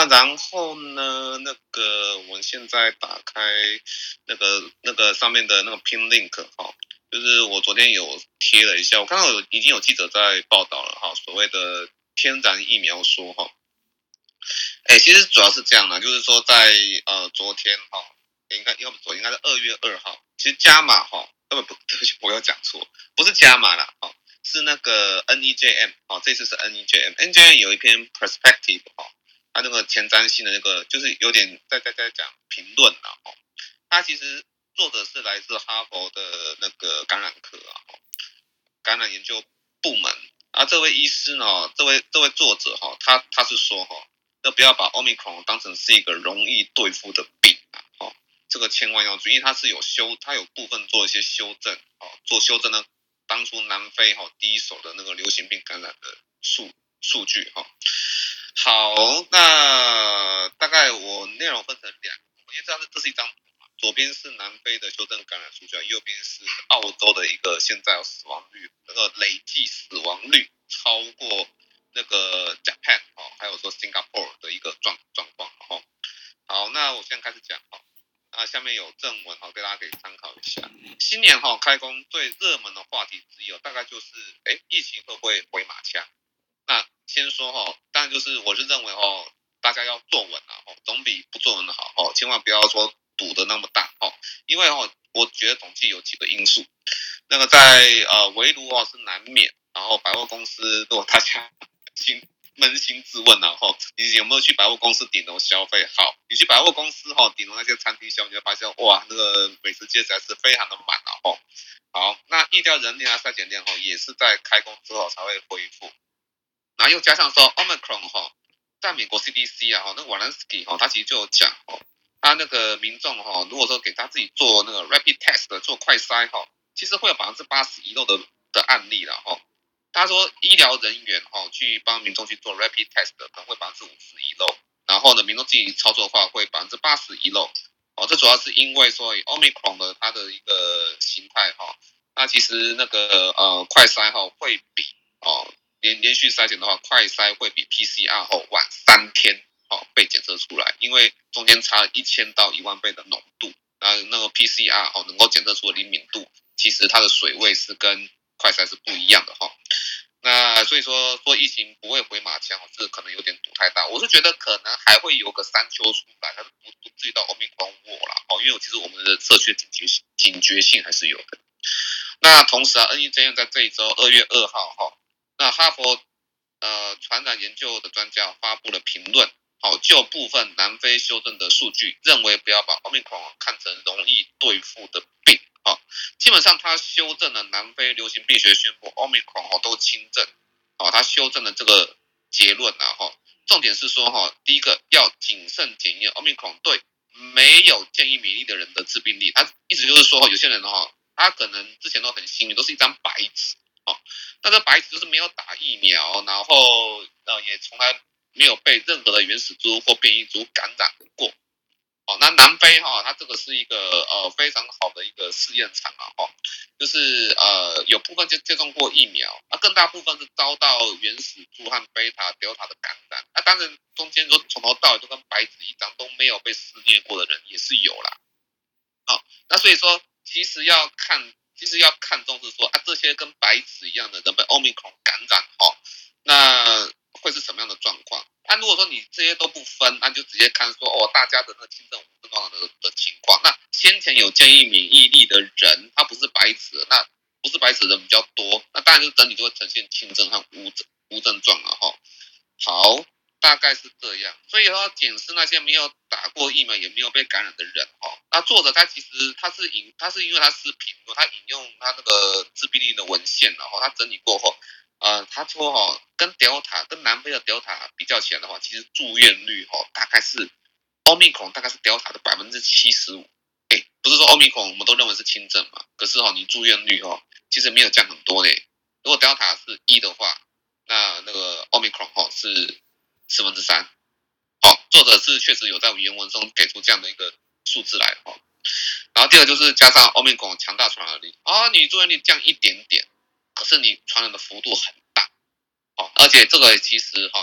然后呢，我们现在打开那个上面的那个 pin link 哈，就是我昨天有贴了一下，我看到已经有记者在报道了哈，所谓的天然疫苗说哈，其实主要是这样的，就是说在昨天哈，要不昨天应该是2月2号，其实加码哈，对不起，我要讲错，不是加码啦，哈，是那个 NEJM 哦，这次是 NEJM 有一篇 perspective 哈，它那个前瞻性的那个就是有点在讲评论啦，哈，它其实作者是来自哈佛的那个感染科啊，感染研究部门。啊，这位医师呢，这位作者哈，他是说哈，要不要把 Omicron 当成是一个容易对付的病啊？哦，这个千万要注意，因为他有部分做一些修正，哦，做修正呢，当初南非第一手的那个流行病感染的数据哈。好，那大概我内容分成两个，因为这是一张图嘛，左边是南非的修正感染数据，右边是澳洲的一个现在死亡率，那个累计死亡率超过那个 Japan 还有说 Singapore 的一个状况哈。好，那我现在开始讲哈。啊，下面有正文给大家可以参考一下。新年开工最热门的话题之一大概就是疫情会不会回马枪？那先说当然就是我是认为大家要坐稳啊，总比不坐稳的好千万不要说赌的那么大因为我觉得统计有几个因素，那个在围炉是难免，然后百货公司如果大家扪心自问你有没有去百货公司顶楼消费？好，你去百货公司顶楼那些餐厅消费，你会发现哇，那个美食街实在是非常的满好，那疫调人量筛检量也是在开工之后才会恢复。然后又加上说 Omicron 在美国 CDC 啊那个 Walensky 他其实就有讲他那个民众如果说给他自己做那个 rapid test 做快筛其实会有80%遗漏的案例了他说医疗人员去帮民众去做 rapid test 可能会50%遗漏，然后呢民众自己操作的话会80%遗漏这主要是因为说 Omicron 的它的一个形态那其实那个快筛会比连续筛检的话，快筛会比 PCR 晚3天被检测出来，因为中间差1000到1万倍的浓度，那个 PCR 能够检测出的灵敏度，其实它的水位是跟快筛是不一样的那所以说疫情不会回马枪这可能有点赌太大，我是觉得可能还会有个山丘出来，但是不至于到 Omicron War 啦因为其实我们的社区警觉性还是有的。那同时NEJM 在这一周2月2号那哈佛传染研究的专家发布了评论就部分南非修正的数据，认为不要把 Omicron 看成容易对付的病基本上他修正了南非流行病学宣布 Omicron 都轻症他修正了这个结论重点是说第一个要谨慎检验 Omicron 对没有建议免疫的人的致病力，他意思就是说有些人他可能之前都很幸运，都是一张白纸那这白纸就是没有打疫苗，然后也从来没有被任何的原始株或变异株感染过那南非它这个是一个非常好的一个试验场就是有部分接种过疫苗更大部分是遭到原始株和贝塔、德尔塔的感染当然中间说从头到尾都跟白纸一张都没有被肆虐过的人也是有啦那所以说其实要看重是说这些跟白纸一样的人被 Omicron 感染那会是什么样的状况？如果说你这些都不分，那就直接看说大家的那轻症、无症状的情况。那先前有建议免疫力的人，他不是白纸，那不是白纸的人比较多，那当然就整体就会呈现轻症和无症状了好，大概是这样。所以要检视那些没有打过疫苗也没有被感染的人那作者他其实他是因为他是评论，他引用他那个致病力的文献他整理过后。他说跟南非的 Delta 比较起来的话，其实住院率大概是 Omicron 大概是 Delta 的75%。不是说 Omicron 我们都认为是轻症嘛，可是你住院率其实没有降很多嘞。如果 Delta 是1的话，那个 Omicron 是3/4。作者是确实有在原文中给出这样的一个数字来然后第二个就是加上 Omicron 强大传染力你住院率降一点点。可是你传染的幅度很大而且这个其实要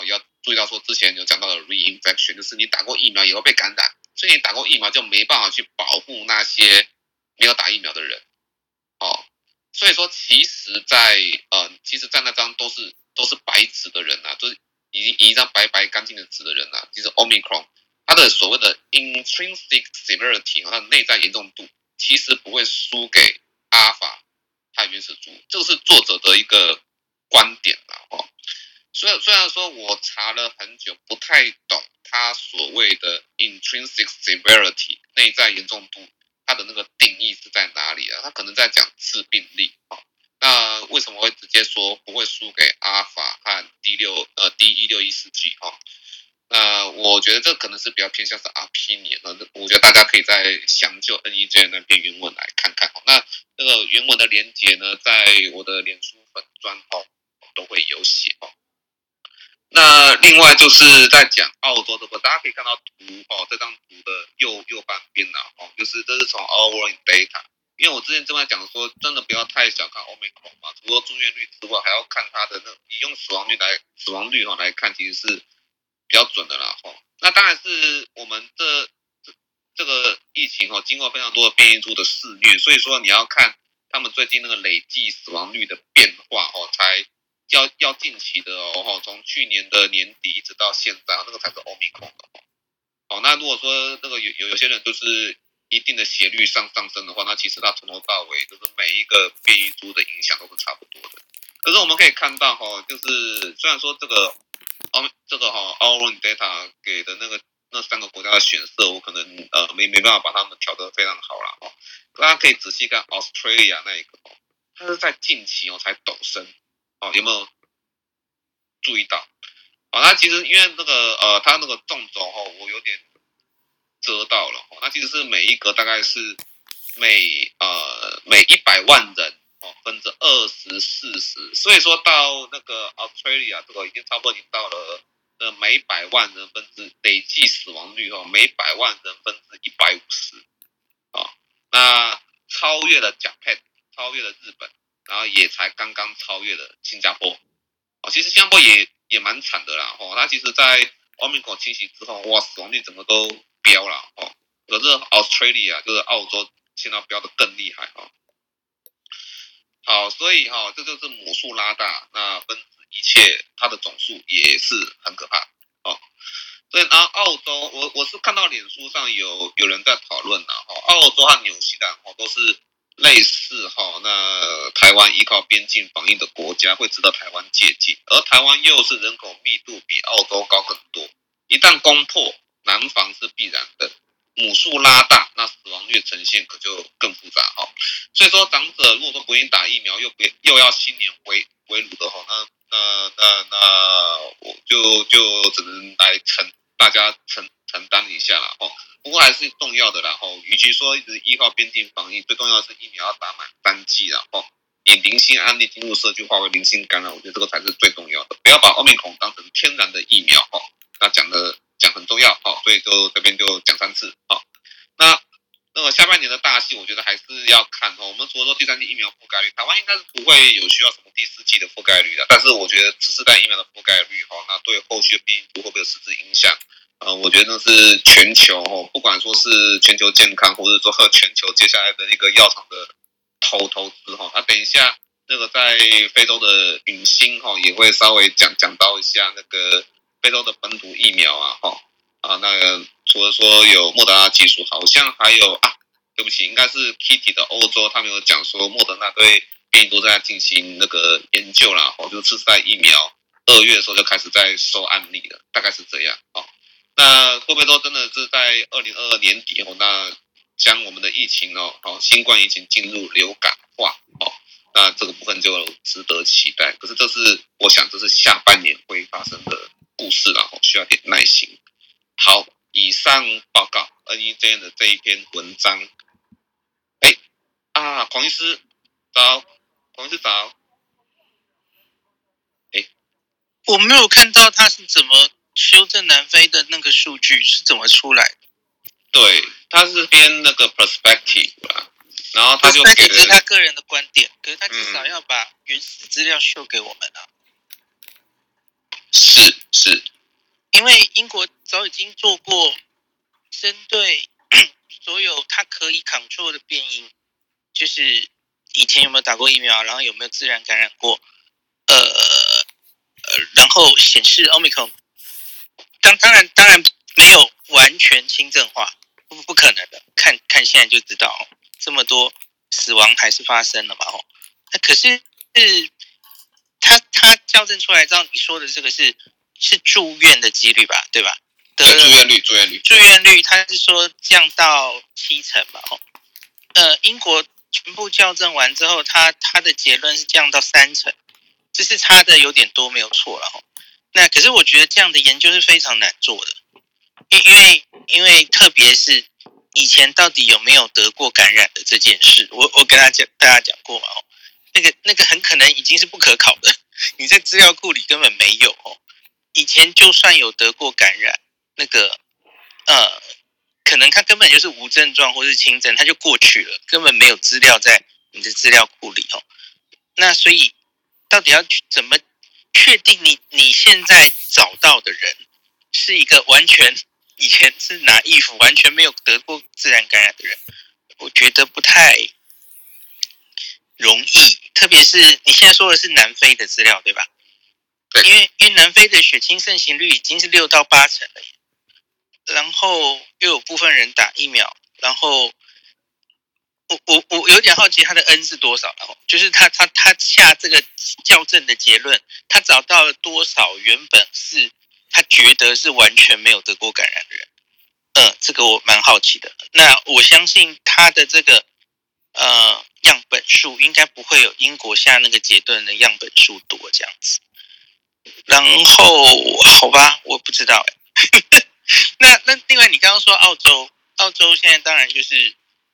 注意到说之前有讲到的 reinfection， 就是你打过疫苗也会被感染，所以你打过疫苗就没办法去保护那些没有打疫苗的人。所以说其实在那张都是白纸的人啊，就是以一张白白干净的纸的人啊，其实 Omicron 它的所谓的 intrinsic severity， 它的内在严重度其实不会输给阿尔法和原始株，这个是作者的一个观点啦。虽然说我查了很久不太懂他所谓的 intrinsic severity 内在严重度它的那个定义是在哪里啊？他可能在讲致病力。那为什么会直接说不会输给阿尔法和 D1614G？ 那我觉得这可能是比较偏向是 opinion， 我觉得大家可以在详究 NEJ 那篇原文来看看。那个原文的连结呢，在我的脸书粉专都会有写。那另外就是在讲澳洲这个，大家可以看到图这张图的右半边就是这是从 Our World in Data， 因为我之前正在讲说，真的不要太小看 Omicron 嘛，除了住院率之外，还要看它的你用死亡率来看，其实是比较准的啦。那当然是我们这个疫情经过非常多的变异株的肆虐，所以说你要看他们最近那个累计死亡率的变化才要近期的从去年的年底一直到现在，那个才是 Omicron 的那如果说那个有些人就是一定的血率上升的话，那其实它从头到尾就是每一个变异株的影响都是差不多的。可是我们可以看到就是虽然说这个 Our World Data 给的那3个国家的选色，我可能没办法把他们调得非常好啦大家可以仔细看 Australia 那一个它是在近期才陡升有没有注意到？那其实因为那个它那个纵轴我有点遮到了那其实是每一个大概是每100万人分之20、40，所以说到那个 Australia 这个已经差不多已经到了每100万人分之累计死亡率每100万人分之150那超越了Japan，超越了日本，然后也才刚刚超越了新加坡其实新加坡也蛮惨的啦它其实在 Omicron 侵袭之后，哇，死亡率整个都飙了可是 Australia 就是澳洲现在飙得更厉害好，所以这就是母数拉大，那分子一切它的总数也是很可怕所以然后澳洲我是看到脸书上有人在讨论澳洲和纽西兰都是类似那台湾依靠边境防疫的国家会值得台湾借鉴，而台湾又是人口密度比澳洲高很多，一旦攻破，南防是必然的，母数拉大，那死亡率呈现可就更复杂所以说长者如果说不愿意打疫苗，又要新年围炉的那我就只能来大家承担一下啦不过还是重要的啦与其说一直依靠边境防疫，最重要的是疫苗要打满3剂啦以零星案例进入社区化为零星感染，我觉得这个才是最重要的，不要把 Omicron 当成天然的疫苗那讲很重要所以就这边就讲3次那个下半年的大戏，我觉得还是要看我们除了说第3剂疫苗覆盖率，台湾应该是不会有需要什么第4剂的覆盖率的，但是我觉得次世代疫苗的覆盖率那对后续的变异株会不会有实质影响？我觉得那是全球不管说是全球健康，或者说全球接下来的一个药厂的投资等一下那个在非洲的允兴也会稍微讲到一下那个非洲的本土疫苗那个除了说有莫德纳技术，好像还有对不起，应该是 Kitty 的欧洲，他们有讲说莫德纳对变异株在进行那个研究啦就是次世代疫苗2月的时候就开始在收案例了，大概是这样那会不会说真的是在2022年底那将我们的疫情新冠疫情进入流感化那这个部分就值得期待。可是我想这是下半年会发生的故事啦需要点耐心。好，以上报告 NEJ 的这一篇文章。黄医师早，黄医师早。 我没有看到他是怎么修正南非的那个数据是怎么出来的。 对，他是编那个 perspective 啦，然后他就给了， 是他个人的观点，可是他至少要把原始资料秀给我们啊。 是， 因为英国早已经做过针对所有它可以 control 的变因，就是以前有没有打过疫苗，然后有没有自然感染过，然后显示 Omicron， 当然没有完全轻症化，不可能的，看现在就知道，这么多死亡还是发生了嘛，那可是他校正出来，照你说的这个是住院的几率吧，对吧？ 对，住院率，他是说降到7成吧，英国全部校正完之后，他的结论是降到3成，这是差的有点多，没有错了。那可是我觉得这样的研究是非常难做的，因为特别是以前到底有没有得过感染的这件事，我跟大家讲过嘛，那个很可能已经是不可考的，你在资料库里根本没有哦。以前就算有得过感染，那个可能他根本就是无症状或是轻症，他就过去了，根本没有资料在你的资料库里哦。那所以到底要怎么确定你现在找到的人是一个完全以前是拿衣服完全没有得过自然感染的人？我觉得不太容易，特别是你现在说的是南非的资料，对吧？ 对， 因为南非的血清盛行率已经是6到8成了，然后又有部分人打疫苗，然后我有点好奇他的 N 是多少了，就是他下这个校正的结论，他找到了多少原本是他觉得是完全没有得过感染的人？这个我蛮好奇的。那我相信他的这个样本数应该不会有英国下那个结论的样本数多这样子。然后好吧，我不知道那另外你刚刚说澳洲现在当然就是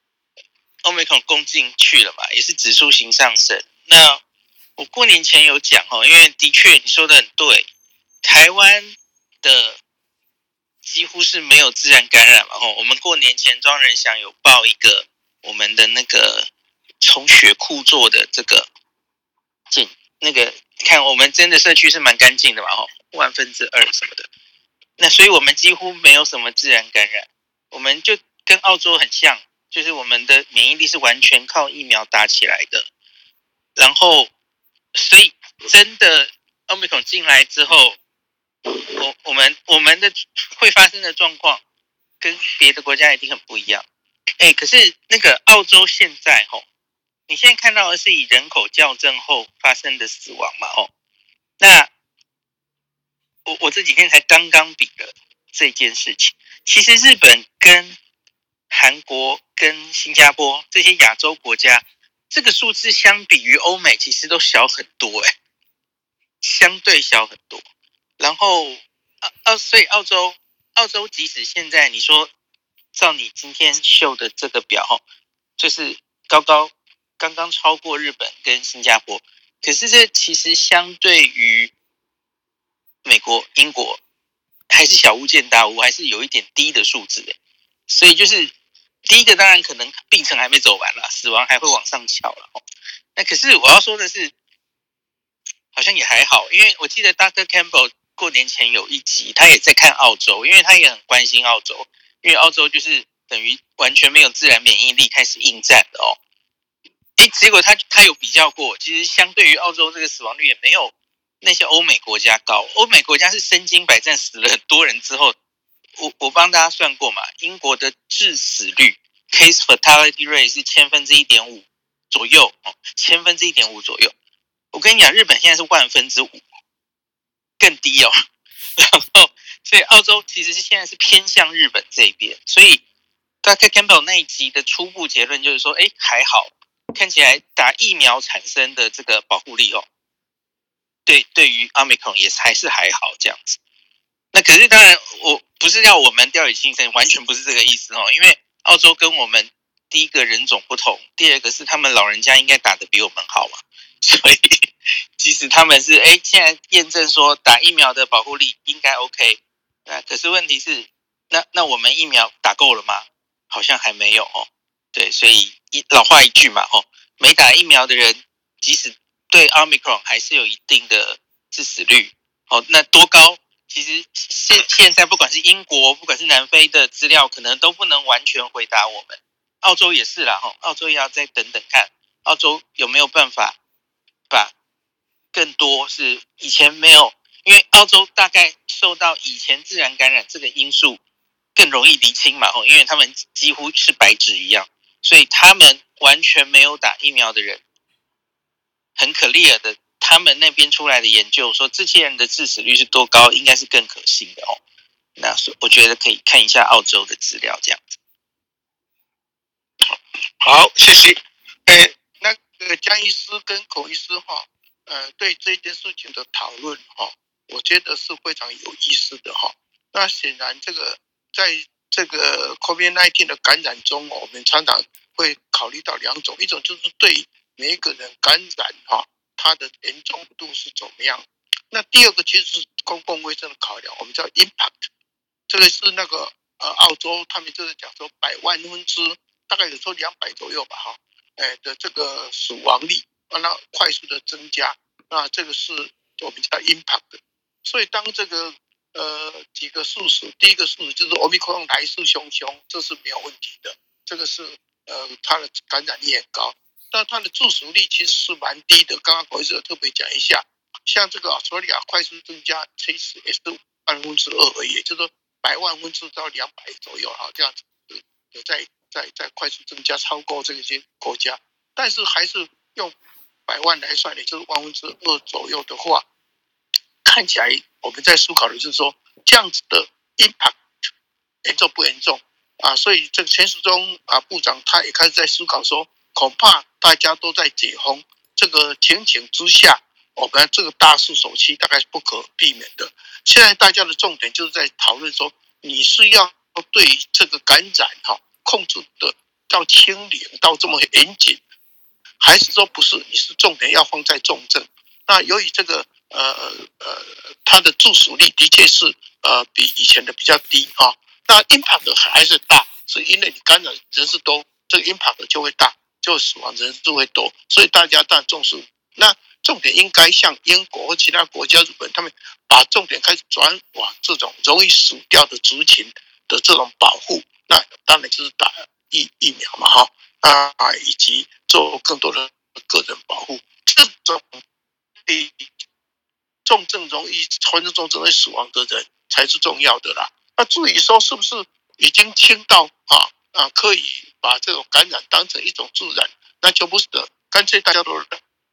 Omicron 攻进去了嘛，也是指数型上升。那我过年前有讲因为的确你说的很对，台湾的几乎是没有自然感染嘛。我们过年前庄人祥有报一个我们的那个从血库做的这个那个看我们真的社区是蛮干净的嘛，2%什么的。那所以我们几乎没有什么自然感染，我们就跟澳洲很像，就是我们的免疫力是完全靠疫苗打起来的。然后，所以真的 Omicron 进来之后，我们的会发生的状况跟别的国家一定很不一样。可是那个澳洲现在你现在看到的是以人口校正后发生的死亡嘛那我这几天才刚刚比了这件事情。其实日本跟韩国跟新加坡这些亚洲国家，这个数字相比于欧美其实都小很多相对小很多。然后所以澳洲即使现在你说照你今天秀的这个表就是刚刚超过日本跟新加坡，可是这其实相对于美国、英国还是小巫见大巫，还是有一点低的数字所以就是第一个当然可能病程还没走完啦，死亡还会往上翘啦那可是我要说的是，好像也还好，因为我记得 Dr. Campbell 过年前有一集，他也在看澳洲，因为他也很关心澳洲，因为澳洲就是等于完全没有自然免疫力开始应战的结果他有比较过，其实相对于澳洲这个死亡率也没有那些欧美国家高，欧美国家是身经百战死了很多人之后，我帮大家算过嘛，英国的致死率 case fatality rate 是1/1000左右1/1000左右。我跟你讲，日本现在是1/500，更低然后，所以澳洲其实是现在是偏向日本这边，所以 Dr. Campbell 那一集的初步结论就是说，还好，看起来打疫苗产生的这个保护力对于 Omicron 也还是还好这样子。那可是当然，我不是要我们掉以轻心，完全不是这个意思因为澳洲跟我们第一个人种不同，第二个是他们老人家应该打得比我们好嘛，所以即使他们是现在验证说打疫苗的保护力应该 OK， 那可是问题是，那我们疫苗打够了吗？好像还没有对，所以老话一句嘛没打疫苗的人，即使对 Omicron 还是有一定的致死率那多高？ 其实现在不管是英国，不管是南非的资料，可能都不能完全回答我们。澳洲也是啦，澳洲也要再等等看，澳洲有没有办法把更多是以前没有，因为澳洲大概受到以前自然感染这个因素更容易厘清嘛，因为他们几乎是白纸一样，所以他们完全没有打疫苗的人，很clear的，他们那边出来的研究说这些人的致死率是多高，应该是更可信的哦。那我觉得可以看一下澳洲的资料，这样子。 好，谢谢。那个江医师跟孔医师哈，对这件事情的讨论哈，我觉得是非常有意思的哈。那显然这个在这个 COVID-19 的感染中，我们常常会考虑到两种，一种就是对每一个人感染哈，它的严重度是怎么样。那第二个其实是公共卫生的考量，我们叫 impact， 这个是那个澳洲他们就是讲说100万分之大概有说200左右吧哈，的这个死亡率，那快速的增加，那这个是我们叫 impact。所以当这个几个事实，第一个事实就是 Omicron 来势汹汹，这是没有问题的，这个是它的感染力很高，但它的致死率其实是蛮低的。刚刚孔医师特别讲一下，像这个澳大利亚快速增加，其实也是2%而已，也就是说100万分之到200左右哈，这样子有在快速增加，超过这些国家，但是还是用100万来算，也就是2%左右的话，看起来我们在思考的就是说，这样子的 impact 严重不严重啊？所以这个陈时中部长他也开始在思考说，恐怕大家都在解封这个情形之下，我们这个大势所趋大概是不可避免的。现在大家的重点就是在讨论说，你是要对于这个感染控制的到清零到这么严谨，还是说不是？你是重点要放在重症。那由于这个它的致死率的确是比以前的比较低哈，那 impact 还是大，是因为你感染人数多，这个 impact 就会大，就死亡人数会多，所以大家当然重视。那重点应该像英国或其他国家，日本他们把重点开始转往这种容易死掉的族群的这种保护，那当然就是打疫苗嘛哈以及做更多的个人保护，这种重症容易传染重症容易死亡的人才是重要的啦。那至于说是不是已经轻到可以把这种感染当成一种自然，那就不是的，干脆大家都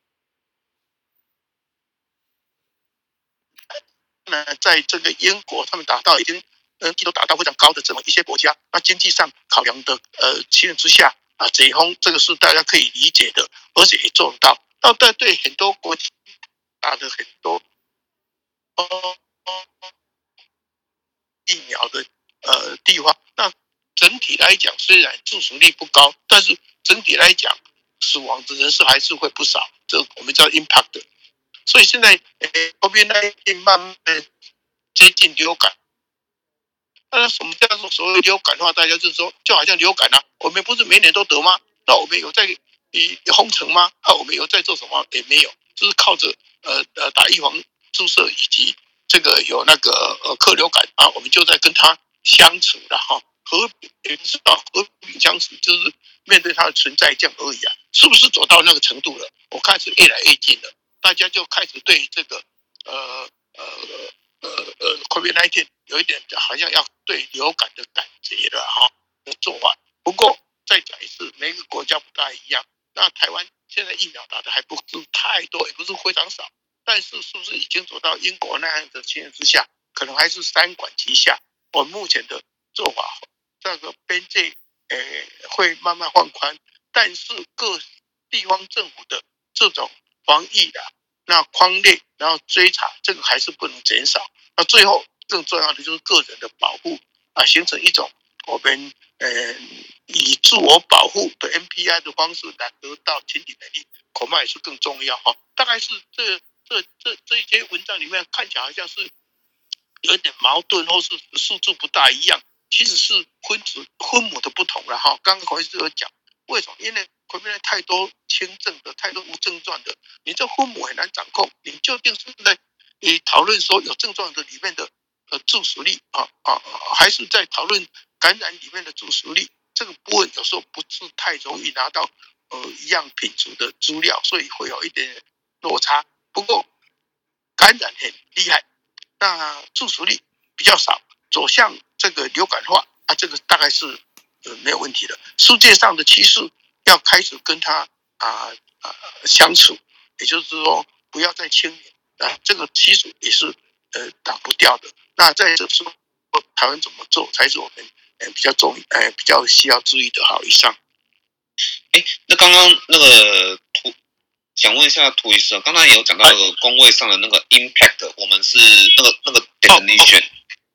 在这个英国，他们达到已经都达到非常高的这么一些国家，那经济上考量的情形之下解封这个是大家可以理解的，而且也做得到。那对很多国家打的很多疫苗的地方，那整体来讲虽然致死率不高，但是整体来讲死亡的人数还是会不少，这我们叫 impact。所以现在COVID-19 慢慢接近流感。那什么叫做所谓流感的话，大家就是说，就好像流感我们不是每年都得吗？那我们有在封城吗？我们有在做什么？也没有，就是靠着打预防注射以及这个有那个克流感我们就在跟它相处了哈，和平相处，就是面对它的存在这样而已是不是走到那个程度了？我看是越来越近了，大家就开始对这个COVID-19 有一点好像要对流感的感觉了的做法。不过再讲一次，每个国家不大一样。那台湾现在疫苗打的还不是太多，也不是非常少，但是是不是已经走到英国那样的情形之下，可能还是3管齐下。我目前的做法，这个边界会慢慢放宽，但是各地方政府的这种防疫那匡列，然后追查，这个还是不能减少。那最后更重要的就是个人的保护形成一种我们以自我保护的 MPI 的方式来得到群体免疫，恐怕也是更重要大概是这一些文章里面看起来好像是有点矛盾，或是数字不大一样，其实是分母的不同了刚刚孔医师有讲，为什么？因为COVID-19太多轻症的，太多无症状的，你这分母很难掌控。你究竟是在讨论说有症状的里面的致死率还是在讨论感染里面的致死率这个部分，有时候不是太容易拿到一样品质的资料，所以会有一点落差。不过感染很厉害，那致死率比较少，走向这个流感化这个大概是没有问题的。世界上的趋势要开始跟它相处，也就是说不要再清零这个趋势也是挡不掉的。那在这时候台湾怎么做才是我们比较需要注意的。好，以上。 那刚刚那个想问一下涂医师，刚才也有讲到那个工位上的那个 impact， 我们是那个 definition。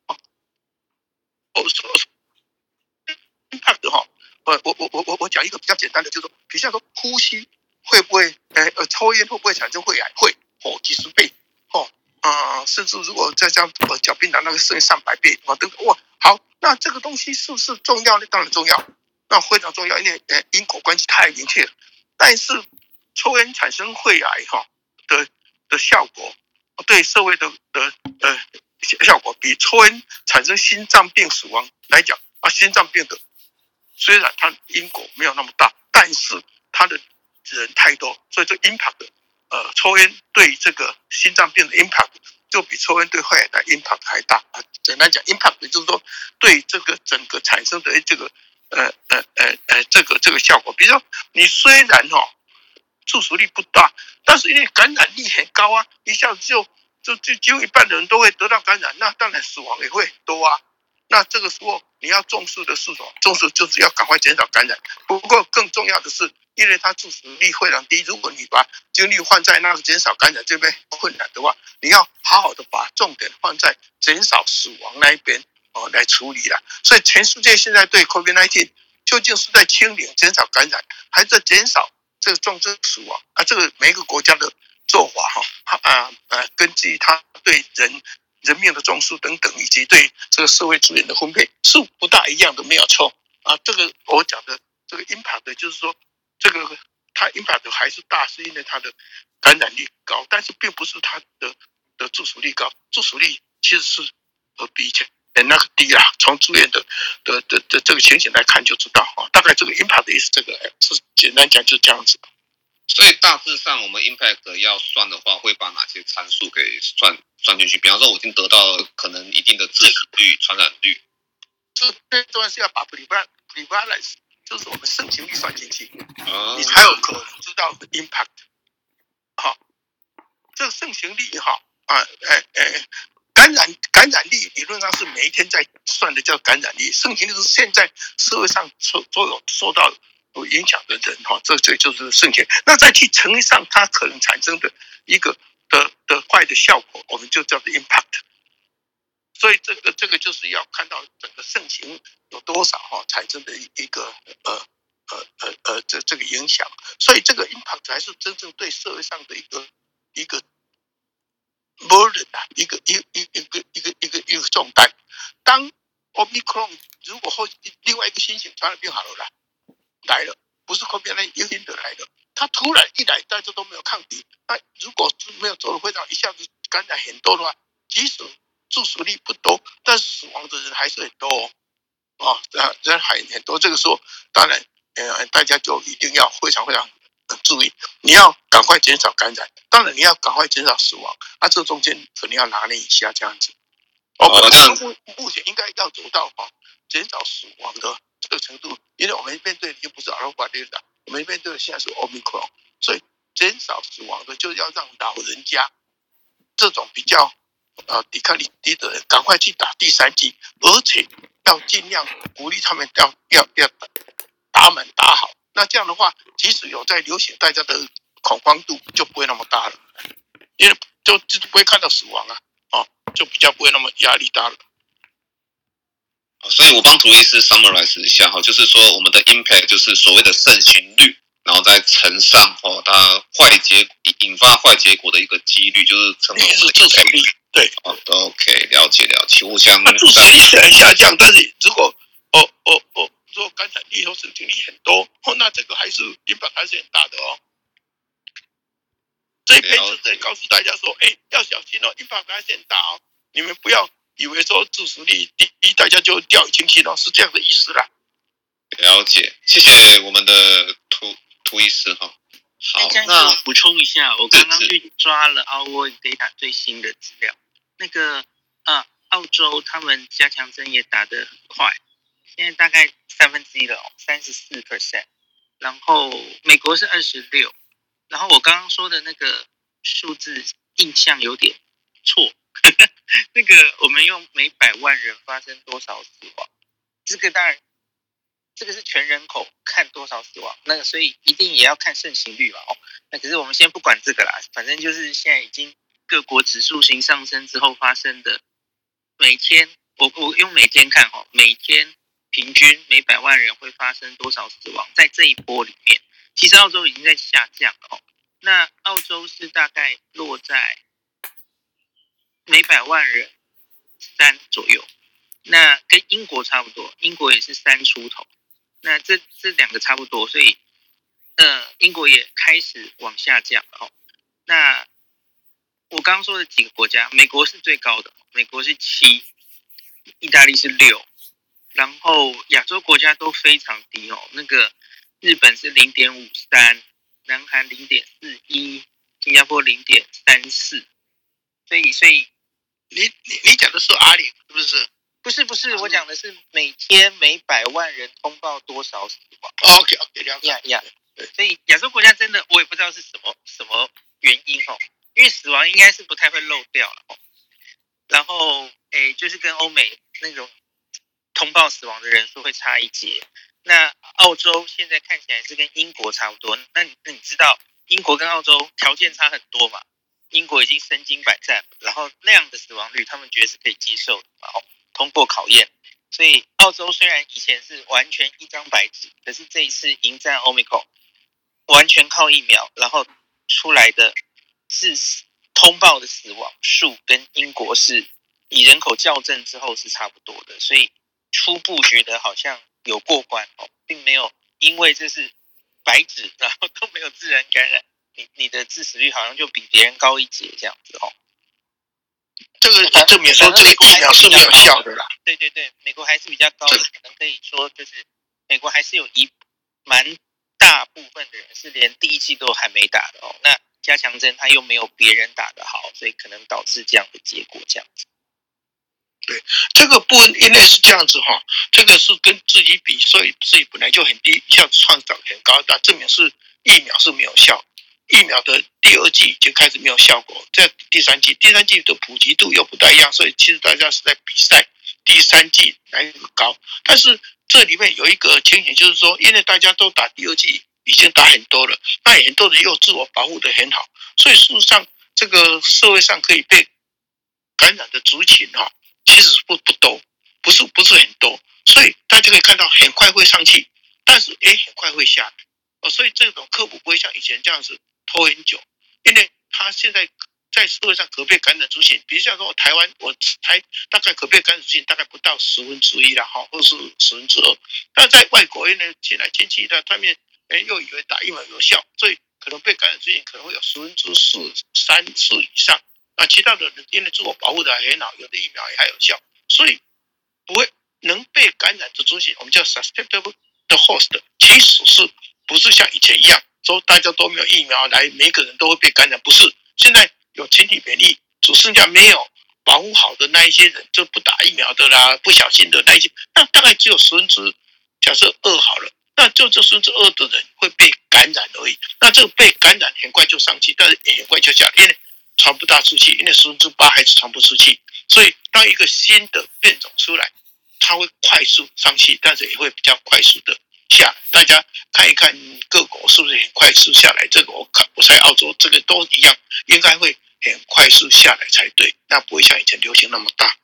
impact 我讲一个比较简单的，就是说，比如说呼吸会不会抽烟会不会产生肺癌？会几十倍甚至如果再这样嚼槟榔那个剩上百倍好，那这个东西是不是重要呢？当然重要，那非常重要，因为因果关系太明确了。但是抽烟产生肺癌的效果，对社会的效果比抽烟产生心脏病死亡来讲心脏病的虽然它因果没有那么大，但是它的人太多，所以这 impact 抽烟对这个心脏病的 impact 就比抽烟对肺癌的 impact 还大简单讲 impact 就是说对这个整个产生的这个这个效果，比如说你虽然致死率不大，但是因为感染力很高一下子就几乎一半的人都会得到感染，那当然死亡也会很多那这个时候你要重视的是什么？重视就是要赶快减少感染。不过更重要的是，因为它致死率非常低，如果你把精力放在那个减少感染这边困难的话，你要好好的把重点放在减少死亡那一边来处理了。所以全世界现在对 COVID-19 究竟是在清零减少感染，还是在减少这个重症死亡这个每一个国家的做法根据它对人命的重视等等，以及对这个社会资源的分配是不大一样的，没有错这个我讲的这个 impact 就是说，这个它 impact 还是大，是因为它的感染率高，但是并不是它的致死率高，致死率其实是比以前那个低从住院的这个情形来看就知道大概这个 impact 也是这个，是简单讲就这样子。 所以大致上我们 impact 要算的话，会把哪些参数给算进去？比方说，我已经得到了可能一定的致死率、传染率， 这最重要是要把 prevalence， 就是我们盛行率算进去，你才有可能知道的 impact。这个盛行率感染率理论上是每一天在算的，叫感染率。盛行率是现在社会上所有受到影响的人这就是盛行。那再去乘上它可能产生的一个的坏的效果，我们就叫做 impact。所以这个就是要看到整个盛行有多少产生的一个这个影响。所以这个 impact 才是真正对社会上的一个 burden 一个重担。当 Omicron 如果另外一个新型传染病好了来了，不是 COVID-19 的来了，它突然一来大家都没有抗体，那如果没有做的非常一下子感染很多的话，即使致死率不多，但是死亡的人还是很多人还很多。这个时候当然大家就一定要非常非常注意，你要赶快减少感染，当然你要赶快减少死亡这中间可能要拿捏一下这样子。目前应该要走到减少死亡的这个程度，因为我们面对的已经不是 Alpha Delta， 我们面对的现在是 Omicron， 所以减少死亡的就要让老人家这种比较抵抗力低的人赶快去打第3剂，而且要尽量鼓励他们要打满打好。那这样的话，即使有在流行，大家的恐慌度就不会那么大了，因为就不会看到死亡就比较不会那么压力大了。 所以我帮涂医师 summarize 一下就是说我们的 impact 就是所谓的盛行率，然后再乘上它引发坏结果的一个几率，就是成为我们的致死率。对 ，OK， 了解。我想致死率虽然下降，但是如果感染力和盛行率很多那这个还是 impact 还是很大的这一辈子在告诉大家说要小心impact还是很大你们不要以为说致死率低，大家就掉以轻心了，是这样的意思啦。 了解，谢谢我们的涂医师哈。好， 那我补充一下，我刚刚去抓了 Our Data 最新的资料，那个澳洲他们加强针也打得很快，现在大概1/3了，34%，然后美国是26%，然后我刚刚说的那个数字印象有点错，那个我们用每100万人发生多少死亡，这个当然。这个是全人口看多少死亡，那个所以一定也要看盛行率嘛那可是我们先不管这个啦，反正就是现在已经各国指数型上升之后发生的，每天我用每天看每天平均每100万人会发生多少死亡，在这一波里面，其实澳洲已经在下降了那澳洲是大概落在每100万人3左右，那跟英国差不多，英国也是3出头。那这两个差不多，所以英国也开始往下降了那我刚刚说的几个国家，美国是最高的，美国是7，意大利是6，然后亚洲国家都非常低那个日本是0.53，南韩0.41，新加坡0.34，所以你讲的是阿里是不是？ 不是，我讲的是每天每100万人通报多少死亡。 OK， 了解。 所以亚洲国家真的我也不知道是什么原因因为死亡应该是不太会漏掉了然后就是跟欧美那种通报死亡的人数会差一截。那澳洲现在看起来是跟英国差不多，那你知道英国跟澳洲条件差很多嘛？英国已经身经百战，然后那样的死亡率他们觉得是可以接受的嘛通过考验，所以澳洲虽然以前是完全一张白纸，可是这一次迎战 Omicron， 完全靠疫苗，然后出来的是通报的死亡数跟英国是以人口校正之后是差不多的，所以初步觉得好像有过关并没有因为这是白纸，然后都没有自然感染，你的致死率好像就比别人高一截这样子这个证明说这个疫苗是没有效的啦。 对，美国还是比较高的，可能可以说就是美国还是有蛮大部分的人是连第一剂都还没打的那加强针他又没有别人打得好，所以可能导致这样的结果这样子。 对，这个部分因为是这样子这个是跟自己比，所以自己本来就很低，一下子创长很高，但证明是疫苗是没有效。疫苗的第2剂就开始没有效果，在第3剂的普及度又不太一样，所以其实大家是在比赛第3剂哪一个高。但是这里面有一个情形，就是说，因为大家都打第2剂，已经打很多了，那很多人又自我保护得很好，所以事实上这个社会上可以被感染的族群其实不多，不是很多，所以大家可以看到很快会上去，但是很快会下来所以这种科普不会像以前这样子拖很久，因为他现在在社会上可被感染族群，比如像说台湾，我猜大概可被感染族群大概不到1/10啦，或是2/10。那在外国因为进来进去的，他们又以为打疫苗有效，所以可能被感染族群可能会有4/4、3、4以上。那其他的人因为自我保护的很好，有的疫苗也还有效，所以不会能被感染的族群，我们叫 susceptible 的 host， 其实是不是像以前一样？说大家都没有疫苗来，每个人都会被感染，不是。现在有群体免疫，只剩下没有保护好的那一些人，就不打疫苗的啦，不小心的那一些，那大概只有2/10，假设2好了，那就这2/10的人会被感染而已。那这个被感染很快就上去，但是也很快就下来，因为传不大出去，因为8%还是传不出去。所以当一个新的变种出来，它会快速上去，但是也会比较快速的下来。大家看一看各国是不是很快速下来？这个我猜澳洲这个都一样，应该会很快速下来才对，那不会像以前流行那么大。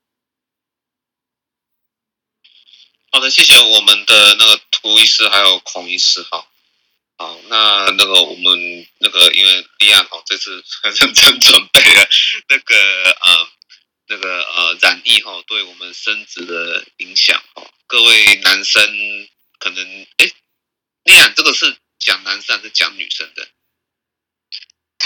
好的，谢谢我们的那个涂医师还有孔医师好，那个我们那个因为立案这次很认真准备了染疫对我们生殖的影响各位男生可能立案这个是讲男生还是讲女生的？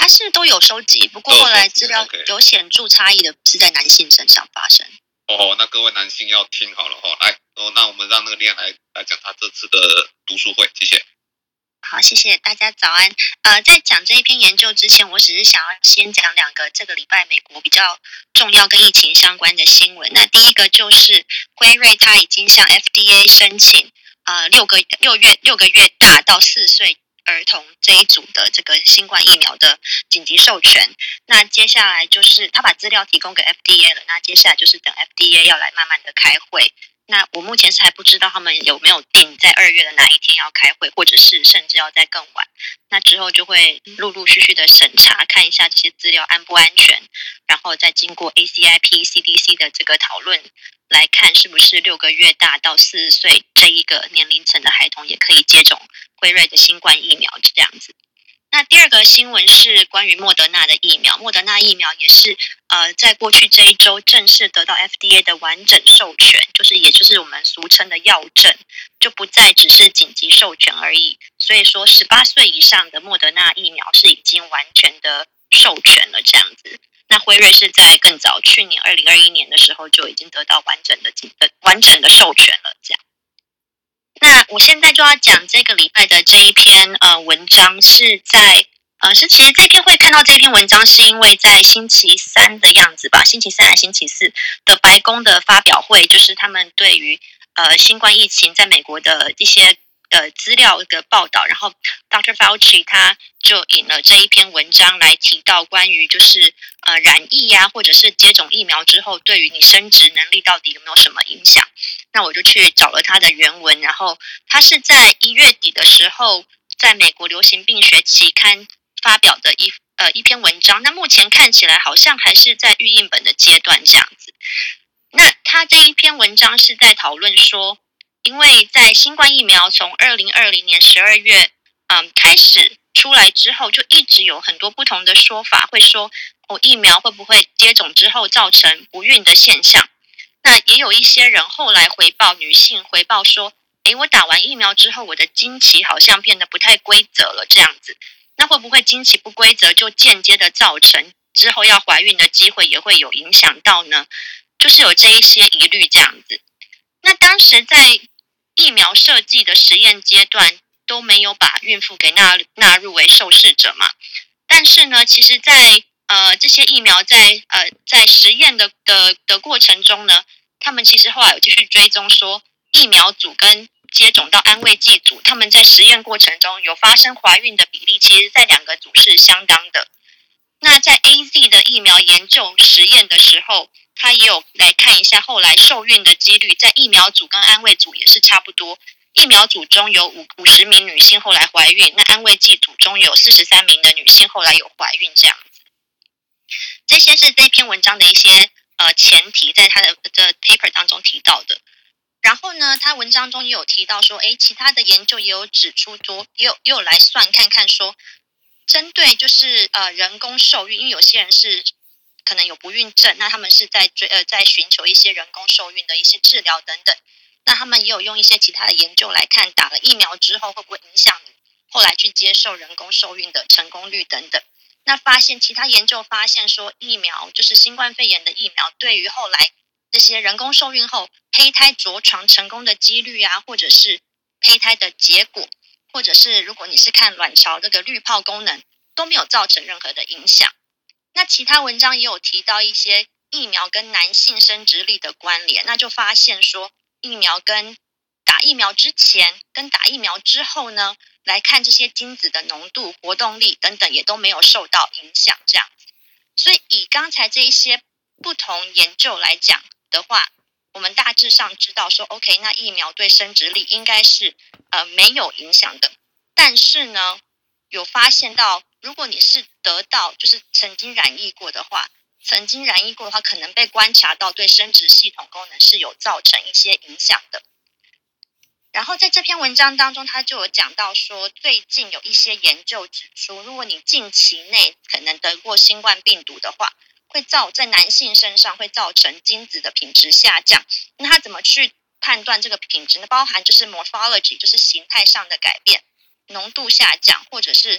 他是都有收集，不过后来资料有显著差异的是在男性身上发生。 那各位男性要听好了来，那我们让那个练来讲他这次的读书会，谢谢。 好，谢谢大家早安。在讲这一篇研究之前，我只是想要先讲2个这个礼拜美国比较重要跟疫情相关的新闻。那第一个就是辉瑞，他已经向 FDA 申请6个月大到4岁儿童这一组的这个新冠疫苗的紧急授权。那接下来就是他把资料提供给 FDA 了，那接下来就是等 FDA 要来慢慢的开会。那我目前是还不知道他们有没有定在2月的哪一天要开会，或者是甚至要再更晚。那之后就会陆陆续续的审查，看一下这些资料安不安全，然后再经过 ACIP、CDC 的这个讨论，来看是不是6个月大到4岁这一个年龄层的孩童也可以接种辉瑞的新冠疫苗这样子。那第2个新闻是关于莫德纳的疫苗，莫德纳疫苗也是在过去这一周正式得到 FDA 的完整授权，也就是我们俗称的药证，就不再只是紧急授权而已。所以说18岁以上的莫德纳疫苗是已经完全的授权了这样子。那辉瑞是在更早，去年2021年的时候就已经得到完整的授权了这样。那我现在就要讲这个礼拜的这一篇文章，是在其实这篇会看到这篇文章是因为在星期3的样子吧，星期3还是星期4的白宫的发表会，就是他们对于新冠疫情在美国的一些资料的报道，然后 Dr. Fauci 他就引了这一篇文章来提到关于就是染疫呀，或者是接种疫苗之后对于你生殖能力到底有没有什么影响。那我就去找了他的原文，然后他是在1月底的时候在美国流行病学期刊发表的一篇文章。那目前看起来好像还是在预印本的阶段这样子。那他这一篇文章是在讨论说，因为在新冠疫苗从2020年12月开始出来之后，就一直有很多不同的说法，会说疫苗会不会接种之后造成不孕的现象。那也有一些人后来女性回报说，我打完疫苗之后，我的经期好像变得不太规则了这样子。那会不会经期不规则就间接的造成之后要怀孕的机会也会有影响到呢？就是有这一些疑虑这样子。那当时在疫苗设计的实验阶段都没有把孕妇给纳入为受试者嘛，但是呢，其实在这些疫苗在实验的过程中呢，他们其实后来有继续追踪说，疫苗组跟接种到安慰剂组，他们在实验过程中有发生怀孕的比例，其实在2个组是相当的。那在 AZ 的疫苗研究实验的时候，他也有来看一下后来受孕的几率，在疫苗组跟安慰组也是差不多。疫苗组中有50名女性后来怀孕，那安慰剂组中有43名的女性后来有怀孕这样子。这些是这篇文章的一些前提，在他的paper 当中提到的。然后呢，他文章中也有提到说，其他的研究也有指出说，也有来算看看说，针对就是人工受孕，因为有些人是可能有不孕症，那他们是在寻求一些人工受孕的一些治疗等等。那他们也有用一些其他的研究来看，打了疫苗之后会不会影响你后来去接受人工受孕的成功率等等。那其他研究发现说，疫苗就是新冠肺炎的疫苗，对于后来这些人工受孕后胚胎着床成功的几率啊，或者是胚胎的结果，或者是如果你是看卵巢这个滤泡功能，都没有造成任何的影响。那其他文章也有提到一些疫苗跟男性生殖力的关联，那就发现说，疫苗跟打疫苗之前跟打疫苗之后呢，来看这些精子的浓度、活动力等等也都没有受到影响这样子。所以以刚才这一些不同研究来讲的话，我们大致上知道说 OK， 那疫苗对生殖力应该是没有影响的。但是呢，有发现到如果你是得到就是曾经染疫过的话，可能被观察到对生殖系统功能是有造成一些影响的。然后在这篇文章当中，他就有讲到说，最近有一些研究指出，如果你近期内可能得过新冠病毒的话，在男性身上会造成精子的品质下降。那他怎么去判断这个品质呢？包含就是 morphology， 就是形态上的改变，浓度下降，或者是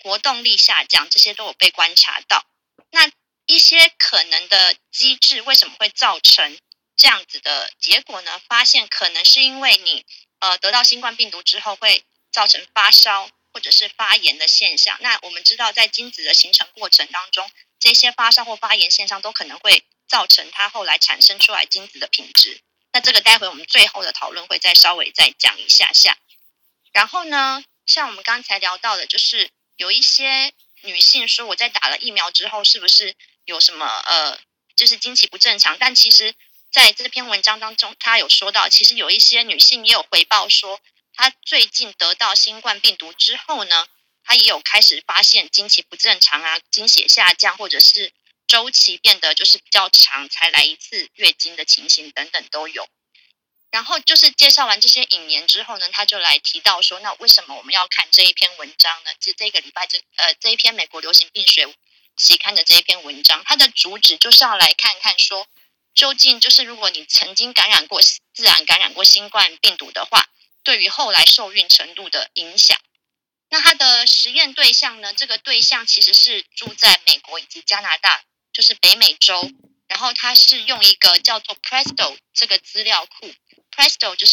活动力下降，这些都有被观察到。那一些可能的机制为什么会造成这样子的结果呢？发现可能是因为你得到新冠病毒之后会造成发烧或者是发炎的现象。那我们知道在精子的形成过程当中，这些发烧或发炎现象都可能会造成它后来产生出来精子的品质。那这个待会我们最后的讨论会稍微再讲一下下。然后呢，像我们刚才聊到的，就是有一些女性说我在打了疫苗之后是不是有什么就是经期不正常，但其实在这篇文章当中她有说到，其实有一些女性也有回报说她最近得到新冠病毒之后呢，她也有开始发现经期不正常啊，经血下降，或者是周期变得就是比较长才来一次月经的情形等等都有。然后就是介绍完这些引言之后呢，他就来提到说，那为什么我们要看这一篇文章呢？这个礼拜这一篇美国流行病学期刊的这一篇文章，它的主旨就是要来看看说，究竟就是如果你曾经自然感染过新冠病毒的话，对于后来受孕程度的影响。那它的实验对象呢，这个对象其实是住在美国以及加拿大，就是北美洲。然后它是用一个叫做 Presto 这个资料库， Presto 就是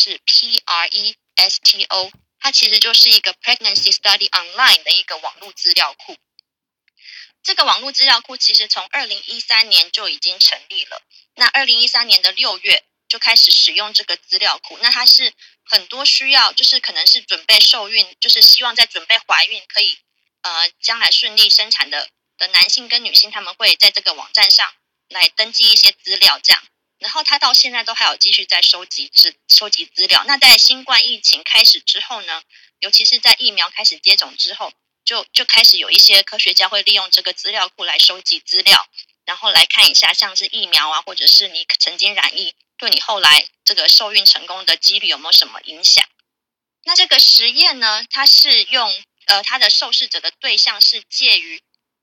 Presto， 它其实就是一个 Pregnancy Study Online 的一个网络资料库。这个网络资料库其实从2013年就已经成立了，那2013年的6月就开始使用这个资料库。那它是很多需要就是可能是准备受孕，就是希望在准备怀孕可以将来顺利生产的男性跟女性，他们会在这个网站上来登记一些资料这样。然后他到现在都还有继续在收集资料。那在新冠疫情开始之后呢，尤其是在疫苗开始接种之后，就开始有一些科学家会利用这个资料库来收集资料，然后来看一下像是疫苗啊，或者是你曾经染疫对你后来这个受孕成功的几率有没有什么影响。那这个实验呢，它是用它的受试者的对象是介于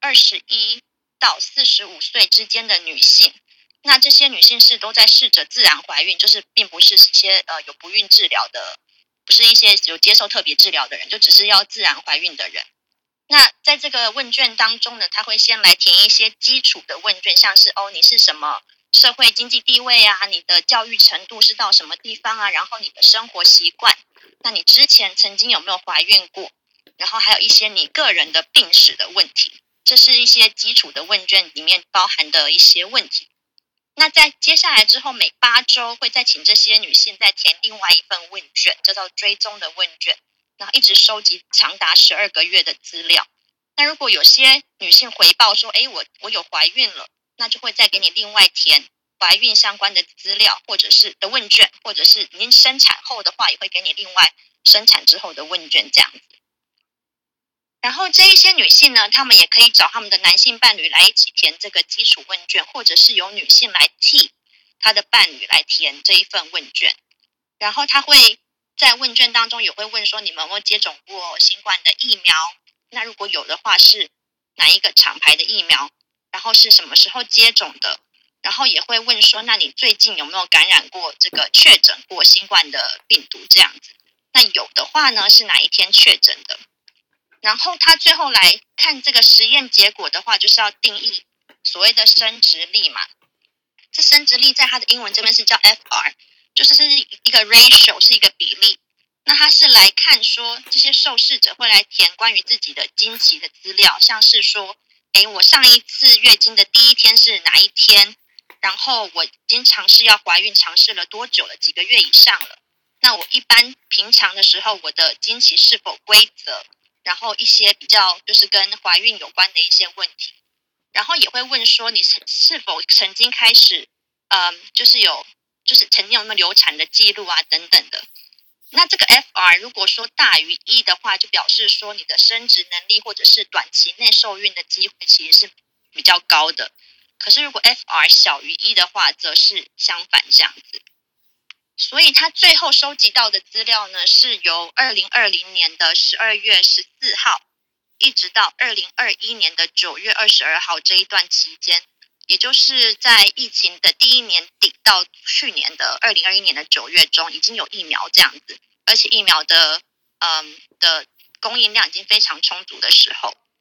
21到45岁之间的女性。那这些女性是都在试着自然怀孕，就是并不是一些有不孕治疗的，不是一些有接受特别治疗的人，就只是要自然怀孕的人。那在这个问卷当中呢，他会先来填一些基础的问卷，像是你是什么社会经济地位啊，你的教育程度是到什么地方啊，然后你的生活习惯，那你之前曾经有没有怀孕过，然后还有一些你个人的病史的问题。这是一些基础的问卷里面包含的一些问题。那在接下来之后，每8周会再请这些女性再填另外一份问卷，叫做追踪的问卷，然后一直收集长达12个月的资料。那如果有些女性回报说，我有怀孕了，那就会再给你另外填怀孕相关的资料，或者是的问卷，或者是您生产后的话，也会给你另外生产之后的问卷这样子。然后这一些女性呢，她们也可以找她们的男性伴侣来一起填这个基础问卷，或者是由女性来替她的伴侣来填这一份问卷。然后她会在问卷当中也会问说，你们有没有接种过新冠的疫苗？那如果有的话，是哪一个厂牌的疫苗？然后是什么时候接种的？然后也会问说，那你最近有没有感染过这个确诊过新冠的病毒这样子？那有的话呢，是哪一天确诊的？然后他最后来看这个实验结果的话，就是要定义所谓的生殖力嘛。这生殖力在它的英文这边是叫 FR， 就是是一个 ratio， 是一个比例。那他是来看说，这些受试者会来填关于自己的经期的资料，像是说，我上一次月经的第一天是哪一天？然后我已经尝试要怀孕，尝试了多久了？几个月以上了？那我一般平常的时候，我的经期是否规则？然后一些比较就是跟怀孕有关的一些问题，然后也会问说你是否曾经开始，就是曾经有那么流产的记录啊等等的。那这个 FR 如果说大于1的话，就表示说你的生殖能力或者是短期内受孕的机会其实是比较高的。可是如果 FR 小于1的话，则是相反这样子。所以他最后收集到的资料呢，是由2020年的12月14号一直到2021年的9月22号这一段期间，也就是在疫情的第1年底到去年的2021年的9月中，已经有疫苗这样子，而且疫苗的供应量已经非常充足的时候。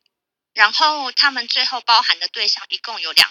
然后他们最后包含的对象一共有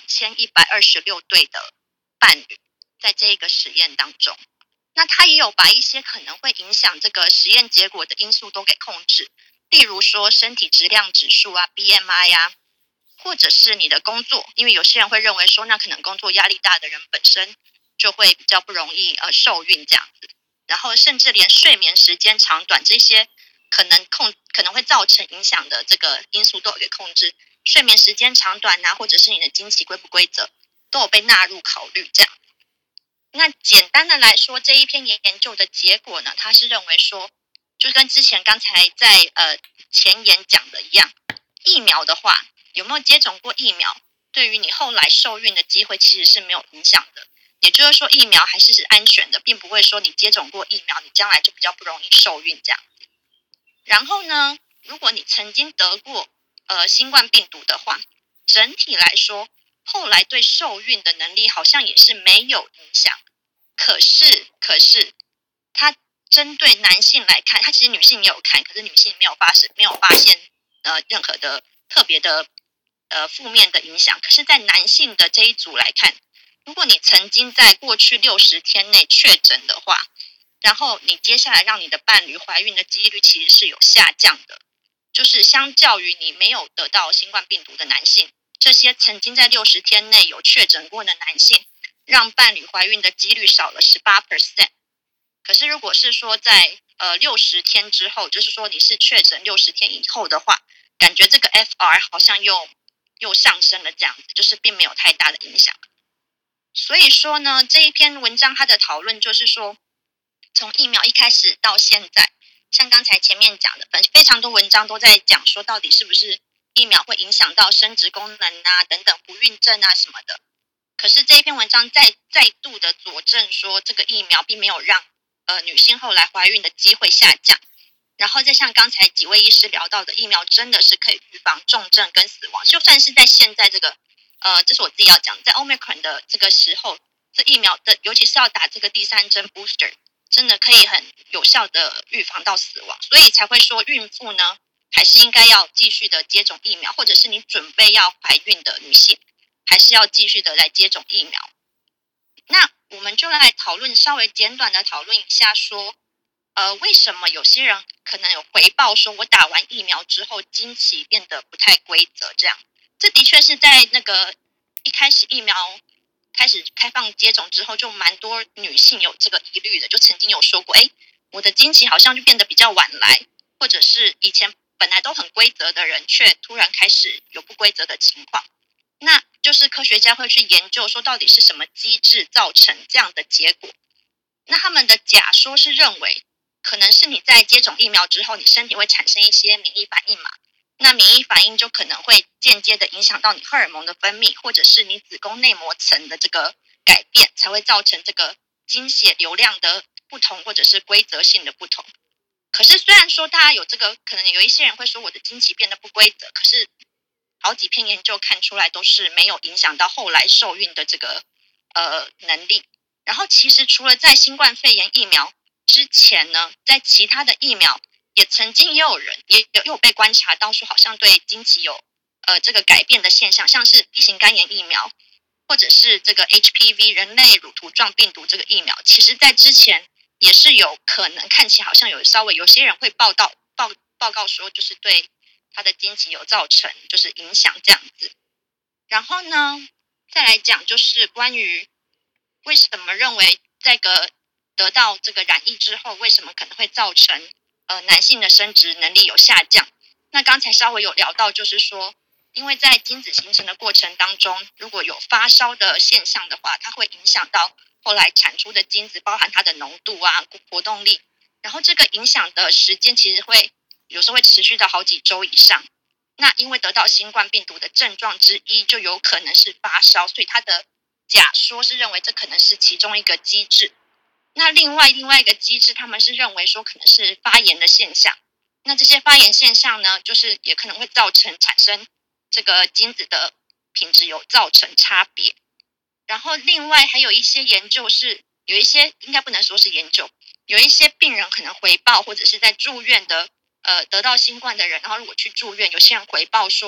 2126对的伴侣在这一个实验当中。那他也有把一些可能会影响这个实验结果的因素都给控制，例如说身体质量指数啊 BMI 啊，或者是你的工作，因为有些人会认为说那可能工作压力大的人本身就会比较不容易受孕这样子，然后甚至连睡眠时间长短这些可能会造成影响的这个因素都有给控制，睡眠时间长短啊，或者是你的经期规不规则都有被纳入考虑这样。那简单的来说，这一篇研究的结果呢，他是认为说，就跟之前刚才在前言讲的一样，疫苗的话，有没有接种过疫苗，对于你后来受孕的机会其实是没有影响的。也就是说，疫苗还是安全的，并不会说你接种过疫苗，你将来就比较不容易受孕这样。然后呢，如果你曾经得过新冠病毒的话，整体来说，后来对受孕的能力好像也是没有影响。可是，它针对男性来看，它其实女性也有看，可是女性没有发现任何的特别的负面的影响。可是，在男性的这一组来看，如果你曾经在过去60天内确诊的话，然后你接下来让你的伴侣怀孕的几率其实是有下降的，就是相较于你没有得到新冠病毒的男性，这些曾经在60天内有确诊过的男性，让伴侣怀孕的几率少了18%。可是如果是说在60天之后，就是说你是确诊60天以后的话，感觉这个 FR 好像又上升了这样子，就是并没有太大的影响。所以说呢，这一篇文章它的讨论就是说，从疫苗一开始到现在，像刚才前面讲的，非常多文章都在讲说，到底是不是疫苗会影响到生殖功能啊等等不孕症啊什么的。可是这一篇文章再度的佐证说，这个疫苗并没有让女性后来怀孕的机会下降。然后再像刚才几位医师聊到的，疫苗真的是可以预防重症跟死亡。就算是在现在这个这是我自己要讲，在 Omicron 的这个时候，这疫苗的尤其是要打这个第3针 booster， 真的可以很有效的预防到死亡。所以才会说孕妇呢，还是应该要继续的接种疫苗，或者是你准备要怀孕的女性，还是要继续的来接种疫苗。那我们就来讨论，稍微简短的讨论一下说，为什么有些人可能有回报说，我打完疫苗之后经期变得不太规则这样。这的确是在那个一开始疫苗开始开放接种之后，就蛮多女性有这个疑虑的，就曾经有说过，我的经期好像就变得比较晚来，或者是以前本来都很规则的人，却突然开始有不规则的情况。那就是科学家会去研究说，到底是什么机制造成这样的结果。那他们的假说是认为，可能是你在接种疫苗之后，你身体会产生一些免疫反应嘛，那免疫反应就可能会间接的影响到你荷尔蒙的分泌，或者是你子宫内膜层的这个改变，才会造成这个经血流量的不同，或者是规则性的不同。可是虽然说大家有这个，可能有一些人会说我的经期变得不规则，可是好几篇研究看出来都是没有影响到后来受孕的这个能力。然后其实除了在新冠肺炎疫苗之前呢，在其他的疫苗也曾经也有被观察到说好像对经期有这个改变的现象，像是 B 型肝炎疫苗，或者是这个 HPV 人类乳头状病毒这个疫苗，其实在之前也是有可能看起来好像有些人会报告说，就是对他的经期有造成就是影响这样子。然后呢，再来讲就是关于为什么认为这个得到这个染疫之后，为什么可能会造成男性的生殖能力有下降？那刚才稍微有聊到，就是说，因为在精子形成的过程当中，如果有发烧的现象的话，它会影响到后来产出的精子，包含它的浓度啊、活动力，然后这个影响的时间其实有时候会持续到好几周以上。那因为得到新冠病毒的症状之一就有可能是发烧，所以它的假说是认为这可能是其中一个机制。那另外一个机制，他们是认为说可能是发炎的现象。那这些发炎现象呢，就是也可能会产生这个精子的品质有造成差别。然后另外还有一些研究是，有一些应该不能说是研究，有一些病人可能回报，或者是在住院的得到新冠的人，然后如果去住院，有些人回报说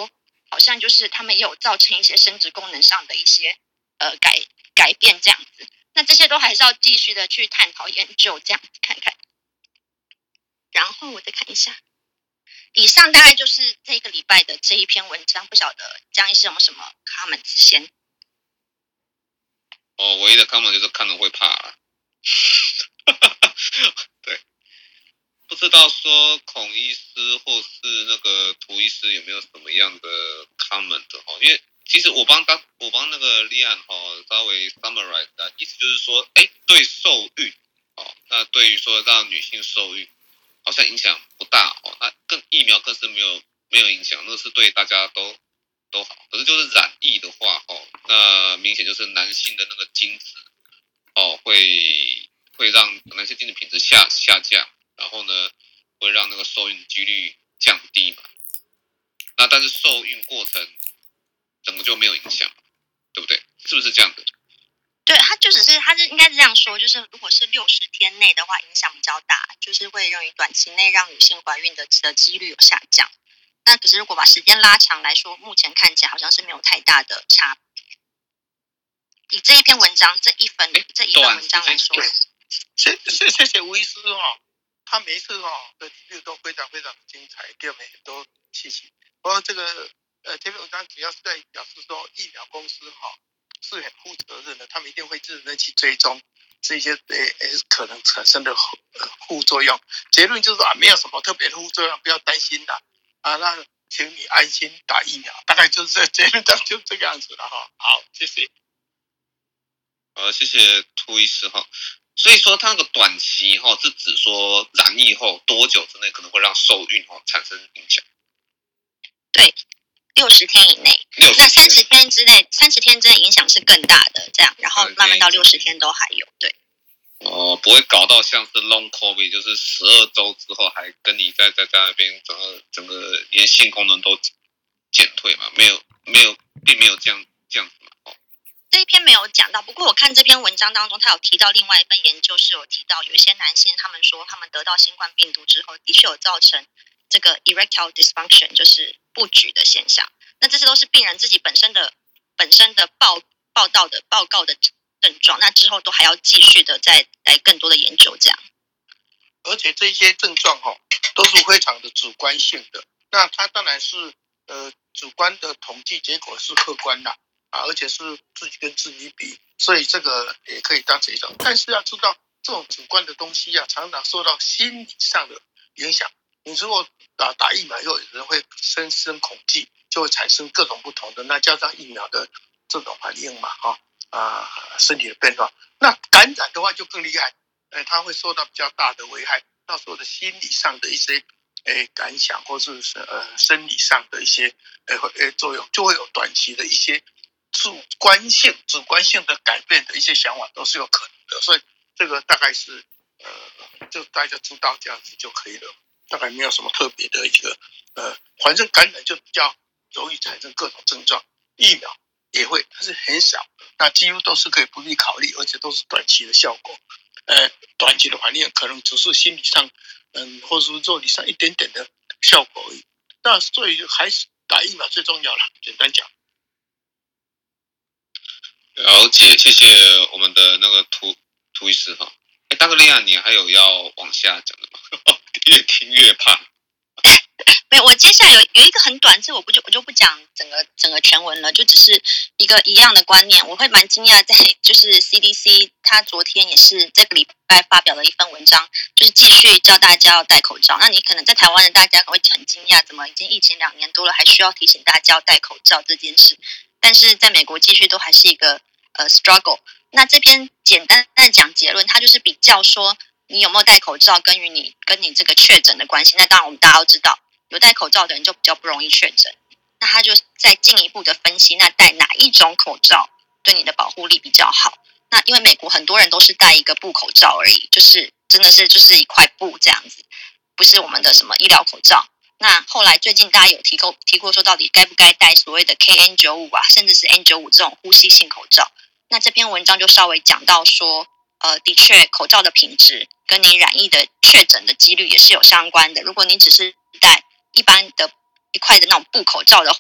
好像就是他们也有造成一些生殖功能上的一些改变这样子。那这些都还是要继续的去探讨研究这样子看看。然后我再看一下，以上大概就是这个礼拜的这一篇文章，不晓得江医师有没有什么 comments 先？ 唯一的 comment 就是看了会怕啦。对，不知道说孔医师或是那个涂医师有没有什么样的 comment 哈？因为其实我帮那个立案稍微 summarize 的意思就是说，对受孕那对于说让女性受孕好像影响不大那疫苗更是没有影响，那是对大家都好。可是就是染疫的话那明显就是男性的那个精子会让男性精子品质下降，然后呢会让那个受孕几率降低嘛。那但是受孕过程整个就没有影响，对不对？是不是这样的？ 对，他就应该是这样说，就是如果是60天内的话，影响比较大，就是会用于短期内让女性怀孕的几率有下降。那可是如果把时间拉长来说，目前看起来好像是没有太大的差别。以这一篇文章这一份文章来说， 谢谢吴医师他每一次的理论都非常非常精彩，给我们很多信息。不过这篇文章主要是在表示说，疫苗公司是很负责任的，他们一定会认真去追踪这些可能产生的副作用。结论就是说没有什么特别的副作用，不要担心的那请你安心打疫苗，大概就是这结论就这个样子了好，谢谢。 谢谢涂医师所以说它那个短期是指说染疫后多久之内可能会让受孕产生影响？ 对，60天以内。那30天之内，30天之内影响是更大的，这样，然后慢慢到60天都还有，对。 不会搞到像是 long covid， 就是12周之后还跟你在那边整个连性功能都减退嘛？并没有这样子嘛。 这一篇没有讲到，不过我看这篇文章当中，他有提到另外一份研究是有提到，有一些男性他们说他们得到新冠病毒之后，的确有造成这个 erectile dysfunction， 就是不举的现象。那这些都是病人自己本身的报告的症状，那之后都还要继续的再来更多的研究这样。 而且这些症状都是非常的主观性的，那它当然是主观的统计结果是客观的而且是自己跟自己比，所以这个也可以当成一种。但是要知道，这种主观的东西常常受到心理上的影响。你如果打疫苗以后，有人会深深恐惧，就会产生各种不同的，那加上疫苗的这种反应嘛，身体的变化。那感染的话就更厉害，它会受到比较大的危害，到时候的心理上的一些感想，或是生理上的一些作用，就会有短期的一些主观性的改变的一些想法都是有可能的，所以这个大概是就大家知道这样子就可以了，大概没有什么特别的一个反正感染就比较容易产生各种症状，疫苗也会，但是很少，那几乎都是可以不必考虑，而且都是短期的效果，短期的反应可能只是心理上或者是肉体上一点点的效果而已。那所以还是打疫苗最重要了，简单讲。 了解，谢谢我们的那个涂医师大哥利亚，你还有要往下讲的吗？越听越怕。 没有，我接下来有一个很短，这我就不讲整个全文了，就只是一个一样的观念。我会蛮惊讶，在就是 CDC 他昨天也是这个礼拜发表了一份文章，就是继续教大家要戴口罩。那你可能在台湾的大家会很惊讶，怎么已经疫情2年多了，还需要提醒大家要戴口罩这件事？但是在美国继续都还是一个struggle。那这篇简单的讲结论，它就是比较说你有没有戴口罩跟你这个确诊的关系。那当然我们大家都知道，有戴口罩的人就比较不容易确诊。那他就再进一步的分析，那戴哪一种口罩对你的保护力比较好？那因为美国很多人都是戴一个布口罩而已，就是真的是就是一块布这样子，不是我们的什么医疗口罩。那后来最近大家有提过说，到底该不该戴所谓的 KN95 甚至是 N95 这种呼吸性口罩？那这篇文章就稍微讲到说，的确口罩的品质跟你染疫的确诊的几率也是有相关的。如果你只是戴一般的一块的那种布口罩的话，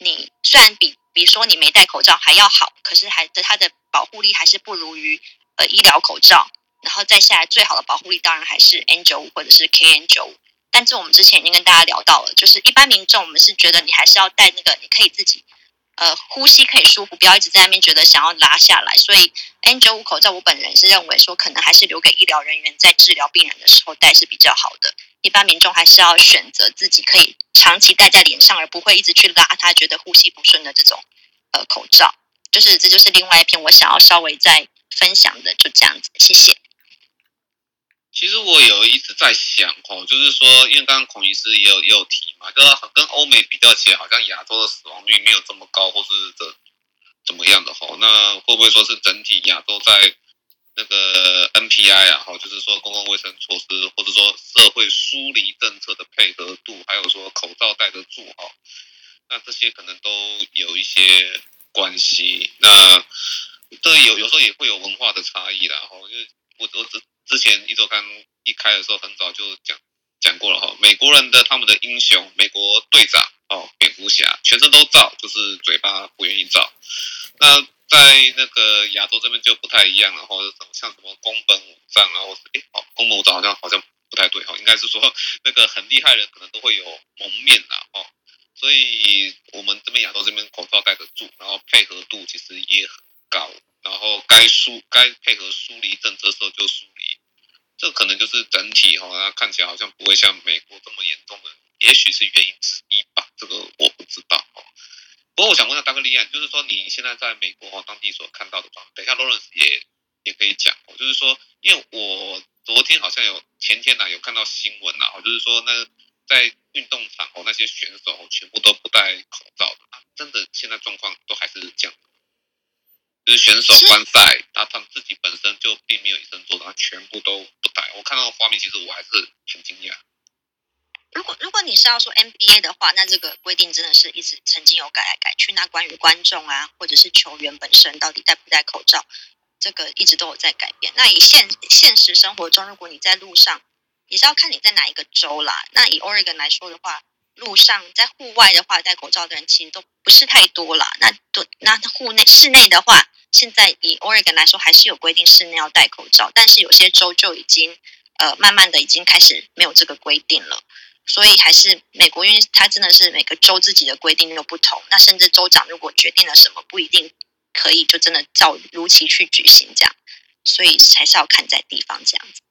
你虽然比说你没戴口罩还要好，可是它的保护力还是不如于医疗口罩。然后再下来最好的保护力当然还是 N95 或者是 KN95。但是我们之前已经跟大家聊到了，就是一般民众我们是觉得你还是要戴那个，你可以自己呼吸可以舒服，不要一直在那边觉得想要拉下来。所以 N95 口罩我本人是认为说，可能还是留给医疗人员在治疗病人的时候戴是比较好的。一般民众还是要选择自己可以长期戴在脸上，而不会一直去拉他觉得呼吸不顺的这种口罩。这就是另外一篇我想要稍微再分享的，就这样子，谢谢。 其实我有一直在想就是说，因为刚刚孔医师也有提嘛，就是跟欧美比较起来，好像亚洲的死亡率没有这么高，或是怎么样的那会不会说是整体亚洲在那个 NPI 啊，就是说公共卫生措施，或者说社会疏离政策的配合度，还有说口罩戴得住那这些可能都有一些关系。那这有时候也会有文化的差异啦因为我之前一开的时候很早就讲过了美国人他们的英雄美国队长蝙蝠侠全身都罩，就是嘴巴不愿意罩。那在那个亚洲这边就不太一样了像什么宫本武藏啊，或是宫本武藏好像不太对应该是说那个很厉害的人可能都会有蒙面啦所以我们这边亚洲这边口罩戴得住，然后配合度其实也很高，然后该配合疏离政策的时候就疏离，这可能就是整体看起来好像不会像美国这么严重的，也许是原因之一吧，这个我不知道不过我想问一下达克利安，就是说你现在在美国当地所看到的状况，等一下 Lawrence 也可以讲就是说，因为我昨天好像前天有看到新闻就是说那在运动场那些选手全部都不戴口罩的真的现在状况都还是这样，就是选手观赛他们自己本身就并没有以身作则，全部都不戴。我看到画面其实我还是很惊讶。 如果你是要说 NBA 的话，那这个规定真的是一直曾经有改来改去。那关于观众啊，或者是球员本身到底戴不戴口罩，这个一直都有在改变。那以现实生活中，如果你在路上，也是要看你在哪一个州啦。那以 Oregon 来说的话，路上在户外的话，戴口罩的人其实都不是太多啦。那室内的话，现在以 Oregon 来说，还是有规定室内要戴口罩，但是有些州就已经慢慢的已经开始没有这个规定了。所以还是美国，因为它真的是每个州自己的规定又不同，那甚至州长如果决定了什么，不一定可以就真的照如期去举行这样，所以还是要看在地方这样子。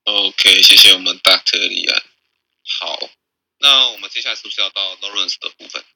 OK， 谢谢我们 Dr. 李安。好，那我们接下来是不是要到 Lawrence 的部分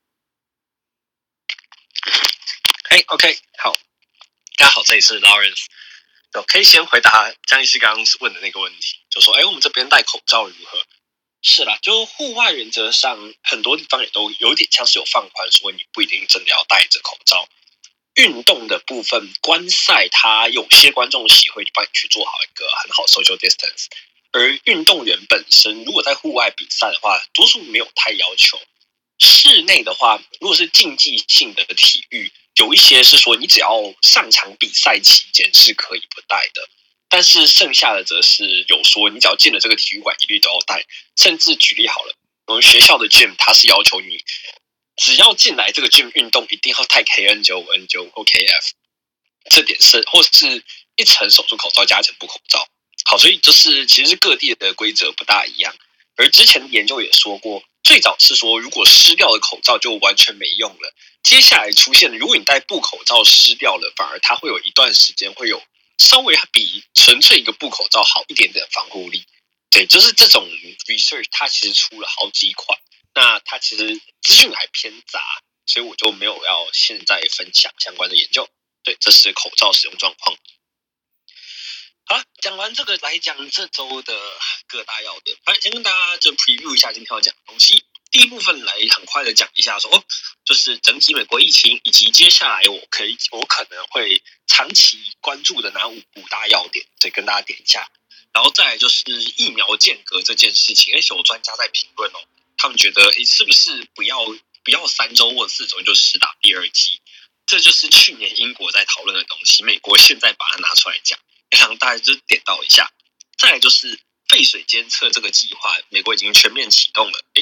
？OK， 好，大家好，这里是 Lawrence。可以先回答江医师刚刚问的那个问题，就说，我们这边戴口罩如何？是啦，就户外原则上很多地方也都有点像是有放宽，说你不一定真的要戴着口罩。运动的部分，观赛它有些观众席会帮你去做好一个很好 social distance， 而运动员本身如果在户外比赛的话，多数没有太要求。室内的话，如果是竞技性的体育，有一些是说你只要上场比赛期间是可以不戴的。但是剩下的则是有说，你只要进了这个体育馆，一律都要戴。甚至举例好了，我们学校的 gym 它是要求你，只要进来这个 gym 运动，一定要戴 KN95、N95 或 KF， 这点是或是一层手术口罩加一层布口罩。好，所以就是其实各地的规则不大一样。而之前的研究也说过，最早是说如果湿掉的口罩就完全没用了。接下来出现，如果你戴布口罩湿掉了，反而它会有一段时间会有稍微比纯粹一个布口罩好一点点的防护力。对，就是这种 research 它其实出了好几款，那它其实资讯还偏杂，所以我就没有要现在分享相关的研究。对，这是口罩使用状况。好了，讲完这个来讲这周的各大要点，先跟大家就 preview 一下今天要讲的东西。第一部分来很快的讲一下说，就是整体美国疫情，以及接下来我可能会长期关注的哪五大要点，对，跟大家点一下。然后再来就是疫苗间隔这件事情，有专家在评论他们觉得是不是不要3周或4周就施打第2剂，这就是去年英国在讨论的东西，美国现在把它拿出来讲，让大家就点到一下。再来就是废水监测这个计划，美国已经全面启动了。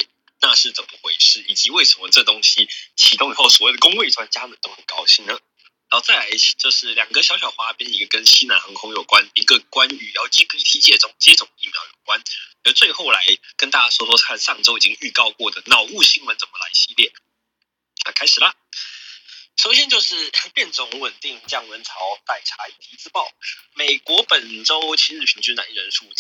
那是怎么回事，以及为什么这东西启动以后，所谓的公卫专家们都很高兴呢？然后再来就是2个小小花边，一个跟西南航空有关，一个关于 LGBT 接种疫苗有关。而最后来跟大家说说看上周已经预告过的脑雾新闻怎么来系列。那开始啦。首先就是变种稳定降温潮，待查议题自爆。美国本周7日平均染疫人数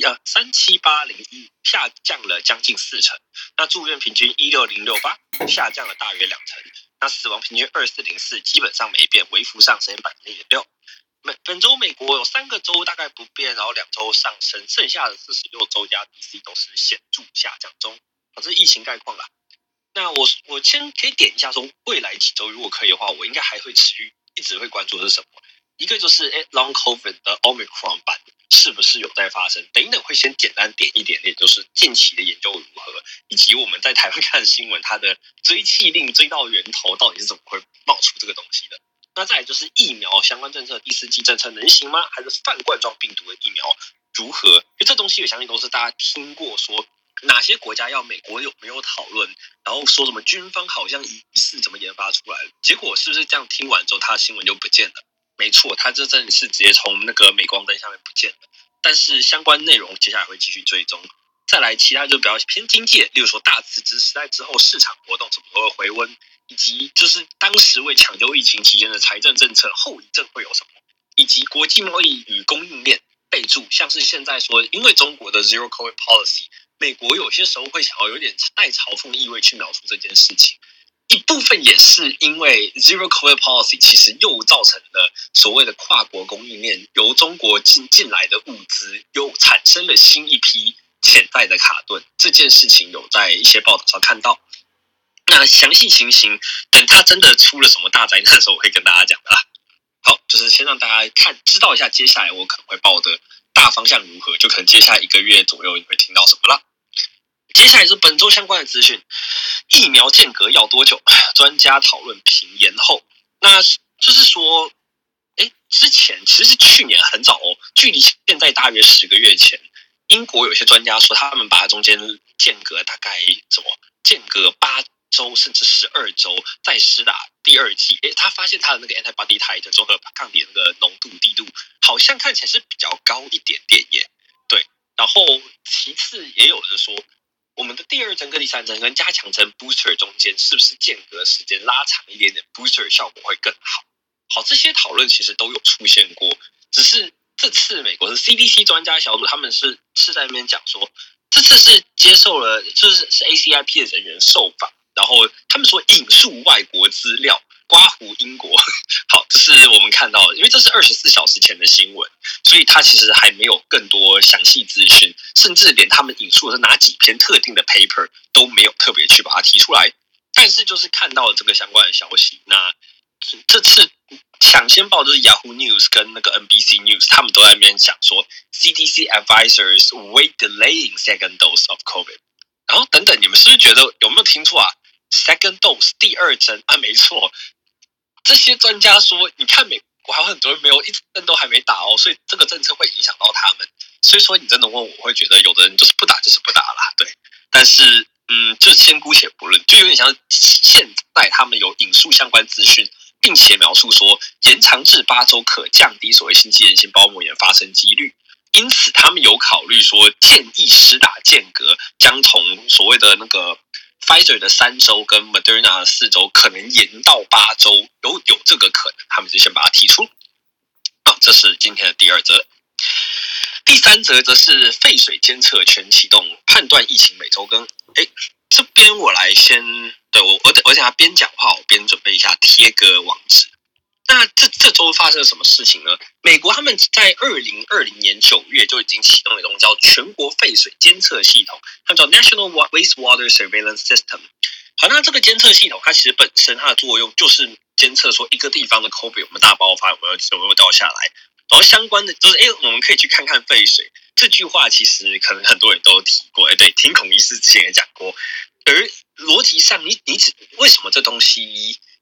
37801，下降了将近40%。那住院平均16068，下降了大约2成。那死亡平均2404，基本上没变，微幅上升1.6%。本周美国有3个州大概不变，然后2州上升，剩下的46州加 DC 都是显著下降中。这是疫情概况啦。那我先可以点一下说，未来几周如果可以的话，我应该还会持续一直会关注的是什么？一个就是Long COVID 的 Omicron 版是不是有在发生？等一等会先简单点一点，也就是近期的研究如何，以及我们在台湾看新闻，它的追气令追到源头到底是怎么会冒出这个东西的？那再来就是疫苗相关政策，第4剂政策能行吗？还是泛冠状病毒的疫苗如何？因为这东西我相信都是大家听过说。哪些国家要美国有没有讨论，然后说什么军方好像疑似怎么研发出来的，结果是不是这样听完之后他的新闻就不见了？没错，他这真的是直接从那个镁光灯下面不见了，但是相关内容接下来会继续追踪。再来其他就比较偏经济的，例如说大辞职时代之后市场活动什么时候回温，以及就是当时为抢救疫情期间的财政政策后遗症会有什么，以及国际贸易与供应链备注，像是现在说因为中国的 Zero COVID Policy，美国有些时候会想要有点带嘲讽意味去描述这件事情，一部分也是因为 Zero COVID Policy 其实又造成了所谓的跨国供应链由中国进来的物资又产生了新一批潜在的卡顿，这件事情有在一些报道上看到。那详细情形等它真的出了什么大灾难的时候，我会跟大家讲的啦。好，就是先让大家知道一下接下来我可能会报的大方向如何，就可能接下来1个月左右你会听到什么啦。接下来是本周相关的资讯，疫苗间隔要多久？专家讨论评延后。那就是说，之前其实是去年很早哦，距离现在大约10个月前，英国有些专家说他们把中间间隔大概间隔8周甚至12周再施打第2剂，他发现他的那个 antibody titer 综合抗体的那个浓度滴度好像看起来是比较高一点点耶。对，然后其次也有人说，我们的第2针跟第3针跟加强针 booster 中间是不是间隔时间拉长一点点 ，booster 效果会更好？好，这些讨论其实都有出现过，只是这次美国的 CDC 专家小组他们是在那边讲说，这次是接受了是 ACIP 的人员受访，然后他们说引述外国资料，刮胡英国。好，这是我们看到的，因为这是24小时前的新闻，所以它其实还没有更多详细资讯，甚至连他们引述的是哪几篇特定的 paper 都没有特别去把它提出来。但是就是看到了这个相关的消息，那这次抢先报就是 Yahoo News 跟那个 NBC News， 他们都在那边讲说 CDC advisors wait delaying second dose of COVID。然后等等，你们是不是觉得有没有听错啊 ？Second dose 第2针啊，没错。这些专家说，你看美国还有很多人没有1针都还没打哦，所以这个政策会影响到他们。所以说你真的问我会觉得有的人就是不打就是不打啦，对。但是就先姑且不论，就有点像现在他们有引述相关资讯，并且描述说延长至8周可降低所谓心肌炎性包膜炎发生几率。因此他们有考虑说建议施打间隔将从所谓的那个 Pfizer 的3周跟 Moderna 的4周可能延到8周，有这个可能，他们就先把它提出。好，这是今天的第2则。第3则则是废水监测全启动，判断疫情每周更。这边我来先，对我等下边讲话，我边准备一下贴个网址。那这周发生了什么事情呢？美国他们在2020年9月就已经启动了一种叫全国废水监测系统，它叫 National Wastewater Surveillance System。好，那这个监测系统它其实本身它的作用就是监测说一个地方的 COVID 有没有大爆发，有没有掉下来，然后相关的就是我们可以去看看废水。这句话其实可能很多人都提过，对，听孔医师之前也讲过。而逻辑上，你为什么这东西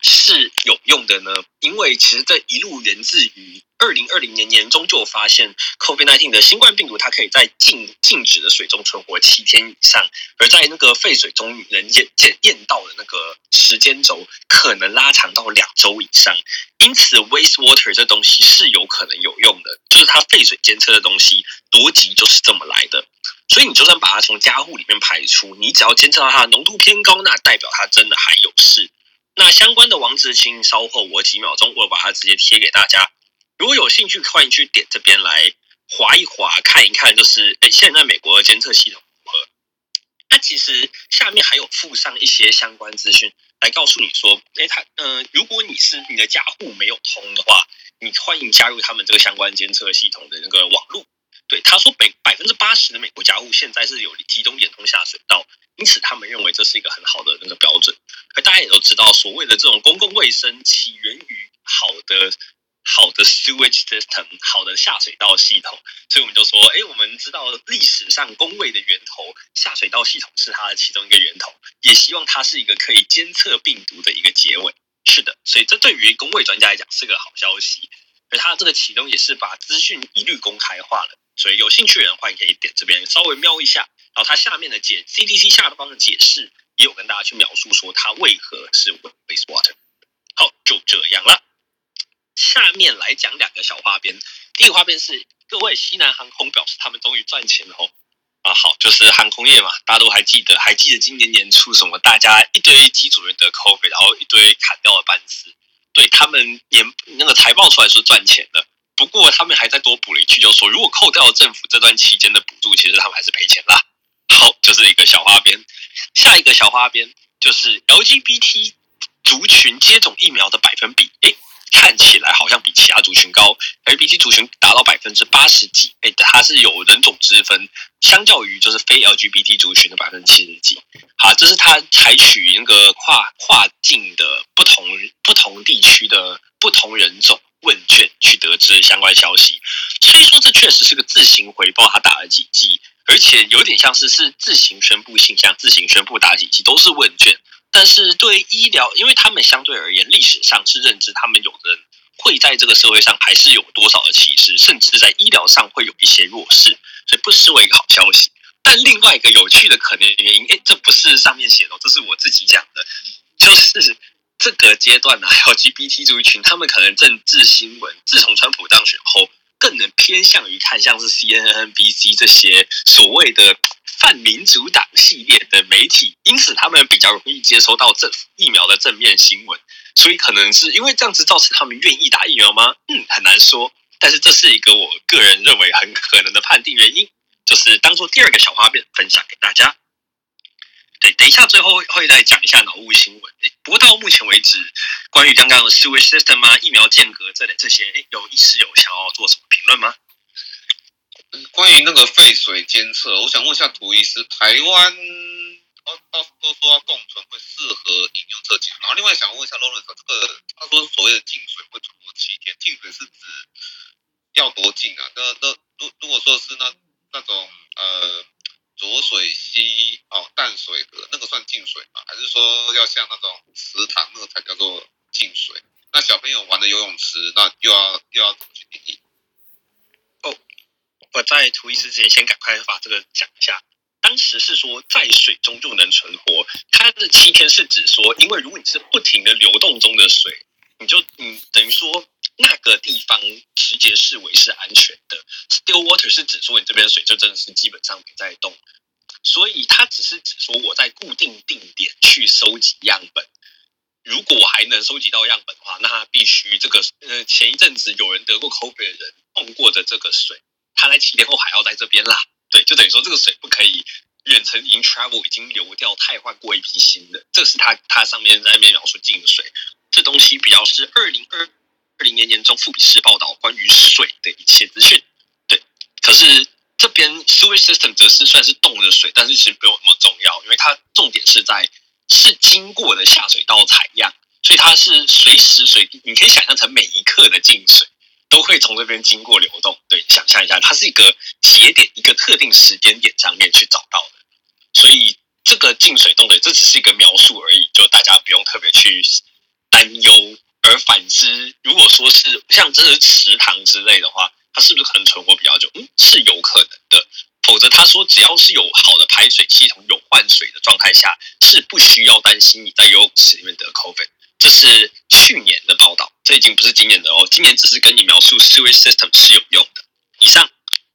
是有用的呢？因为其实这一路源自于2020年年中就发现 COVID-19 的新冠病毒，它可以在静止的水中存活7天以上，而在那个废水中人检验到的那个时间轴可能拉长到2周以上。因此 wastewater 这东西是有可能有用的，就是它废水监测的东西逻辑就是这么来的。所以你就算把它从家户里面排出，你只要监测到它的浓度偏高，那代表它真的还有事。那相关的网址请稍后我几秒钟我把它直接贴给大家，如果有兴趣欢迎去点这边来滑一滑看一看，就是现在美国的监测系统如何。那其实下面还有附上一些相关资讯来告诉你说，如果你的家户没有通的话，你欢迎加入他们这个相关监测系统的那个网路。对，他说80%的美国家户现在是有集中连通下水道，因此他们认为这是一个很好的那个标准。而大家也都知道，所谓的这种公共卫生起源于好的 sewage system， 好的下水道系统，所以我们就说，我们知道历史上公卫的源头，下水道系统是它的其中一个源头，也希望它是一个可以监测病毒的一个结尾。是的，所以这对于公卫专家来讲是个好消息。而它这个启动也是把资讯一律公开化了，所以有兴趣的人欢迎可以点这边稍微瞄一下，然后它下面的CDC 下方的解释也有跟大家去描述说它为何是 wastewater。 好，就这样了。下面来讲2个小花边。第一个花边是各位西南航空表示他们终于赚钱了好，就是航空业嘛，大家都还记得今年年初什么，大家一堆机组人得 COVID， 然后一堆砍掉的班次。对，他们那个财报出来说赚钱了，不过他们还再多补了一句，就是说如果扣掉政府这段期间的补助，其实他们还是赔钱啦。好，就是一个小花边。下一个小花边就是 LGBT 族群接种疫苗的百分比，看起来好像比其他族群高 ，LGBT 族群达到80%几，它是有人种之分，相较于就是非 LGBT 族群的70%几。好，这是他采取那个跨境的不同地区的不同人种问卷去得知的相关消息。所以说这确实是个自行回报他打了几剂，而且有点像是自行宣布性向，自行宣布打几剂，都是问卷。但是对医疗，因为他们相对而言历史上是认知他们有的人会在这个社会上还是有多少的歧视，甚至在医疗上会有一些弱势，所以不失为一个好消息。但另外一个有趣的可能原因，这不是上面写的，这是我自己讲的，就是这个阶段呢，LGBT 族群他们可能政治新闻自从川普当选后，更能偏向于看像是 CNN、NBC 这些所谓的泛民主党系列的媒体，因此他们比较容易接收到政府疫苗的正面新闻，所以可能是因为这样子造成他们愿意打疫苗吗？很难说，但是这是一个我个人认为很可能的判定原因，就是当做第2个小花边分享给大家。对，等一下最后会再讲一下脑雾新闻。不过到目前为止，关于刚刚的 sewage system 啊、疫苗间隔这些，有医师有想要做什么评论吗？ 关于那个废水监测，我想问一下涂医师，台湾都说要共存会适合饮用这技术，然后另外想问一下 Lawrence， 这个他说所谓的净水会存活7天，净水是指要多净啊？如果说是那种浊水溪淡水河那个算净水吗？还是说要像那种池塘那个才叫做净水？那小朋友玩的游泳池，那又要怎么去定义？ 我在涂医师之前先赶快把这个讲一下。当时是说在水中就能存活，它的7天是指说，因为如果你是不停的流动中的水，你等于说那个地方直接视为是安全的。Still water 是指说你这边的水就真的是基本上没在动，所以它只是指说我在固定定点去收集样本。如果我还能收集到样本的话，那它必须这个前一阵子有人得过 COVID 的人碰过的这个水，它在7天后还要在这边啦。对，就等于说这个水不可以远程已经 travel 已经流掉，汰换过一批新的。这是它上面在那边描述净水，这东西比较是2020年年中富比士报道关于水的一切资讯。对，可是这边 sewage system 则是算是动的水，但是其实没有那么重要，因为它重点是经过的下水道采样，所以它是随时随地，你可以想象成每一刻的净水都会从这边经过流动。对，想象一下，它是一个节点，一个特定时间点上面去找到的。所以这个净水动水，这只是一个描述而已，就大家不用特别去担担忧，而反之，如果说是像这是池塘之类的话，它是不是可能存活比较久？是有可能的。否则他说只要是有好的排水系统、有换水的状态下，是不需要担心你在游泳池里面得 COVID。这是去年的报道，这已经不是今年的哦。今年只是跟你描述 sewage system 是有用的。以上。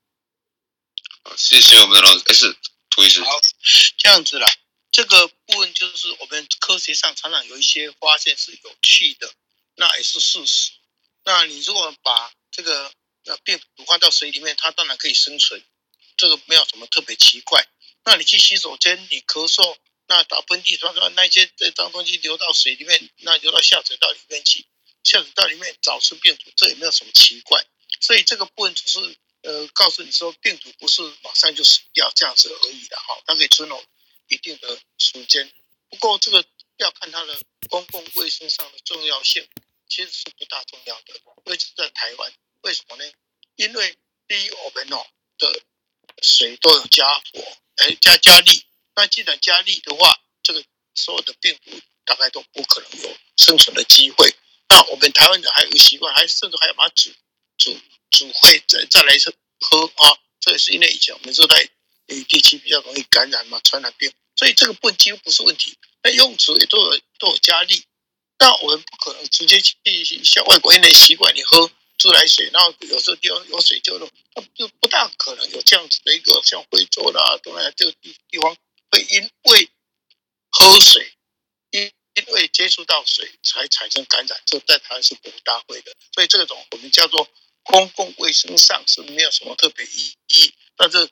谢谢我们的老师，是涂医师。 好，这样子啦。这个部分就是我们科学上常常有一些发现是有趣的，那也是事实。那你如果把这个病毒放到水里面，它当然可以生存，这个没有什么特别奇怪。那你去洗手间，你咳嗽，那打喷嚏，那些脏东西流到水里面，那流到下水道里面去，下水道里面找出病毒，这也没有什么奇怪。所以这个部分只是告诉你说，病毒不是马上就死掉这样子而已的哈，它可以存活一定的时间。不过这个要看它的公共卫生上的重要性，其实是不大重要的，尤其是在台湾。为什么呢？因为第一，我们的水都有加加氯，那既然加氯的话，这个所有的病毒大概都不可能有生存的机会。那我们台湾人还有一个习惯，甚至还要把它煮会再来喝啊，这也是因为以前我们热带地区比较容易感染嘛，传染病，所以这个部分几乎不是问题。那游泳池也都有加氯，但我们不可能直接去像外国人的习惯，你喝自来水，然后有时候地方有水就不大可能有这样子的一个像非洲啦、东南亚这个地方会因为喝水，因为接触到水才产生感染，这在台湾是不大会的。所以这种我们叫做公共卫生上是没有什么特别意义，但是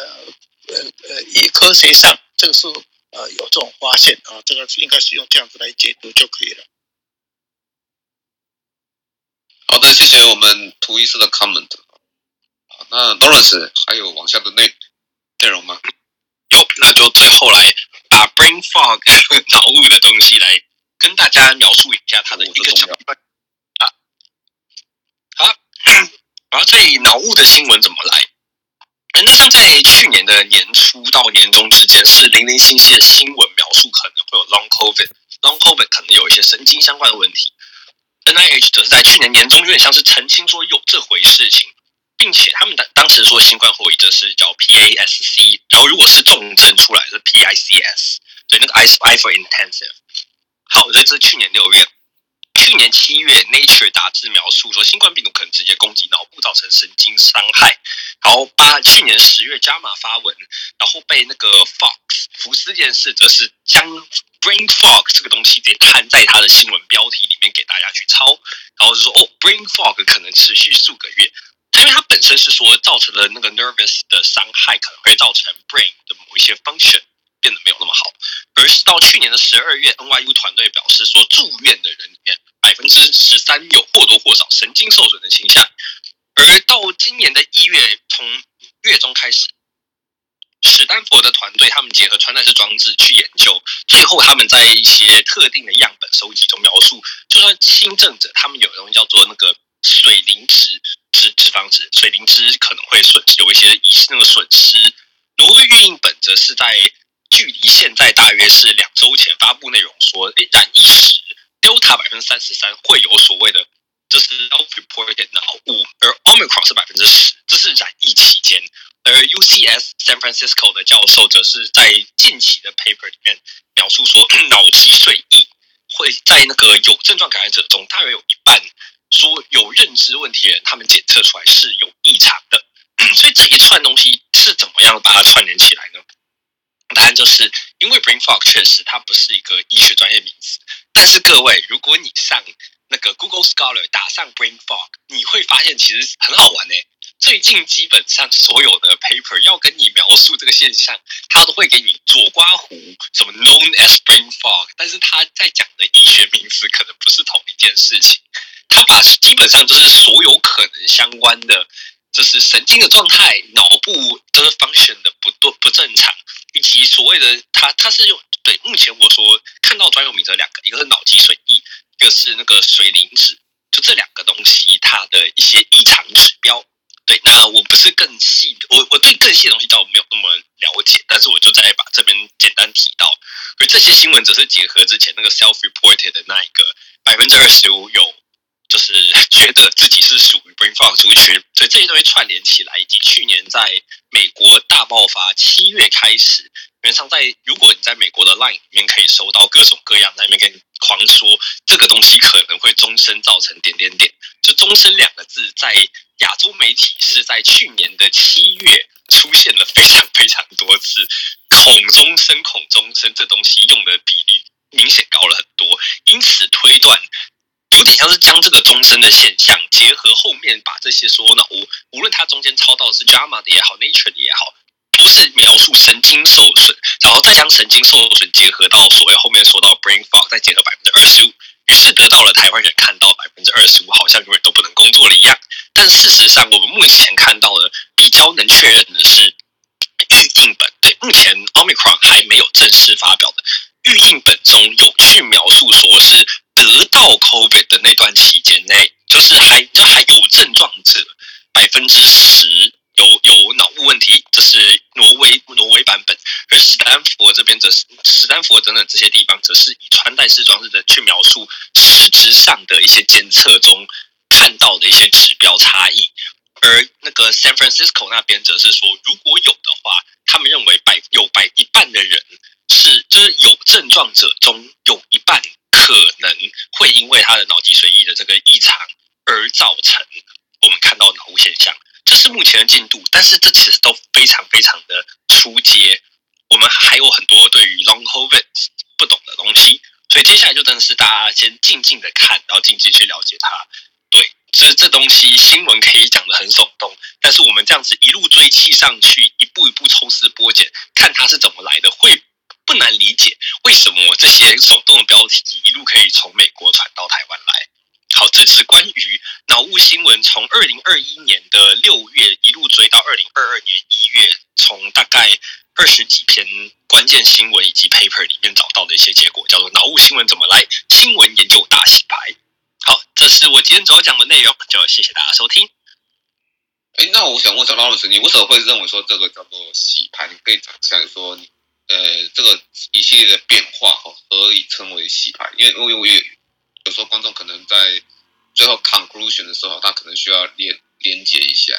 科学上这个是有这种发现啊，这个应该是用这样子来解读就可以了。 好的，谢谢我们涂医师的 comment。那 Lawrence 还有往下的内容吗？ 有，那就最后来把 brain fog 脑雾的东西来跟大家描述一下它的一个成分啊。好，然后这脑雾的新闻怎么来？那像在去年的年初到年中之间，是零零星星的新闻描述可能会有 long COVID 可能有一些神经相关的问题。NIH 则是在去年年中有点像是澄清说有这回事情，并且他们当时说新冠后遗症是叫 PASC， 然后如果是重症出来是 PICS， 所以那个 I for intensive。好，这是去年6月。去年7月 Nature 杂志描述说新冠病毒可能直接攻击脑部造成神经伤害，然后去年10月 JAMA 发文，然后被那个 福斯电视则是将 brain fog 这个东西直接摊在他的新闻标题里面给大家去抄，然后就说brain fog 可能持续数个月，因为它本身是说造成了那个 nervous 的伤害，可能会造成 brain 的某一些 function 变得没有那么好，而是到去年的12月 NYU 团队表示说住院的人里面13%有或多或少神经受损的倾向，而到今年的1月，从月中开始，史丹佛的团队他们结合穿戴式装置去研究，最后他们在一些特定的样本收集中描述，就算轻症者他们有东西叫做那个水磷脂肪质，水磷脂可能会有一些那个损失。挪威孕印本则是在距离现在大约是2周前发布内容说，染疫时 Delta 33%会有所谓的，这是 self-reported 脑雾，而 Omicron 是10%，这是染疫期间。而 UCS San Francisco 的教授则是在近期的 paper 里面描述说，脑脊髓液会在那个有症状感染者中，大约有一半说有认知问题的人，他们检测出来是有异常的。所以这一串东西是怎么样把它串联起来呢？答案就是因为 brain fog 确实它不是一个医学专业名词，但是各位，如果你上那个 Google Scholar 打上 brain fog， 你会发现其实很好玩欸。最近基本上所有的 paper 要跟你描述这个现象，它都会给你左刮胡什么 known as brain fog， 但是他在讲的医学名词可能不是同一件事情。他把基本上就是所有可能相关的，就是神经的状态、脑部就是 function 的不正常，以及所谓的它是用对目前我说看到专有名词2个，一个是脑脊髓液，一个是那个水磷脂，就这2个东西它的一些异常指标。对，那我不是更细，我对更细的东西倒没有那么了解，但是我就再把这边简单提到。而这些新闻则是结合之前那个 self-reported 的那一个 25%有就是觉得自己是属于 Brain Fog 族群，所以这些东西串联起来，以及去年在美国大爆发，7月开始，原则上如果你在美国的 Line 里面可以收到各种各样在那边跟你狂说这个东西可能会终身造成点点点，就终身2个字在亚洲媒体是在去年的7月出现了非常非常多次，恐终身这东西用的比例明显高了很多，因此推断有点像是将这个终身的现象结合后面把这些说脑雾，无论它中间抄到的是 JAMA 的也好 Nature 的也好，都是描述神经受损，然后再将神经受损结合到所谓后面说到 brain fog， 再结合 25%， 于是得到了台湾人看到 25% 好像永远都不能工作了一样。但事实上我们目前看到的比较能确认的是预印本，对，目前 Omicron 还没有正式发表的预印本中有去描述说是得到 COVID 的那段期间内，就是还有症状者10%有脑雾问题，这是挪威版本，而史丹佛等等这些地方则是以穿戴式装置的去描述实质上的一些监测中看到的一些指标差异。而那个 San Francisco 那边则是说，如果有的话，他们认为一半的人就是有症状者中有一半可能会因为他的脑脊髓液的这个异常而造成我们看到脑雾现象。这是目前的进度，但是这其实都非常非常的初阶，我们还有很多对于 Long COVID 不懂的东西，所以接下来就真的是大家先静静的看，然后静静去了解它。对，这东西新闻可以讲得很耸动，但是我们这样子一路追气上去，一步一步抽丝剥茧，看它是怎么来的，会不难理解为什么这些耸动的标题一路可以从美国传到台湾来。好，这是关于脑雾新闻从2021年的6月一路追到2022年1月，从大概20几篇关键新闻以及 paper 里面找到的一些结果，叫做脑雾新闻怎么来，新闻研究大洗牌。好，这是我今天主要讲的内容，就谢谢大家收听。 那我想问一下老师，你为什么会认为说这个叫做洗牌？你可以讲一下说你这个一系列的变化何以称为洗牌？因为我有时候观众可能在最后 conclusion 的时候，他可能需要连接一下。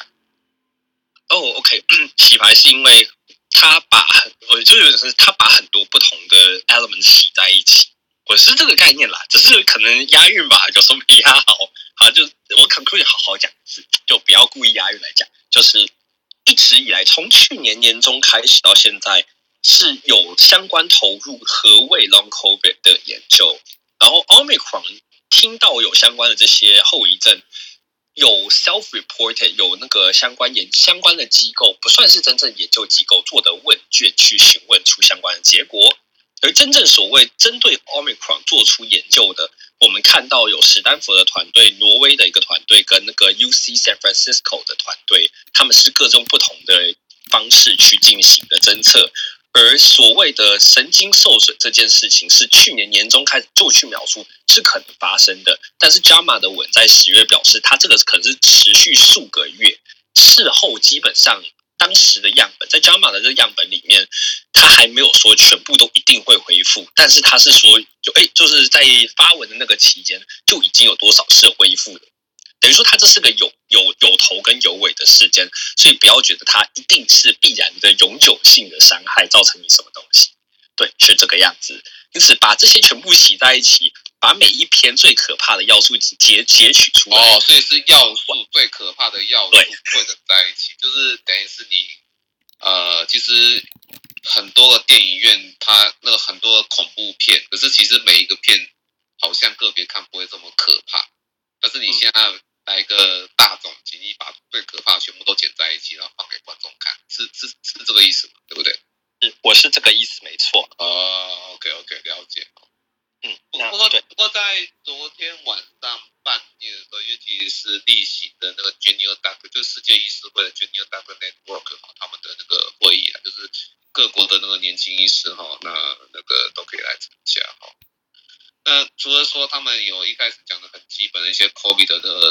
OK， 洗牌是因为我就有点是他把很多不同的 element 洗在一起，我是这个概念啦，只是可能押韵吧，有时候没押好。好，就我 conclusion 好好讲字，就不要故意押韵来讲。就是一直以来，从去年年中开始到现在，是有相关投入何谓 long COVID 的研究。然后 Omicron 听到有相关的这些后遗症，有 self-reported， 有那个相关的机构，不算是真正研究机构做的问卷去询问出相关的结果。而真正所谓针对 Omicron 做出研究的，我们看到有史丹佛的团队、挪威的一个团队跟那个 UC San Francisco 的团队，他们是各种不同的方式去进行的侦测。而所谓的神经受损这件事情，是去年年中开始就去描述是可能发生的，但是 JAMA 的文在10月表示，它这个可能是持续数个月，事后基本上当时的样本，在 JAMA 的这个样本里面，他还没有说全部都一定会恢复，但是他是说就是在发文的那个期间就已经有多少是恢复的，等于说它这是个有头跟有尾的事件，所以不要觉得它一定是必然的永久性的伤害造成你什么东西，对，是这个样子。因此把这些全部洗在一起，把每一篇最可怕的要素截取出来。 所以是要素最可怕的要素汇整在一起，就是等于是你其实很多的电影院它那个很多的恐怖片，可是其实每一个片好像个别看不会这么可怕，但是你现在来一个大总集，你把最可怕的全部都剪在一起，然后放给观众看，是这个意思吗？对不对？ 我是这个意思，没错。 OK， 了解。不过在昨天晚上半夜的时候，因为其实是例行的那个 Junior Doctor， 就是世界医师会的 Junior Doctor Network 他们的那个会议啊，就是各国的那个年轻医师那个都可以来参加哈。那除了说他们有一开始讲的很基本的一些 COVID 的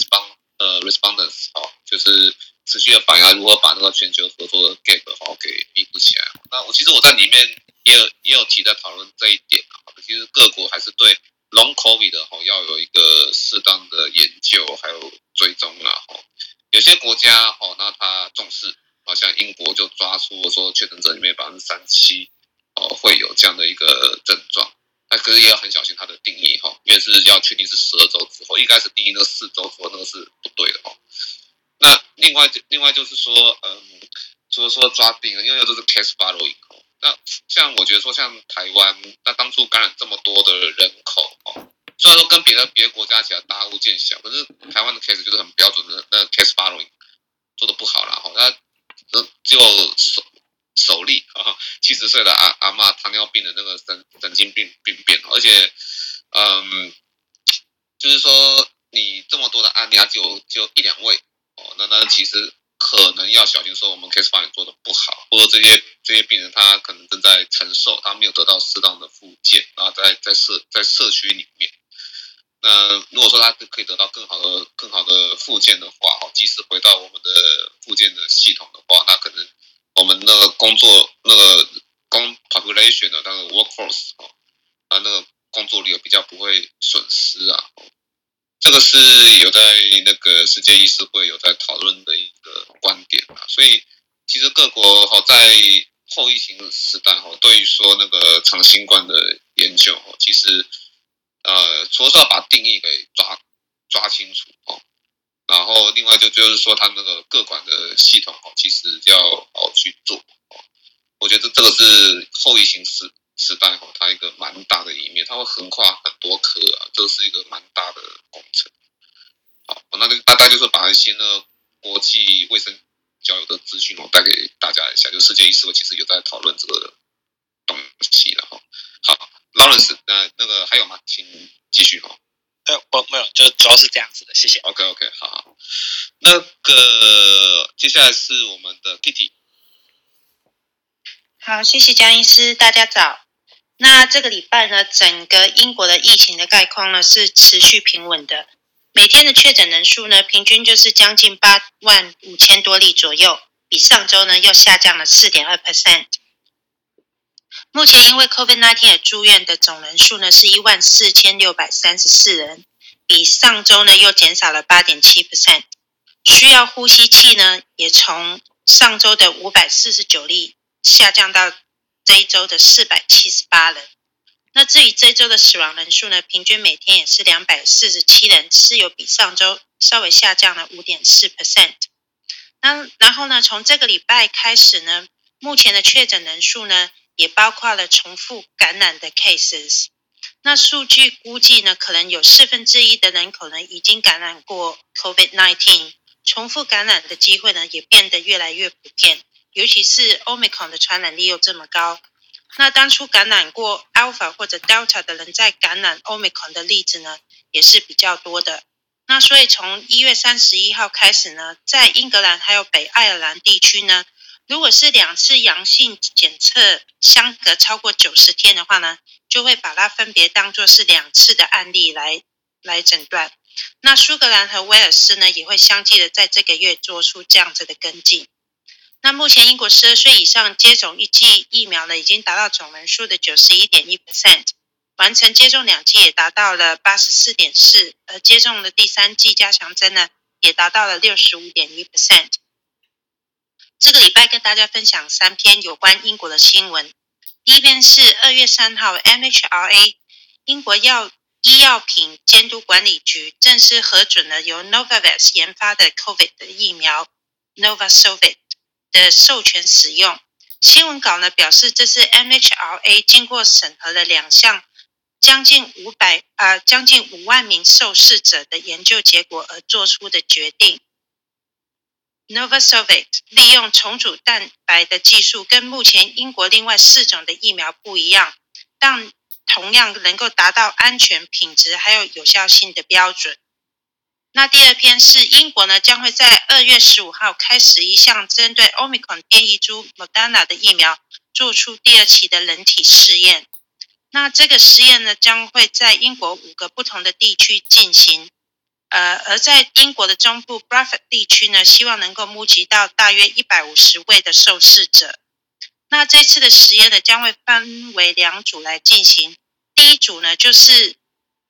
respondents 就是持续的反应，如何把那个全球合作的 gap 给弥补起来。那其实我在里面也有提在讨论这一点，其实各国还是对 long COVID 的要有一个适当的研究还有追踪啦。有些国家那他重视，像英国就抓出说确诊者里面37%会有这样的一个症状。那可是也要很小心它的定义因为是要确定是12周之后，一开始定义那个4周之后那个是不对的那另外就是说，除了说抓病人，因为都是 case following 那像我觉得说像台湾，那当初感染这么多的人口虽然说跟别的国家起来大巫见小，可是台湾的 case 就是很标准的那个 case following 做的不好啦那只有首例70岁的阿嬷糖尿病的那个神经病变，而且就是说你这么多的案例只有1-2位那其实可能要小心说我们 case following 做的不好，或者这些病人他可能正在承受，他没有得到适当的复健，然后在社区里面。那如果说他可以得到更好的复健的话即使回到我们的复健的系统的话，那可能我们那个工作population 的那个 workforce 那个工作力比较不会损失这个是有在那个世界医师会有在讨论的一个观点所以其实各国在后疫情时代对于说那个长新冠的研究其实除了是要把定义给抓清楚然后另外就是说他那个各管的系统其实要好去做我觉得这个是后疫情时代它一个蛮大的一面，它会横跨很多科这是一个蛮大的工程。好，那大概就是把一些呢国际卫生交流的资讯带给大家一下，就世界医师会其实有在讨论这个东西了好 ，Lawrence， 那个还有吗？请继续我没有，就主要是这样子的，谢谢。 OK， 好，那个接下来是我们的 Kitty。 好，谢谢江医师，大家早。那这个礼拜呢，整个英国的疫情的概况呢是持续平稳的，每天的确诊人数呢平均就是将近85000多例左右，比上周呢又下降了 4.2%。目前因为 COVID-19 而住院的总人数呢是14634人，比上周呢又减少了 8.7%。需要呼吸器呢也从上周的549例下降到这一周的478人。那至于这一周的死亡人数呢，平均每天也是247人，是有比上周稍微下降了 5.4%。然后呢，从这个礼拜开始呢，目前的确诊人数呢也包括了重复感染的 cases。那数据估计呢，可能有1/4的人口呢已经感染过 COVID-19， 重复感染的机会呢也变得越来越普遍，尤其是 Omicron 的传染力又这么高。那当初感染过 Alpha 或者 Delta 的人在感染 Omicron 的例子呢也是比较多的。那所以从1月31号开始呢，在英格兰还有北爱尔兰地区呢，如果是2次阳性检测相隔超过90天的话呢，就会把它分别当作是2次的案例来诊断。那苏格兰和威尔斯呢，也会相继的在这个月做出这样子的跟进。那目前英国12岁以上接种1剂疫苗呢，已经达到总人数的 91.1%， 完成接种2剂也达到了 84.4%， 而接种了第3剂加强针呢，也达到了 65.1%。这个礼拜跟大家分享3篇有关英国的新闻。第一篇是2月3号 MHRA 英国医药品监督管理局正式核准了由 Novavax 研发的 COVID 的疫苗 Novasovid 的授权使用。新闻稿呢表示，这是 MHRA 经过审核了2项将近5万名受试者的研究结果而做出的决定。Novasovid 利用重组蛋白的技术，跟目前英国另外4种的疫苗不一样，但同样能够达到安全、品质还有有效性的标准。那第二篇是英国呢将会在2月15号开始一项针对 Omicron 变异株 Moderna 的疫苗做出第2期的人体试验。那这个实验呢将会在英国5个不同的地区进行。而在英国的中部 Bradford 地区呢，希望能够募集到大约150位的受试者。那这次的实验呢，将会分为2组来进行。第一组呢，就是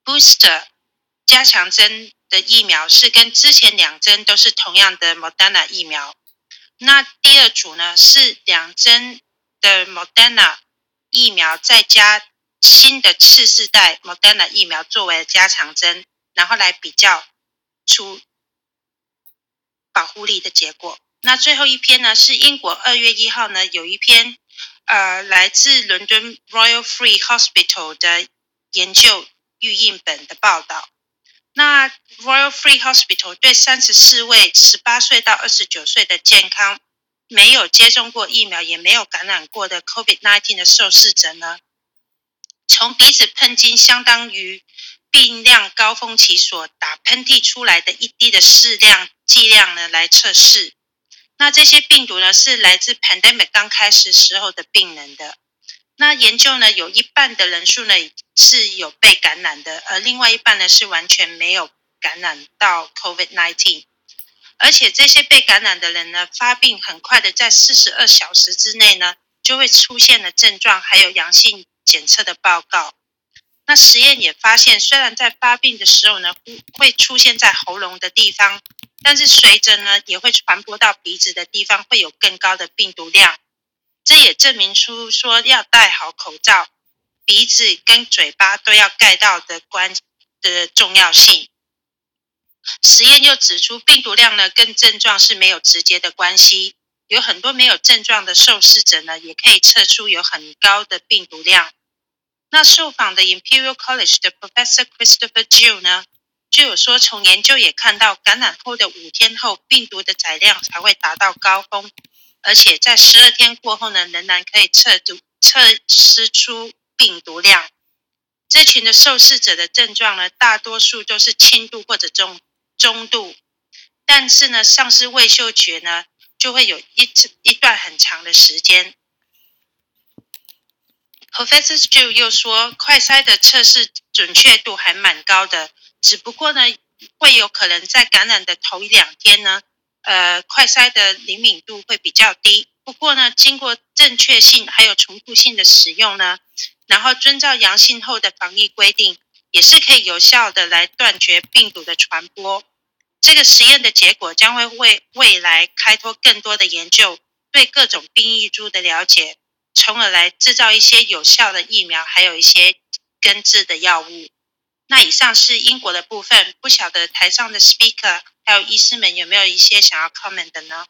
booster 加强针的疫苗是跟之前2针都是同样的 Moderna 疫苗。那第2组呢是2针的 Moderna 疫苗再加新的次世代 Moderna 疫苗作为加强针，然后来比较出保护力的结果。那最后一篇呢是英国2月1号呢有一篇来自伦敦 Royal Free Hospital 的研究预印本的报道。那 Royal Free Hospital 对34位18岁到29岁的健康没有接种过疫苗也没有感染过的 COVID-19 的受试者呢，从鼻子喷进相当于病量高峰期所打喷嚏出来的1滴的剂量呢来测试。那这些病毒呢是来自 pandemic 刚开始时候的病人的。那研究呢有一半的人数呢是有被感染的，而另外一半呢是完全没有感染到 COVID-19。而且这些被感染的人呢发病很快的在42小时之内呢就会出现了症状还有阳性检测的报告。那实验也发现，虽然在发病的时候呢会出现在喉咙的地方，但是随着呢也会传播到鼻子的地方会有更高的病毒量。这也证明出说要戴好口罩，鼻子跟嘴巴都要盖到的重要性。实验又指出病毒量呢跟症状是没有直接的关系，有很多没有症状的受试者呢也可以测出有很高的病毒量。那受访的 Imperial College 的 Professor Christopher Gill 呢就有说，从研究也看到感染后的5天后病毒的载量才会达到高峰，而且在12天过后呢仍然可以测试出病毒量。这群的受试者的症状呢大多数都是轻度或者中度，但是呢丧失味嗅觉呢就会有一段很长的时间。Professor Gill 又说，快筛的测试准确度还蛮高的，只不过呢会有可能在感染的头1-2天呢快筛的灵敏度会比较低。不过呢经过正确性还有重复性的使用呢，然后遵照阳性后的防疫规定，也是可以有效的来断绝病毒的传播。这个实验的结果将会为未来开拓更多的研究，对各种变异株的了解，从而来制造一些有效的疫苗，还有一些根治的药物。那以上是英国的部分，不晓得台上的 speaker 还有医师们有没有一些想要 comment 的呢？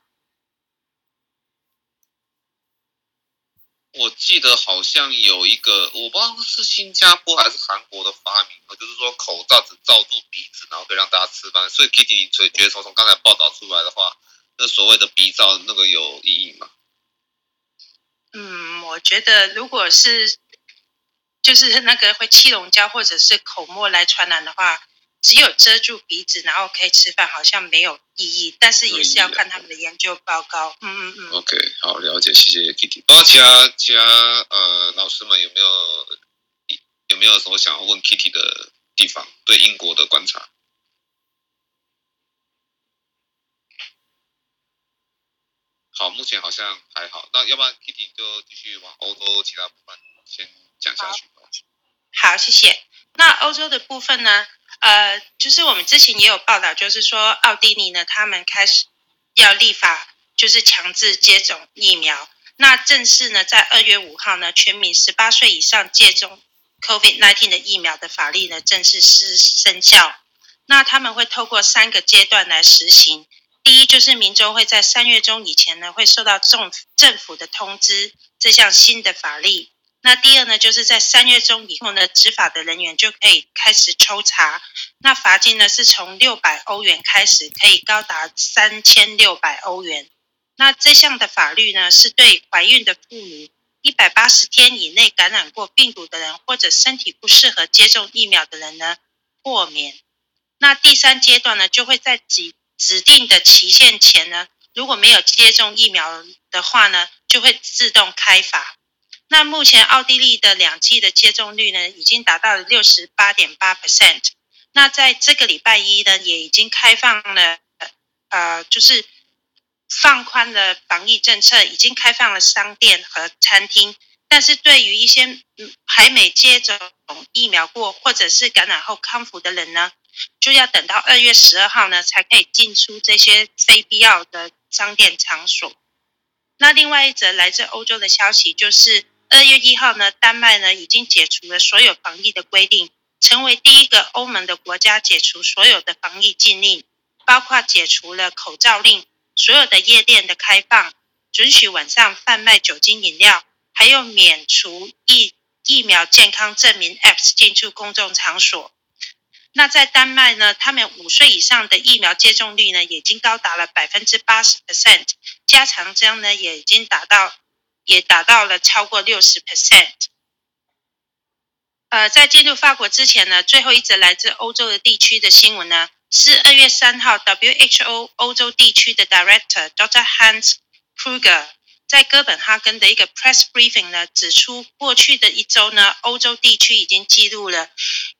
我记得好像有一个，我不知道是新加坡还是韩国的发明，就是说口罩只罩住鼻子，然后可以让大家吃饭。所以 Kitty 你觉得从刚才报道出来的话，那所谓的鼻罩那个有意义吗？ 我觉得如果是就是那个会气溶胶或者是口沫来传染的话，只有遮住鼻子然后可以吃饭好像没有意义，但是也是要看他们的研究报告。 OK， 好，了解，谢谢 Kitty。不知道其他老师们有没有什么想要问 Kitty 的地方？对英国的观察。好，目前好像还好。那要不然 Kitty 就继续往欧洲其他部分先讲下去。 好，谢谢。那欧洲的部分呢，就是我们之前也有报道，就是说奥地利呢，他们开始要立法，就是强制接种疫苗。那正式呢，在2月5号呢，全民18岁以上接种 COVID-19 的疫苗的法律呢，正式生效。那他们会透过3个阶段来实行。第一，就是民众会在3月中以前呢，会收到政府的通知这项新的法律。那第二呢，就是在3月中以后呢，执法的人员就可以开始抽查。那罚金呢是从600欧元开始，可以高达3600欧元。那这项的法律呢，是对怀孕的妇女、180天以内感染过病毒的人，或者身体不适合接种疫苗的人呢，豁免。那第3阶段呢，就会在指定的期限前呢，如果没有接种疫苗的话呢，就会自动开罚。那目前奥地利的2剂的接种率呢，已经达到了 68.8%。那在这个礼拜一呢，也已经开放了就是放宽了防疫政策，已经开放了商店和餐厅， 但是对于一些还没接种疫苗过或者是感染后康复的人呢，就要等到2月12号呢才可以进出这些非必要的商店场所。那另外一则来自欧洲的消息就是2月1号呢，丹麦呢已经解除了所有防疫的规定，成为第一个欧盟的国家解除所有的防疫禁令，包括解除了口罩令，所有的夜店的开放，准许晚上贩卖酒精饮料，还有免除疫苗健康证明 Apps 进出公众场所。那在丹麦呢，他们5岁以上的疫苗接种率呢，已经高达了 80%， 加强针呢也已经达到了超过 60%。在进入法国之前呢，最后一则来自欧洲的地区的新闻呢，是2月3号 WHO 欧洲地区的 Director Dr. Hans Kluge 在哥本哈根的一个 press briefing 呢，指出过去的1周呢，欧洲地区已经记录了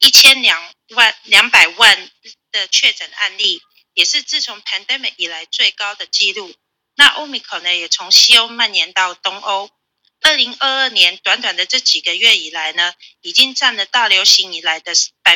1200万的确诊案例，也是自从 pandemic 以来最高的记录。那 Omicron 呢，也从西欧蔓延到东欧。2022年短短的这几个月以来呢，已经占了大流行以来的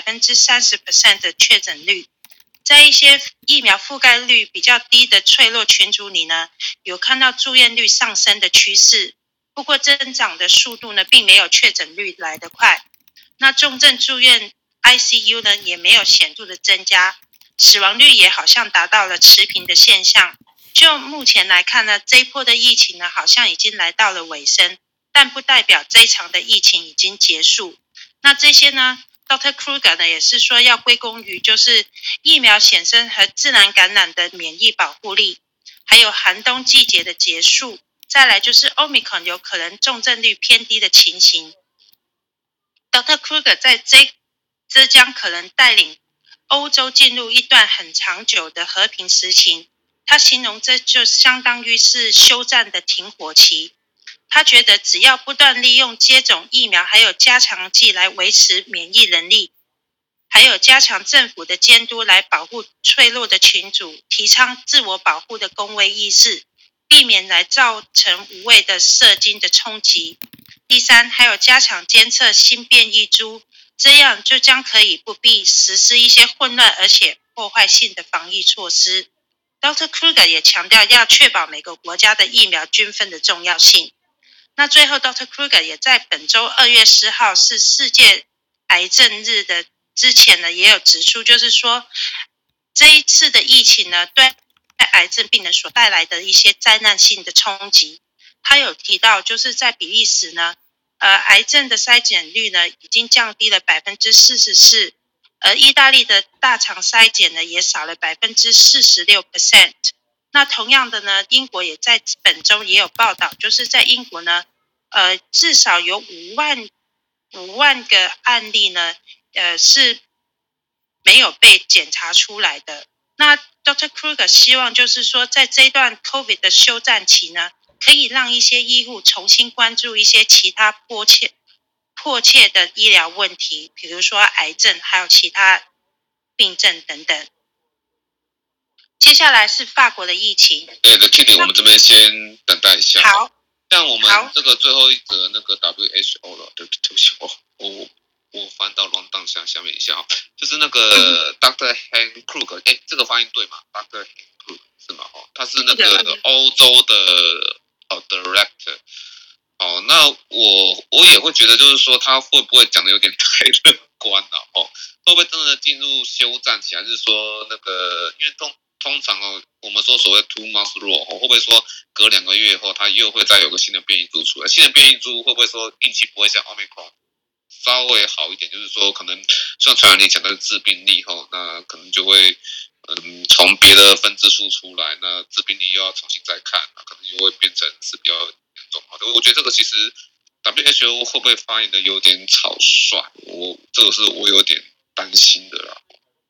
30% 的确诊率。在一些疫苗覆盖率比较低的脆弱群组里呢，有看到住院率上升的趋势，不过增长的速度呢，并没有确诊率来得快。那重症住院 ICU 呢，也没有显著的增加，死亡率也好像达到了持平的现象。就目前来看呢，这一波的疫情呢，好像已经来到了尾声，但不代表这一场的疫情已经结束。那这些呢 Dr. Kluge 呢也是说要归功于就是疫苗显生和自然感染的免疫保护力，还有寒冬季节的结束，再来就是 Omicron 有可能重症率偏低的情形。Dr. Kluge 在这将可能带领欧洲进入一段很长久的和平时期，他形容这就相当于是休战的停火期。他觉得只要不断利用接种疫苗还有加强剂来维持免疫能力，还有加强政府的监督来保护脆弱的群组，提倡自我保护的公卫意识，避免来造成无谓的社经的冲击。第三，还有加强监测新变异株，这样就将可以不必实施一些混乱而且破坏性的防疫措施。Dr. Kluge 也强调要确保每个国家的疫苗均分的重要性。那最后 Dr. Kluge 也在本周2月10号是世界癌症日的之前呢，也有指出，就是说这一次的疫情呢，对癌症病人所带来的一些灾难性的冲击。他有提到，就是在比利时呢，癌症的筛检率呢已经降低了 44%， 而意大利的大肠筛检呢也少了 46%。那同样的呢，英国也在本周也有报道，就是在英国呢，至少有5万个案例呢，是没有被检查出来的。那 Dr. Kluge 希望就是说，在这一段 COVID 的休战期呢，可以让一些医护重新关注一些其他迫切的医疗问题，比如说癌症，还有其他病症等等。接下来是法国的疫情。 对的 ，Kitty， 我们这边先等待一下。 好， 像我们这个最后一则那个 WHO 了，对不起，我翻到乱档下面一下就是那个 Dr. Hans Kluge， 这个发音对吗 ？Dr. Hans Kluge 是吗？他是那个欧洲的Director。那我也会觉得，就是说他会不会讲的有点太乐观了会不会真的进入休战期，还是说那个因为通常我们说所谓 2 months rule 会不会说隔2个月后，它又会再有个新的变异株出来？新的变异株会不会说运气不会像 Omicron 稍微好一点？就是说可能虽然传染力强，但是致病力那可能就会从别的分支数出来，那致病力又要重新再看，那可能又会变成是比较严重。我觉得这个其实 WHO 会不会发言的有点草率？这个是我有点担心的啦。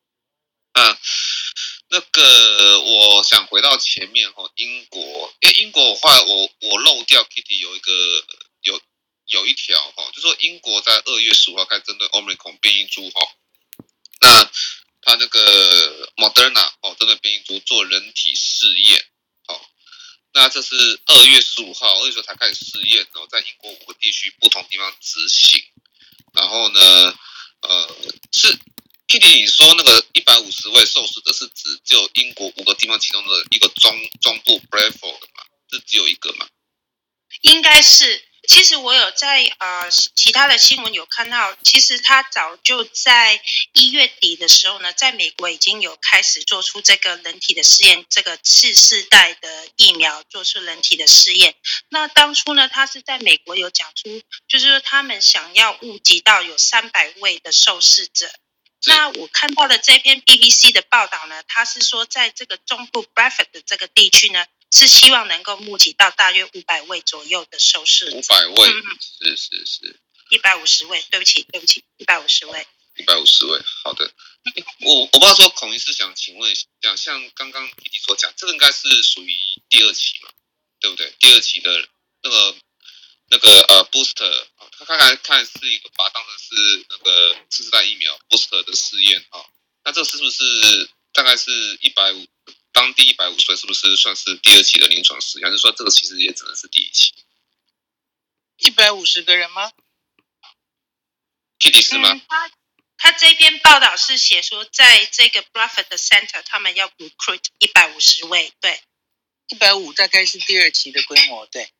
那个我想回到前面英国，英国后来我漏掉 Kitty 有一条就是说英国在2月15号开始针对 Omicron 变异株那它那个 Moderna 针对变异株做人体试验那这是2月15号，2月15号才开始试验，然后在英国5个地区不同地方执行。然后呢，是 Kitty 你说那个150位受试者是指只有英国5个地方其中的一个中部 Bradford 嘛？是只有一个吗？ 应该是。其实我有在其他的新闻有看到，其实他早就在1月底的时候呢，在美国已经有开始做出这个人体的试验，这个次世代的疫苗做出人体的试验。那当初呢，他是在美国有讲出，就是说他们想要募集到有300位的受试者。那我看到的这篇 BBC 的报道呢，他是说在这个中部 Bradford 的这个地区呢，是希望能够募集到大约500位左右的受试者。 500位，是。 150位，对不起，150位。 150位，好的。我不知道说孔医师想请问一下，像刚刚弟弟所讲，这个应该是属于第2期嘛，对不对？第2期的那个booster， 他看是一个把它当成是那个次世代疫苗 booster 的试验啊。那这是不是大概是150？当地150岁是不是算是第2期的临床试验？还是说这个其实也只能是第1期 ？150个人吗 ？Kitty 是吗？ 他这边报道是写说，在这个 Bradford 的 Center， 他们要 recruit 150位，对 ，150大概是第2期的规模，对。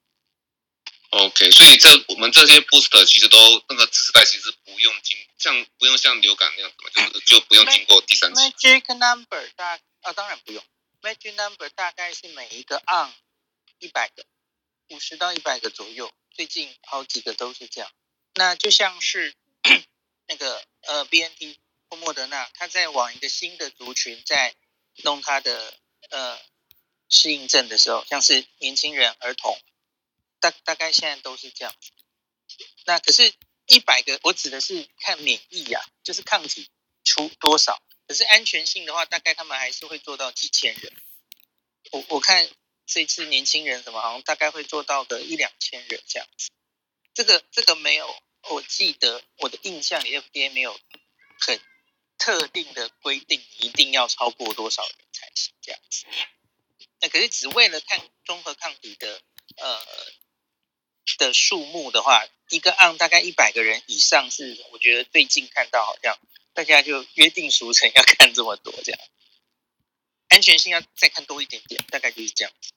OK， 所以我们这些 booster 其实都那个次世代其实不用像流感那样子嘛，就不用经过第3期。 Magic number 当然不用。Magic number 大概是每一个 arm 100个，50到100个左右。最近好几个都是这样。那就像是那个BNT 或莫德纳，它在往一个新的族群在弄它的适应症的时候，像是年轻人、儿童，大概现在都是这样子。那可是100个，我指的是看免疫啊，就是抗体出多少。可是安全性的话，大概他们还是会做到几千人。我看这次年轻人什么好像大概会做到个1-2千人这样子。这个没有，我记得我的印象里 FDA 没有很特定的规定，你一定要超过多少人才行这样子。那可是只为了看综合抗体的数目的话，一个案大概100个人以上是，我觉得最近看到好像大家就约定俗成要看这么多这样，安全性要再看多一点点，大概就是这样子。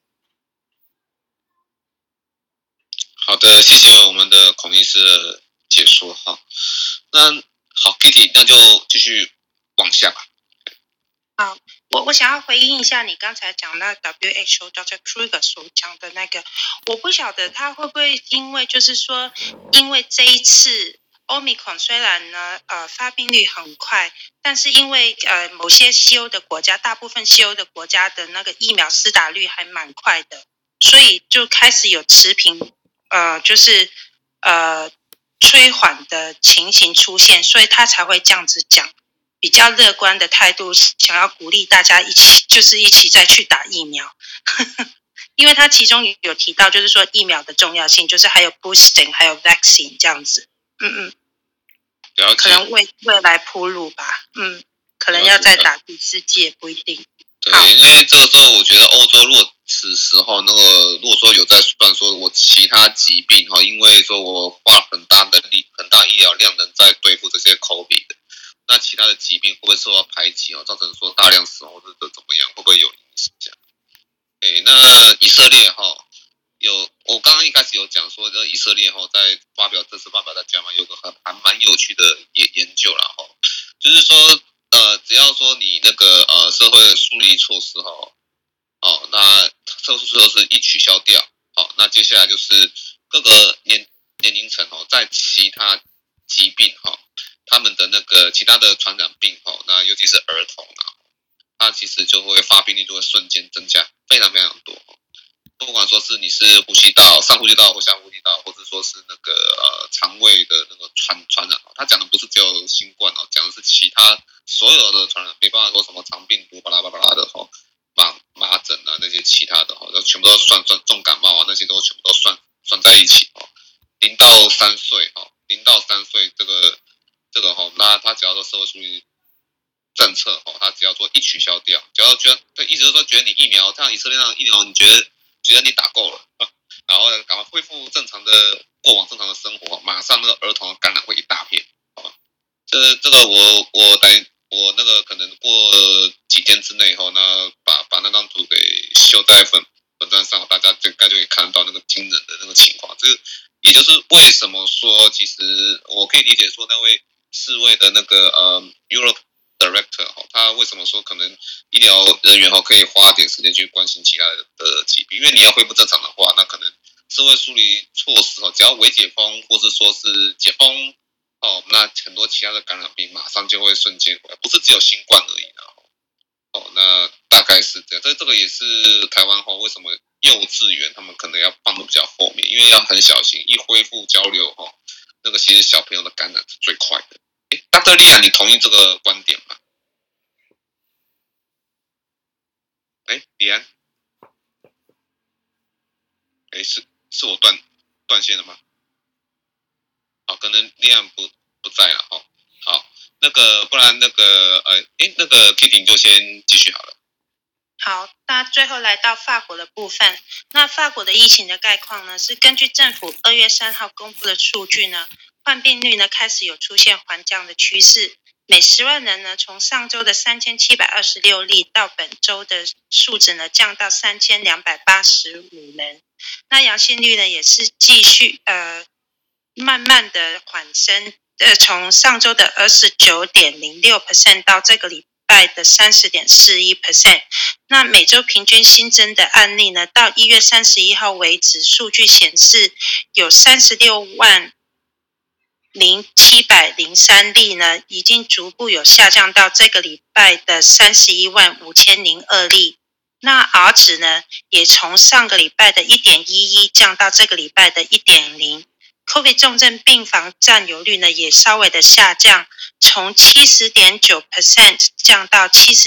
好的，谢谢我们的孔医师的解说哈。那好 ，Kitty， 那就继续往下吧。 好，我想要回应一下你刚才讲那 WHO Dr. Kruger 所讲的那个，我不晓得他会不会因为就是说，因为这一次 Omicron 虽然呢发病率很快，但是因为某些西欧的国家，大部分西欧的国家的那个疫苗施打率还蛮快的，所以就开始有持平就是催缓的情形出现，所以他才会这样子讲。比较乐观的态度，想要鼓励大家一起再去打疫苗，因为他其中有提到，就是说疫苗的重要性，就是还有 boosting， 还有 vaccine 这样子，可能未来铺路吧，可能要再打第4剂不一定。 对，因为这个时候我觉得欧洲如果此时候如果说有在算说我其他疾病哈，因为说我花很大医疗量能在对付这些 COVID 的。那其他的疾病会不会受到排挤造成说大量死亡或者怎么样？会不会有影响？那以色列我刚刚一开始有讲说，以色列在这次发表在JAMA有个还蛮有趣的研究啦就是说只要说你那个社会的疏离措施那社会疏离措施一取消掉那接下来就是各个年龄层在其他疾病他们的那个其他的传染病那尤其是儿童它其实就会发病率就会瞬间增加非常非常多不管说是你是上呼吸道或下呼吸道，或者说是那个肠胃的那个传染他讲的不是只有新冠讲的是其他所有的传染病，包括说什么肠病毒巴拉巴拉的麻疹啊那些其他的全部都算重感冒那些都全部都算在一起0到3岁这个那他只要说社会疏离政策他只要说一取消掉，只要觉得对，意思就是说觉得你疫苗像以色列那样疫苗，你觉得觉得你打够了，然后赶快恢复过往正常的生活，马上那个儿童的感染会一大片，好吧？这个我那个可能过几天之内那把那张图给秀在粉专上，大家应该就可以看到那个惊人的那个情况。这个也就是为什么说，其实我可以理解说那位世卫的那个Europe Director 他为什么说可能医疗人员可以花点时间去关心其他的疾病，因为你要恢复正常的话，那可能社会疏离措施只要微解封或是说是解封那很多其他的感染病马上就会瞬间回来，不是只有新冠而已那大概是这样。这个也是台湾为什么幼稚园他们可能要放得比较后面，因为要很小心，一恢复交流那个其实小朋友的感染是最快的。Dr. Lia， 你同意这个观点吗？李安，是我断线了吗？好，可能李安不在了好，那个不然那个那个 Kitty 就先继续好了。 好，那最后来到法国的部分。那法国的疫情的概况呢，是根据政府2月3号公布的数据呢，患病率呢开始有出现缓降的趋势。每10万人呢，从上周的3726例到本周的数值呢降到3285人。那阳性率呢也是继续慢慢的缓升，从上周的29.06% 到这个礼拜的30.41%。那每周平均新增的案例呢，到1月31号为止，数据显示有360703例呢，已经逐步有下降到这个礼拜的315002例。那 R 值呢，也从上个礼拜的 1.11 降到这个礼拜的 1.0。COVID 重症病房占有率呢，也稍微的下降，从 70.9% 降到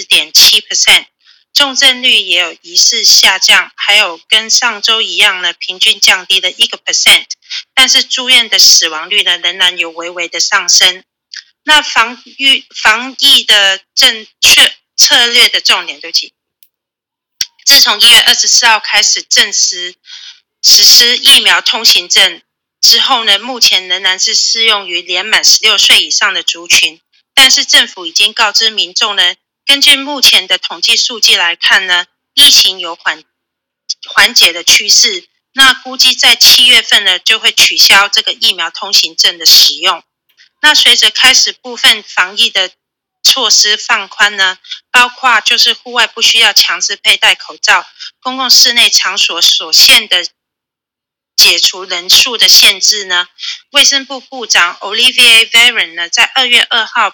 70.7%。重症率也有疑似下降，还有跟上周一样呢，平均降低了1%，但是住院的死亡率呢，仍然有微微的上升。那防疫的正确策略的重点，自从1月24号开始实施疫苗通行证之后呢，目前仍然是适用于年满16岁以上的族群，但是政府已经告知民众呢，根据目前的统计数据来看呢，疫情有缓解的趋势。那估计在7月份呢，就会取消这个疫苗通行证的使用。那随着开始部分防疫的措施放宽呢，包括就是户外不需要强制佩戴口罩，公共室内场所所限的解除人数的限制呢，卫生部部长 Olivier Véran 呢，在2月2号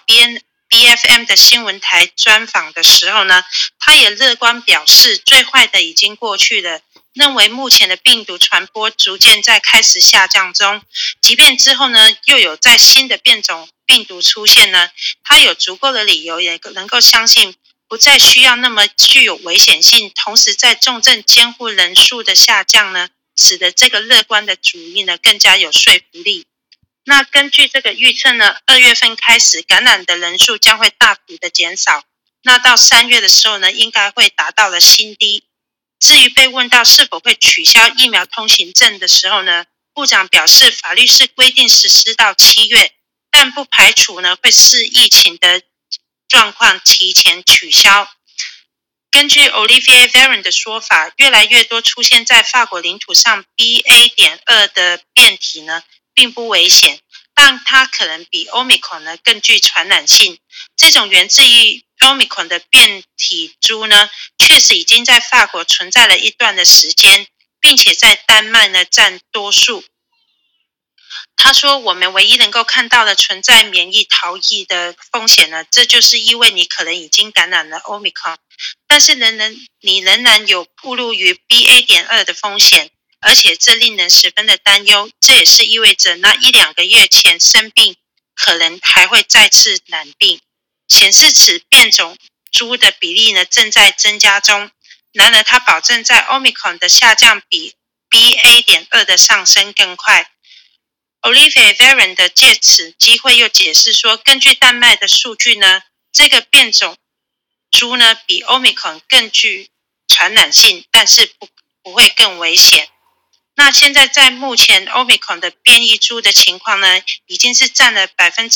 BFM 的新闻台专访的时候呢，他也乐观表示，最坏的已经过去了，认为目前的病毒传播逐渐在开始下降中，即便之后呢又有在新的变种病毒出现呢，他有足够的理由也能够相信不再需要那么具有危险性，同时在重症监护人数的下降呢，使得这个乐观的主义呢更加有说服力。那根据这个预测呢，2月份开始感染的人数将会大幅的减少，那到3月的时候呢，应该会达到了新低。至于被问到是否会取消疫苗通行证的时候呢，部长表示法律是规定实施到7月，但不排除呢会视疫情的状况提前取消。根据 Olivier Véran 的说法，越来越多出现在法国领土上 BA.2 的变体呢并不危险，但它可能比 Omicron 呢更具传染性。这种源自于 Omicron 的变体株呢，确实已经在法国存在了一段的时间，并且在丹麦呢占多数。他说，我们唯一能够看到的存在免疫逃逸的风险呢，这就是因为你可能已经感染了 Omicron， 但是你仍然有暴露于 BA.2 的风险，而且这令人十分的担忧。这也是意味着那1-2个月前生病，可能还会再次染病，显示此变种株的比例呢正在增加中。然而，它保证在 Omicron 的下降比 BA.2 的上升更快。Olivier Véran 的借此机会又解释说，根据丹麦的数据呢，这个变种株呢比 Omicron 更具传染性，但是不会更危险。那现在在目前 Omicron 的变异株的情况呢，已经是占了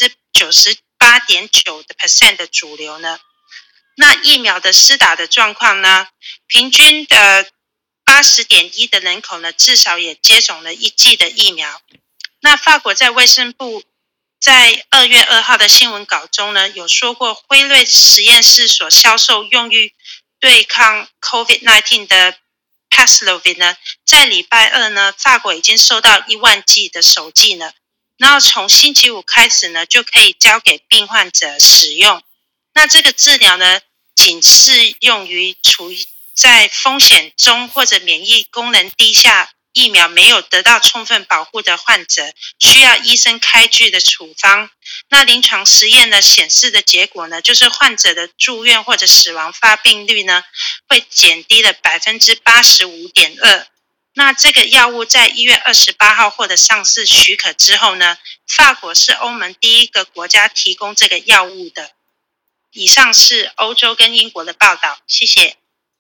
98.9% 的主流呢。那疫苗的施打的状况呢，平均的 80.1% 的人口呢，至少也接种了1剂的疫苗。那法国在卫生部在2月2号的新闻稿中呢，有说过辉瑞实验室所销售用于对抗 COVID-19 的 Paxlovid 呢，在礼拜二呢，法国已经收到1万剂的首剂呢，然后从星期五开始呢，就可以交给病患者使用。那这个治疗呢，仅适用于处于在风险中或者免疫功能低下、疫苗没有得到充分保护的患者，需要医生开具的处方。那临床实验呢显示的结果呢，就是患者的住院或者死亡发病率呢，会减低了 85.2%。那这个药物在1月28号获得上市许可之后呢，法国是欧盟第一个国家提供这个药物的。以上是欧洲跟英国的报道，谢谢。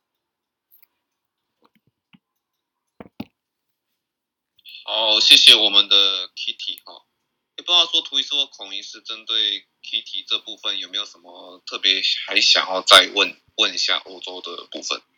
好，谢谢我们的 Kitty 哈。也不知道说涂医师或孔医师针对 Kitty 这部分有没有什么特别还想要再问一下欧洲的部分？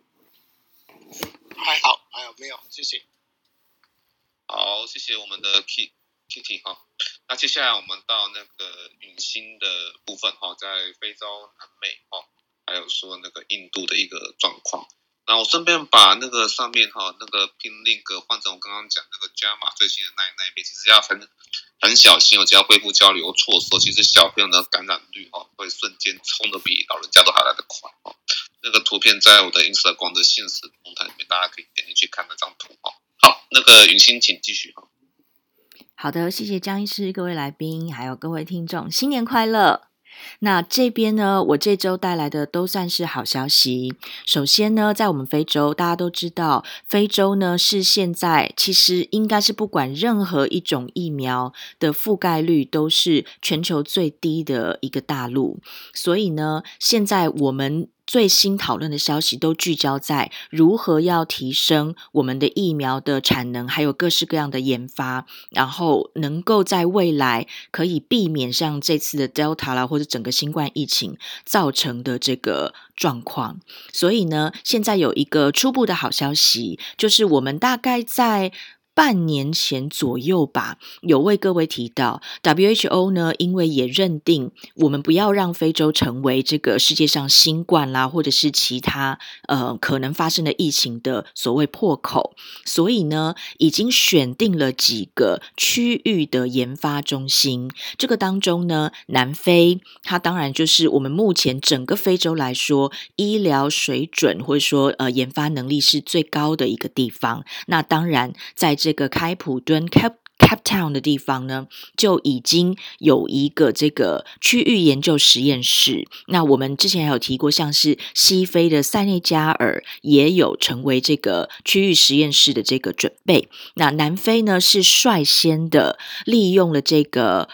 还好没有，谢谢。 好，谢谢我们的 Kitty 哈。那接下来我们到那个允欣的部分哈，在非洲、南美哈，还有说那个印度的一个状况。那我顺便把那个上面哈那个 pin link 换成我刚刚讲那个JAMA最新的那一边，其实要很小心哦，只要恢复交流措施，其实小朋友的感染率会瞬间冲得比老人家都还来得快哦。那个图片在我的 Instagram 的现实动态里面，大家可以点进去看那张图哦。好，那个允欣请继续哈。 好的，谢谢江医师，各位来宾，还有各位听众，新年快乐！那这边呢，我这周带来的都算是好消息。首先呢，在我们非洲，大家都知道，非洲呢是现在其实应该是不管任何一种疫苗的覆盖率都是全球最低的一个大陆。所以呢，现在我们最新讨论的消息都聚焦在如何要提升我们的疫苗的产能，还有各式各样的研发，然后能够在未来可以避免像这次的 Delta 啦，或者整个新冠疫情造成的这个状况。所以呢，现在有一个初步的好消息，就是我们大概在半年前左右吧，有为各位提到 WHO 呢，因为也认定我们不要让非洲成为这个世界上新冠啦，或者是其他可能发生的疫情的所谓破口，所以呢，已经选定了几个区域的研发中心。这个当中呢，南非它当然就是我们目前整个非洲来说，医疗水准或者说研发能力是最高的一个地方。那当然在这个开普敦 Cape Town 的地方呢，就已经有一个这个区域研究实验室。那我们之前还有提过，像是西非的塞内加尔也有成为这个区域实验室的这个准备。那南非呢是率先的利用了这个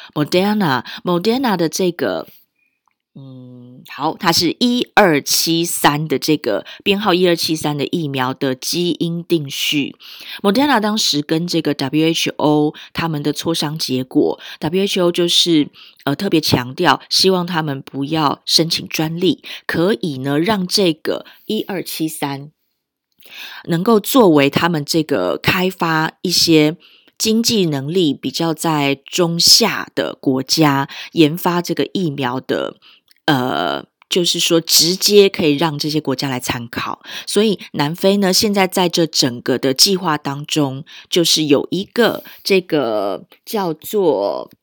Moderna 的这个好，它是1273的这个编号1273的疫苗的基因定序。Moderna 当时跟这个 WHO 他们的磋商结果， WHO 就是特别强调，希望他们不要申请专利，可以呢让这个1273能够作为他们这个开发一些经济能力比较在中下的国家研发这个疫苗的就是说直接可以让这些国家来参考。所以南非呢，现在在这整个的计划当中，就是有一个这个叫做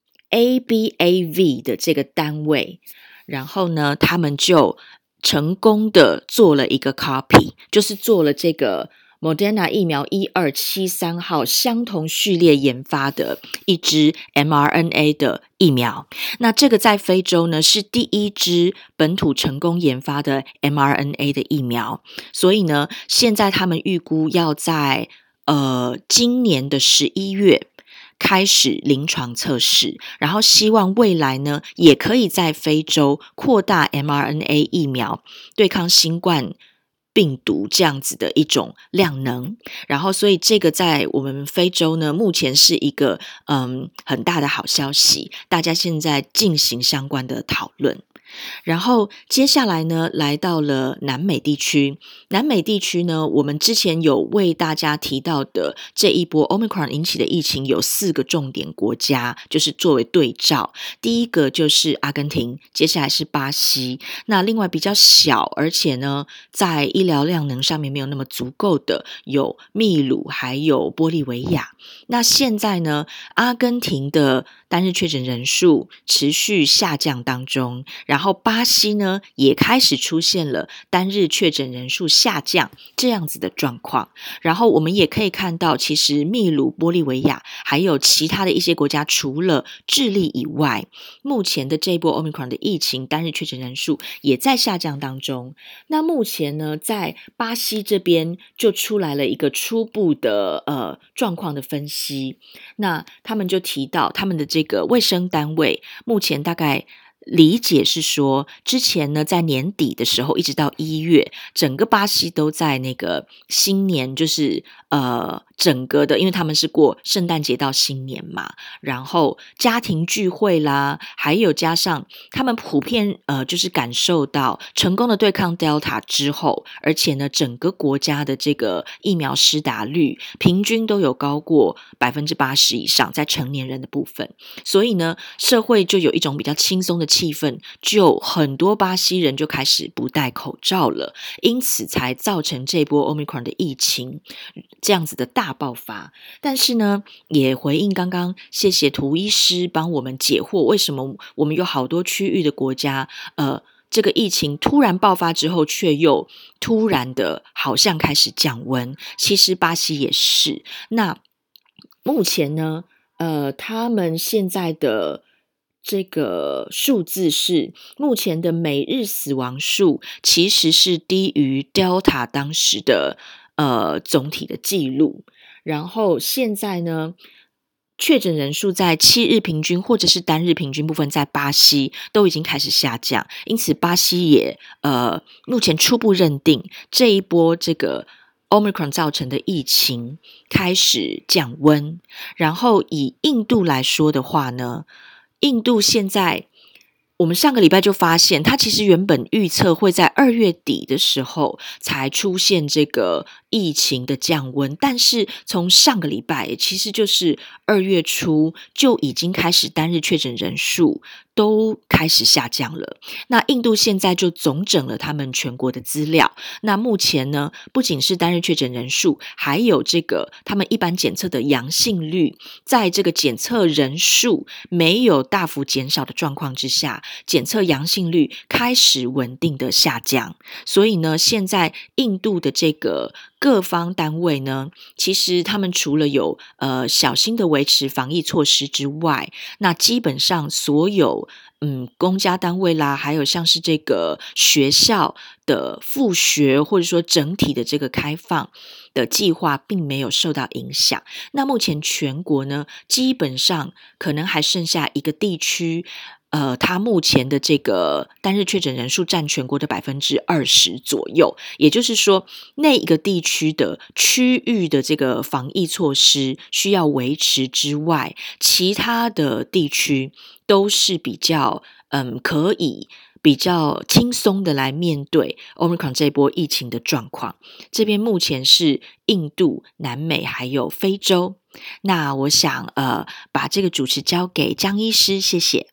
ABAV 的这个单位，然后呢，他们就成功的做了一个 copy， 就是做了这个Moderna 疫苗1273号相同序列研发的一支 mRNA 的疫苗。那这个在非洲呢是第一支本土成功研发的 mRNA 的疫苗。所以呢，现在他们预估要在今年的11月开始临床测试，然后希望未来呢也可以在非洲扩大 mRNA 疫苗对抗新冠病毒这样子的一种量能，然后所以这个在我们非洲呢，目前是一个很大的好消息，大家现在进行相关的讨论。然后接下来呢，来到了南美地区。南美地区呢，我们之前有为大家提到的这一波 Omicron 引起的疫情有4个重点国家，就是作为对照。第一个就是阿根廷，接下来是巴西。那另外比较小，而且呢，在医疗量能上面没有那么足够的，有秘鲁还有玻利维亚。那现在呢，阿根廷的单日确诊人数持续下降当中，然后巴西呢也开始出现了单日确诊人数下降这样子的状况。然后我们也可以看到，其实秘鲁、玻利维亚还有其他的一些国家，除了智利以外，目前的这一波 Omicron 的疫情单日确诊人数也在下降当中。那目前呢，在巴西这边就出来了一个初步的状况的分析。那他们就提到他们的这个卫生单位目前大概理解是说，之前呢在年底的时候一直到1月，整个巴西都在那个新年，就是整个的，因为他们是过圣诞节到新年嘛，然后家庭聚会啦，还有加上他们普遍就是感受到成功的对抗 Delta 之后，而且呢整个国家的这个疫苗施打率平均都有高过80%以上，在成年人的部分。所以呢社会就有一种比较轻松的气氛，就很多巴西人就开始不戴口罩了，因此才造成这波 Omicron 的疫情这样子的大爆发。但是呢，也回应刚刚谢谢涂医师帮我们解惑，为什么我们有好多区域的国家这个疫情突然爆发之后，却又突然的好像开始降温。其实巴西也是。那目前呢他们现在的这个数字是，目前的每日死亡数其实是低于 Delta 当时的总体的记录。然后现在呢，确诊人数在7日平均或者是单日平均部分，在巴西都已经开始下降，因此巴西也目前初步认定这一波这个Omicron 造成的疫情开始降温。然后以印度来说的话呢，印度现在我们上个礼拜就发现，它其实原本预测会在2月底的时候才出现这个疫情的降温，但是从上个礼拜，其实就是2月初就已经开始单日确诊人数都开始下降了。那印度现在就总整了他们全国的资料，那目前呢，不仅是单日确诊人数，还有这个他们一般检测的阳性率，在这个检测人数没有大幅减少的状况之下，检测阳性率开始稳定的下降。所以呢，现在印度的这个各方单位呢，其实他们除了有小心的维持防疫措施之外，那基本上所有公家单位啦，还有像是这个学校的复学，或者说整体的这个开放的计划并没有受到影响。那目前全国呢，基本上可能还剩下一个地区，它目前的这个单日确诊人数占全国的20%左右，也就是说，那一个地区的区域的这个防疫措施需要维持之外，其他的地区都是比较可以比较轻松的来面对 Omicron 这波疫情的状况。这边目前是印度、南美还有非洲。那我想把这个主持交给江医师，谢谢。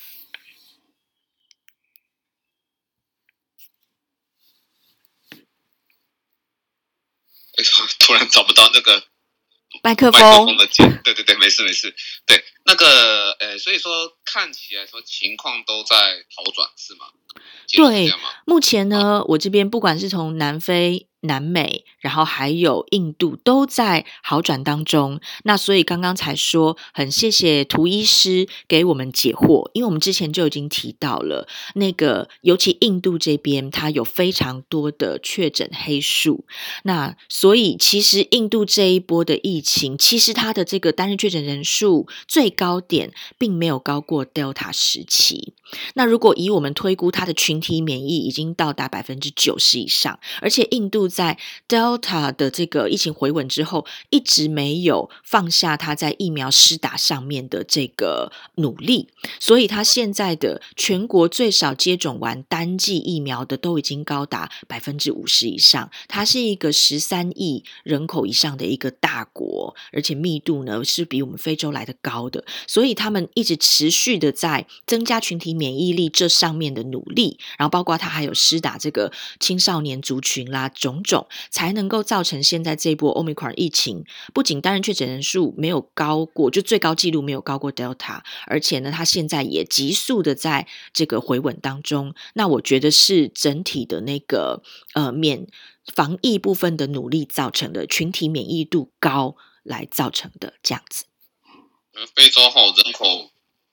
突然找不到那个麦克风的键，对，没事。对，那个所以说看起来说情况都在好转，是吗？ 对，目前呢，我这边不管是从南非、 南美，然后还有印度都在好转当中。那所以刚刚才说很谢谢涂医师给我们解惑，因为我们之前就已经提到了那个尤其印度这边它有非常多的确诊黑数，那所以其实印度这一波的疫情，其实它的这个单日确诊人数最高点并没有高过 Delta 时期。那如果以我们推估它的群体免疫已经到达 90% 以上，而且印度在 Delta 的这个疫情回稳之后一直没有放下它在疫苗施打上面的这个努力，所以它现在的全国最少接种完单剂疫苗的都已经高达 50% 以上，它是一个13亿人口以上的一个大国，而且密度呢是比我们非洲来的高的，所以他们一直持续的在增加群体免疫力这上面的努力，然后包括他还有施打这个青少年族群啦，种种才能够造成现在这波 Omicron 疫情不仅单日确诊人数没有高过，就最高纪录没有高过 Delta， 而且呢它现在也急速的在这个回稳当中。那我觉得是整体的那个防疫部分的努力造成的群体免疫度高来造成的这样子。 非洲人口，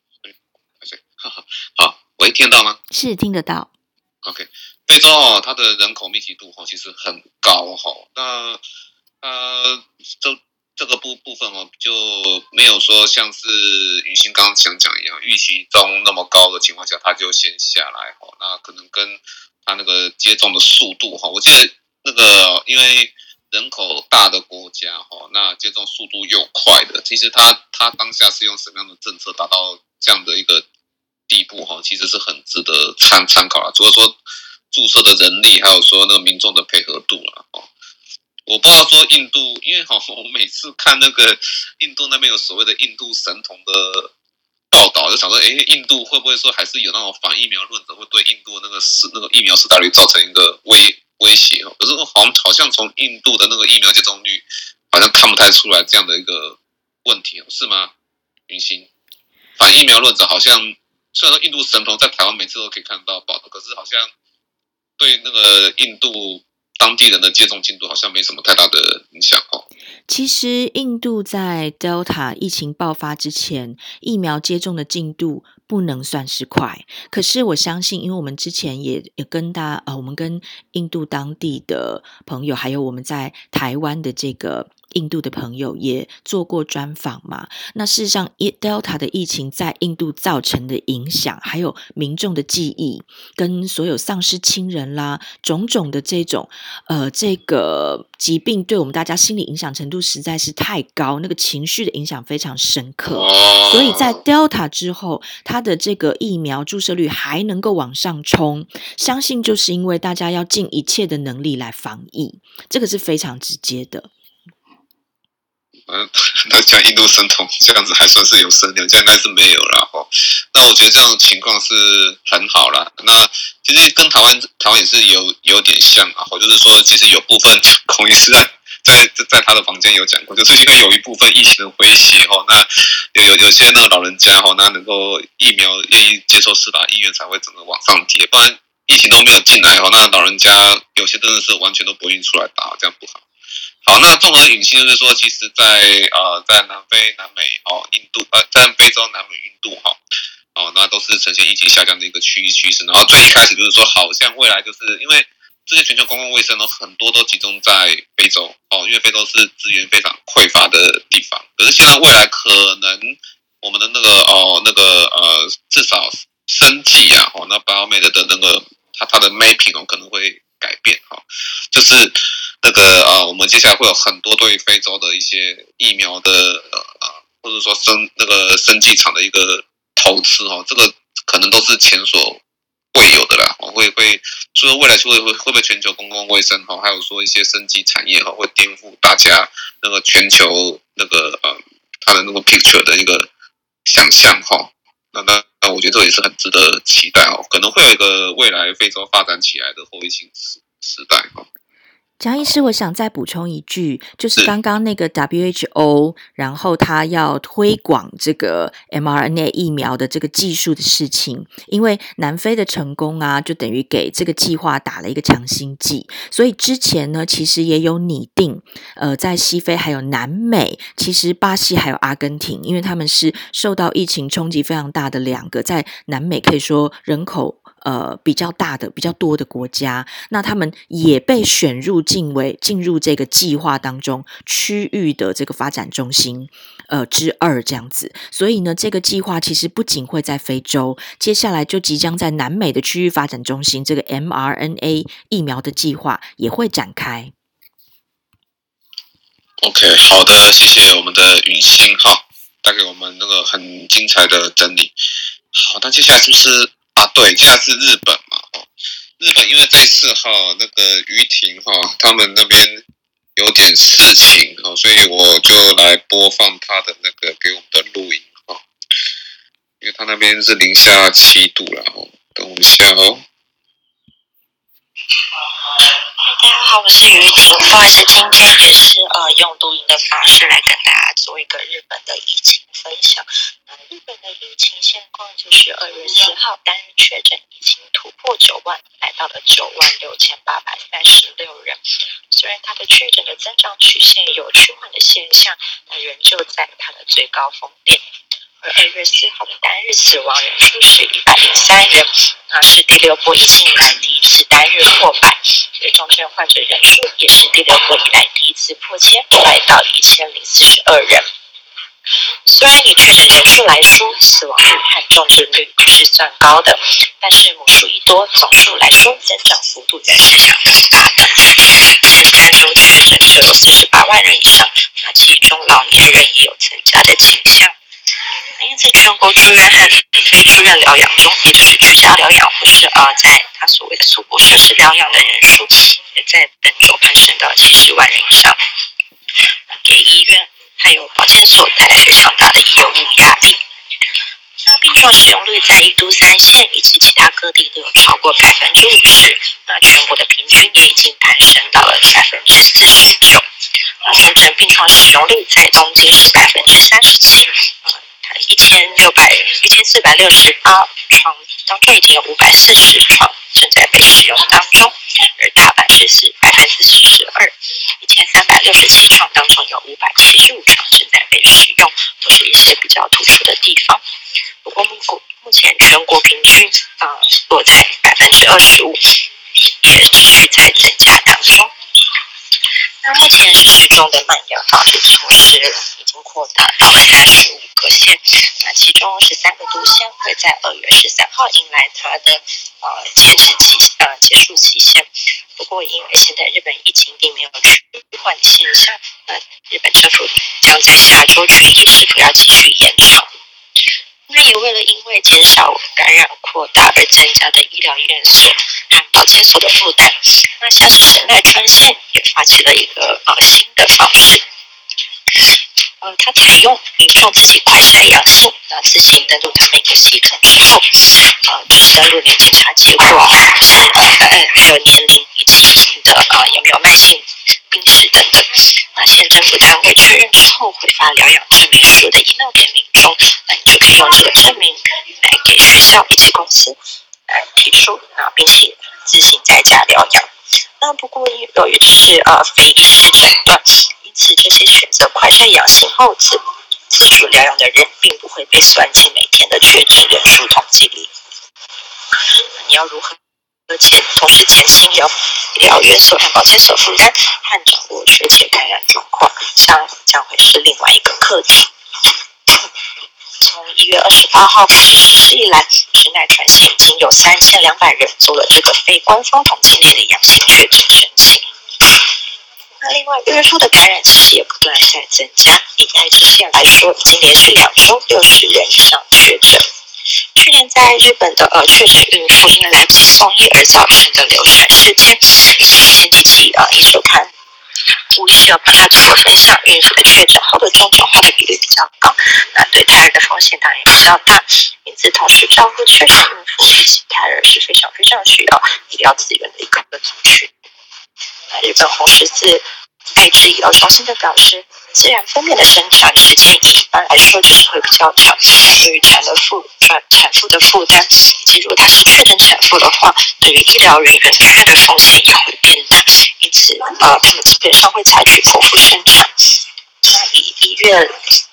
好，喂，听得到吗？ 是听得到。 OK， 非洲它的人口密集度其实很高那这个部分就没有说像是雨欣刚刚想讲一样，预期中那么高的情况下，它就先下来那可能跟它那个接种的速度我记得那个因为人口大的国家那接种速度又快的，其实它当下是用什么样的政策达到这样的一个地步其实是很值得参考啦。除了说注射的人力，还有说那个民众的配合度啦我不知道说印度，因为我每次看那个印度那边有所谓的印度神童的报道，就想说印度会不会说还是有那种反疫苗论者会对印度那个疫苗施打率造成一个威胁可是好像从印度的那个疫苗接种率好像看不太出来这样的一个问题是吗？云欣，反疫苗论者好像虽然说印度神童在台湾每次都可以看到报道，可是好像对那个印度当地人的接种进度好像没什么太大的影响其实印度在 Delta 疫情爆发之前，疫苗接种的进度不能算是快，可是我相信，因为我们之前也跟我们跟印度当地的朋友，还有我们在台湾的这个印度的朋友也做过专访嘛。那事实上 Delta 的疫情在印度造成的影响，还有民众的记忆跟所有丧失亲人啦，种种的这种这个疾病对我们大家心理影响程度实在是太高，那个情绪的影响非常深刻所以在 Delta 之后，它的这个疫苗注射率还能够往上冲，相信就是因为大家要尽一切的能力来防疫，这个是非常直接的。 那讲印度神童这样子还算是有声量，这样应该是没有啦那我觉得这样的情况是很好啦。那其实跟台湾也是有点像就是说其实有部分孔医师在他的房间有讲过，就是因为有一部分疫情的威胁那有些那个老人家那能够疫苗愿意接受施打，医院才会整个往上贴，不然疫情都没有进来那老人家有些真的是完全都不愿意出来打，这样不好。好，那综合引信就是说，其实在南非、南美印度在非洲、南美、印度那都是呈现疫情下降的一个趋势。然后最一开始就是说，好像未来就是因为这些全球公共卫生很多都集中在非洲因为非洲是资源非常匮乏的地方。可是现在未来可能我们的至少生计那BioMed的那个它的 mapping 可能会改变就是那个我们接下来会有很多对非洲的一些疫苗的或者说生技厂的一个投资这个可能都是前所未有的啦会就是未来会不会全球公共卫生还有说一些生技产业会颠覆大家那个全球那个它的那个 picture 的一个想象那我觉得这也是很值得期待可能会有一个未来非洲发展起来的后疫情时代江医师，我想再补充一句，就是刚刚那个 WHO， 然后他要推广这个 mRNA 疫苗的这个技术的事情，因为南非的成功啊，就等于给这个计划打了一个强心剂，所以之前呢，其实也有拟定，在西非还有南美，其实巴西还有阿根廷，因为他们是受到疫情冲击非常大的两个，在南美可以说人口比较大的、比较多的国家，那他们也被选入进入这个计划当中区域的这个发展中心之二这样子。所以呢，这个计划其实不仅会在非洲，接下来就即将在南美的区域发展中心，这个 mRNA 疫苗的计划也会展开。 OK， 好的，谢谢我们的允欣哈，带给我们那个很精彩的整理。好，那接下来就是对，接下来是日本嘛，日本因为这次那个于婷他们那边有点事情所以我就来播放他的那个给我们的录音因为他那边是-7度了等我一下大家好，我是于婷，不好意思，今天也是用录音的方式来跟大家做一个日本的疫情分享。日本的疫情现况就是2月4号单日确诊已经突破9万，来到了96836人。虽然它的确诊的增长曲线有趋缓的现象，但仍旧在它的最高峰点。而2月4号的单日死亡人数是103人，是第6波疫情以来第一次单日破百，而重症患者人数也是第6波以来第一次破千，来到1042人。虽然以确诊人数来说，死亡率和重症率不是算高的，但是母数一多，总数来说增长幅度仍是相当大的。前3周确诊就有48万人以上，其中老年人也有增加的倾向。因此，全国住院和非住院疗养中，也就是居家疗养或是在他所谓的宿泊设施疗养的人数，也在本周攀升到70万人以上，给医院还有保健所带来非常大的医疗压力。那病床使用率在1都3县以及其他各地都有超过50%，那全国的平均也已经攀升到了49%。重症病床使用率在东京是37%，1468床当中已经有540床正在被使用当中，而大阪市是42%，1367床当中有575床正在被使用，都是一些比较突出的地方。不过目前全国平均落在25%，也持续在增加当中。那目前实施中的蔓延防治措施已经扩大到35个县，那其中13个都县会在2月13号迎来它的结束期限。不过因为现在日本疫情并没有趋缓的现象，日本政府将在下周决议是否要继续延长。那也为了因为减少感染扩大而增加的医疗院所和保健所的负担，那像是神奈川县也发起了一个新的方式，它采用民众自己快筛阳性，自行登录他们一个系统之后，就是登录你检查结果还有年龄以及你的有没有慢性病史等等。县政府单位确认之后会发疗养证明书的 email 给民众，那你就可以用这个证明来给学校以及公司来提出，并且自行在家疗养。那不过由于这是非医师诊断，因此这些选择快筛阳性后自主疗养的人并不会被算进每天的确诊人数统计里。你要如何同时减轻医疗院所和保健所负担和掌握确切感染状况，将会是另外一个课题。从1月28号开始实施以来，神奈川县已经有3200人做了这个非官方统计内的阳性确诊申请。那另外，月数的感染其实也不断在增加，以爱知县来说，已经连续2周60人以上确诊。去年在日本的确诊孕妇因为来不及送医而造成的流产事件，以及前几期一周刊吴医师有帮他做分享，孕妇的确诊后的重症化的比例比较高，那对胎儿的风险当然也比较大，因此同时照顾确诊孕妇以及胎儿是非常非常需要医疗资源的一个族群。 日本红十字爱知医疗中心就表示，自然分娩的生产时间一般来说就是会比较长，对于产妇的负担，以及如果她是确诊产妇的话，对于医疗人员感染的风险也会变大，因此他们基本上会采取剖腹生产。那以医院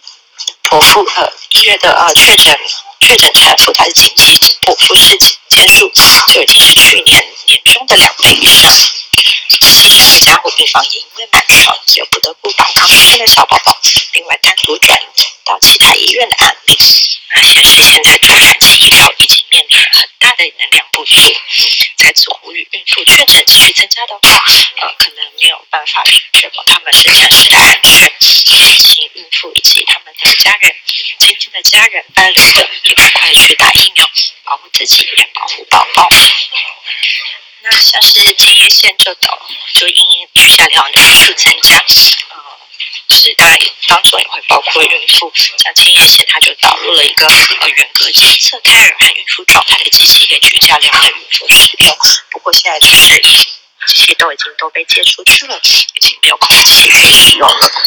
的确诊产妇，她的紧急剖腹事件数就已经是去年年中的2倍以上。细小的加护病房也因为满床，就不得不把刚出生的小宝宝另外单独转到其他医院的案例。那显示现在助产期医疗已经面临很大的能量不足。再次呼吁孕妇确诊继续增加的话，可能没有办法确保他们生产时的安全。请孕妇以及他们的家人、亲近的家人、伴侣等也赶快去打疫苗，保护自己，也保护宝宝。那像是千叶县就因居家疗养的人数增加，就是当然当中也会包括孕妇。像千叶县，它就导入了一个远隔监测胎儿和孕妇状态的机器给居家疗养的孕妇使用。不过现在就是机器已经都被借出去了，已经没有空气可以使用了。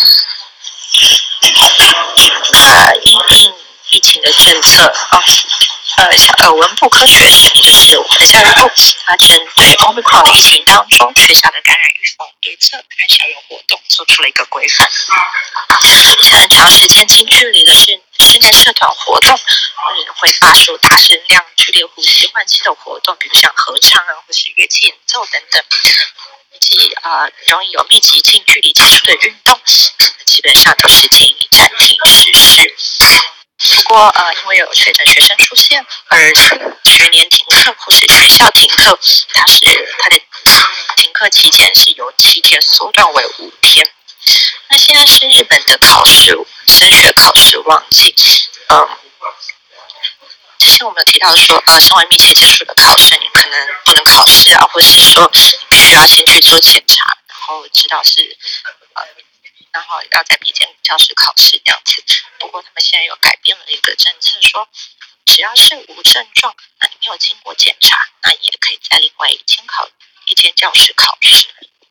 因应疫情的政策文部科学省就是我们的教育部，它针对 Omicron 的疫情当中学校的感染预防对策和校园活动做出了一个规范。像长时间近距离的室内社团活动，会发出大声量、剧烈呼吸换气的活动，比如像合唱或是乐器演奏等等，以及容易有密集近距离接触的运动，基本上都是建议暂停实施。不过因为有确诊学生出现，而学年停课或是学校停课，它的停课期间是由7天缩短为5天。那现在是日本的升学考试旺季，之前我们有提到说，身为密切接触的考生，你可能不能考试或是说你必须要先去做检查，然后知道是然后要在别间教室考试这样子。不过他们现在又改变了一个政策，说只要是无症状，那你没有经过检查，那你也可以在另外一间教室考试。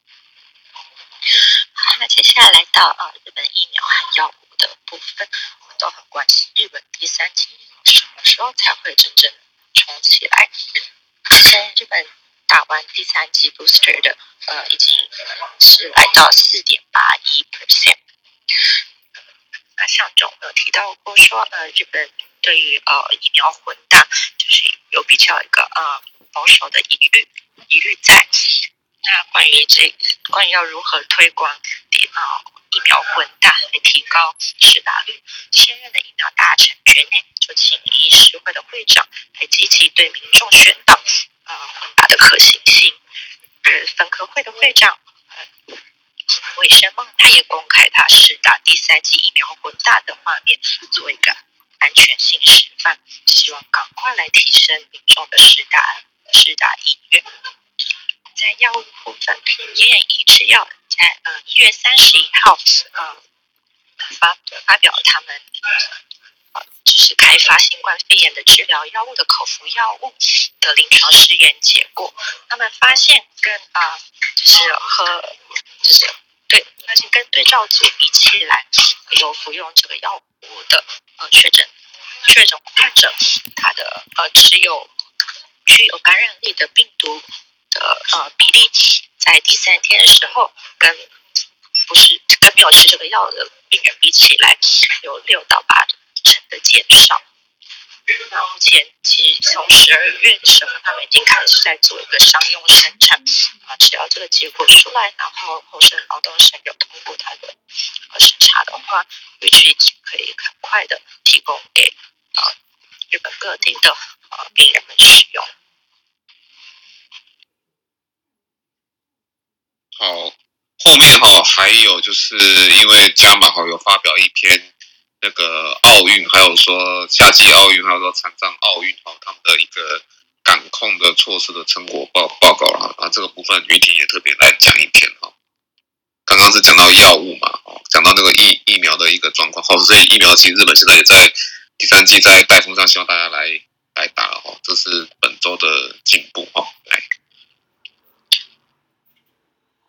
好，那接下来来到日本疫苗和药物的部分，我们都很关心日本第3剂疫苗什么时候才会真正冲起来。现在日本打完第3剂 booster 的已经是来到 4.81%。那像中有提到过说，日本对于疫苗混打就是有比较一个保守的疑虑在。那关于要如何推广疫苗混打来提高施打率，现任的疫苗大臣决内就请医师会的会长来积极对民众宣导混打的可行性。而分科会的会长尾生梦他也公开他施打第3剂疫苗混打的画面，做一个安全性示范，希望赶快来提升民众的施打意愿。在药物部分，延眼益制药在1月31号发表他们就是开发新冠肺炎的治疗药物的口服药物的临床试验结果。他们发现跟对照组比起来，有服用这个药物的确诊患者，他的具有感染力的病毒的比例，在第3天的时候，跟没有吃这个药的病人比起来，有6到8成的减少。那目前其实从12月的时候，他们已经开始在做一个商用生产只要这个结果出来，然后厚生劳动省有通过它的审查的话，预计可以很快的提供给日本各地的病人们使用。 好，后面还有就是因为加码有发表一篇那个奥运，还有说夏季奥运，还有说残障奥运他们的一个感控的措施的成果报告啦。这个部分于婷也特别来讲一篇刚刚是讲到药物嘛，讲到那个疫苗的一个状况所以疫苗其实日本现在也在第3剂在带风上，希望大家来打这是本周的进步来。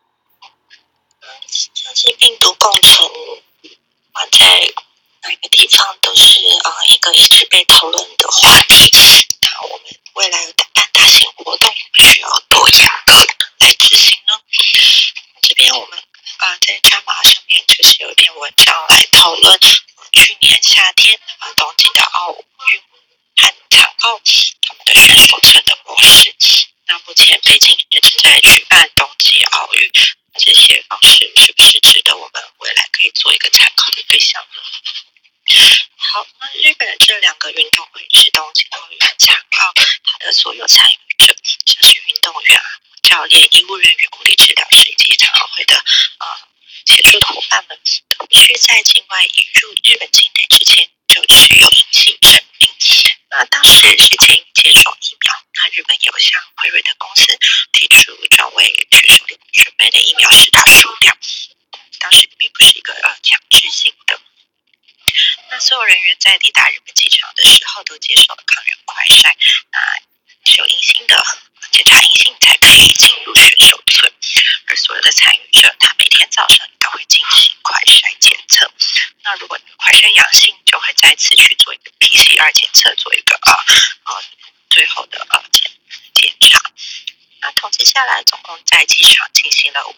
可以讨论的话题。那我们未来办大型活动需要多严格来执行呢？这边我们在加码上面就是有一篇文章来讨论去年夏天东京的奥运和残奥他们的选手村的模式。那目前北京也正在举办冬季奥运，这些方式是不是值得我们未来可以做一个参考的对象呢？好，那日本的这2个运动会是东京奥运和残奥，它的所有参与者，像是运动员、教练、医务人员、物理治疗师以及残奥会的协助的伙伴们，都必须在境外引入日本境内之前就持有阴性证明。那当时是建议接种疫苗，那日本有向辉瑞的公司提出专为选手准备的疫苗施打数量，当时并不是一个强制性的。那所有人员在抵达日本机场的时候都接受了抗原快筛，有阴性的检查阴性才可以进入选手村，而所有的参与者他每天早上都会进行快筛检测。那如果快筛阳性，就会再次去做一个 PCR 检测，做一个最后的检查。那统计下来，总共在机场进行了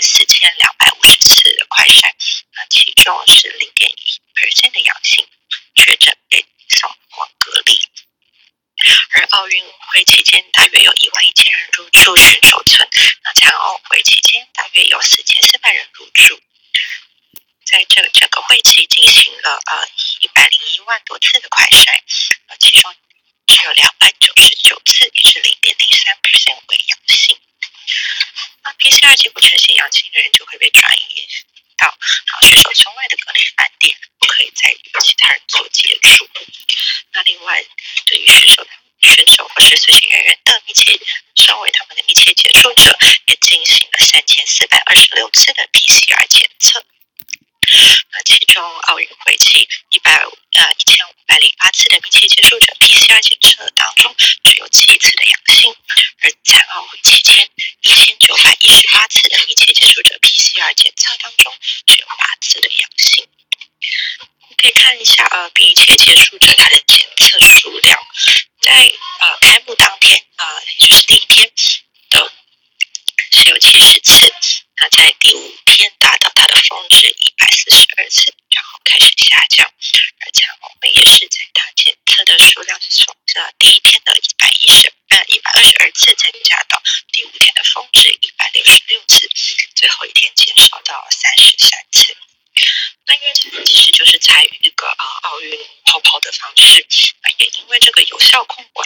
54250次的快筛，那其中是0.1% 的阳性确诊被送往隔离。而奥运会期间大约有11000人入住选手村，那残奥会期间大约有4400人入住。在这整个会期进行了101万多次的快筛，其中只有299次，也是0.03% 为阳性。那 PCR 结果呈现阳性的人就会被转移到选手村外的隔离饭店，不可以再与其他人做接触。那另外，对于选手或是随行人员的身为他们的密切接触者，也进行了3426次的 PCR 检测。那其中奥运会期1508次的密切接触者 PCR 检测当中，只有7次的阳性，而残奥会期间1918次的密切接触者 PCR 检测当中，只有8次的阳性。可以看一下密切接触者他的检测数量，在开幕当天也就是第一天的是有70次，那在第5天达到它的峰值142次，然后开始下降。而残奥会也是在它检测的数量是从第一天的122次增加到第5天的峰值166次，最后一天减少到33次。那因为这个其实就是采取一个奥运泡的方式，也因为这个有效控管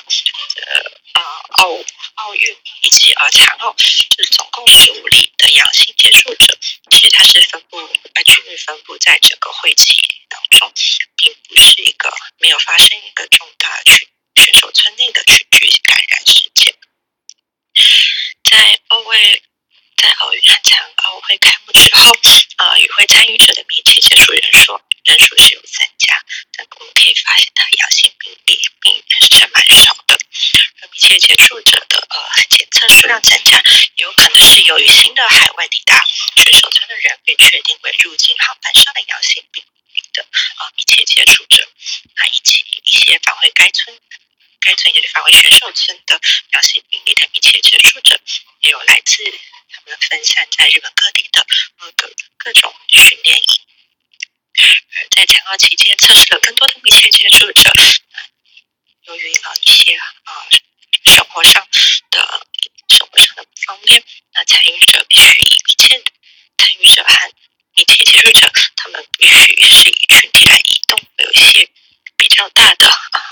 奥运以及残奥，就是总共15例的阳性接触者，其实它是均匀分布在整个会期当中，并不是一个没有发生一个重大选手村内的群聚感染事件。在奥运和残奥会开幕之后，与会参与者的密切接触人数是有增加，但我们可以发现它阳性病例是蛮少的。而密切接触者的检测数量增加，也有可能是由于新的海外抵达选手村的人被确定为入境航班上的阳性病例的密切接触者，以及一些返回该村也是返回选手村的阳性病例的密切接触者，也有来自他们分散在日本各地的各种训练营。而在残奥期间测试了更多的密切接触者，由于一些生活上的不方便，那参与者和密切接触者，他们必须是以群体来移动，会有一些比较大的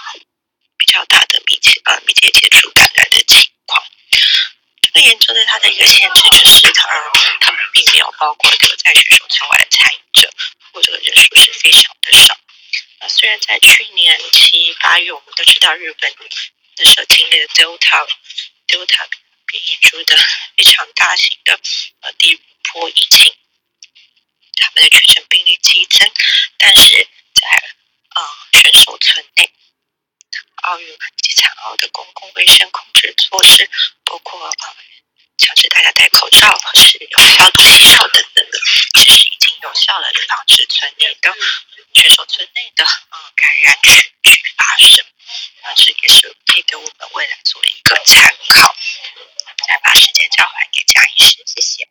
密切接触感染的情况。这个研究对它的一个限制就是他们并没有包括留在选手村外的参与者，或者人数是非常的少。虽然在去年7、8月，我们都知道日本那时候经历了 Delta 变异株的非常大型的第5波疫情，他们的确诊病例激增，但是在选手村内，奥运以及残奥的公共卫生控制措施，包括强制大家戴口罩或是有消毒洗手等等的，其实已经有效了，防止选手村内的感染群聚发什么？那这也是可以给我们未来作为一个参考。再把时间交还给江医师，谢谢。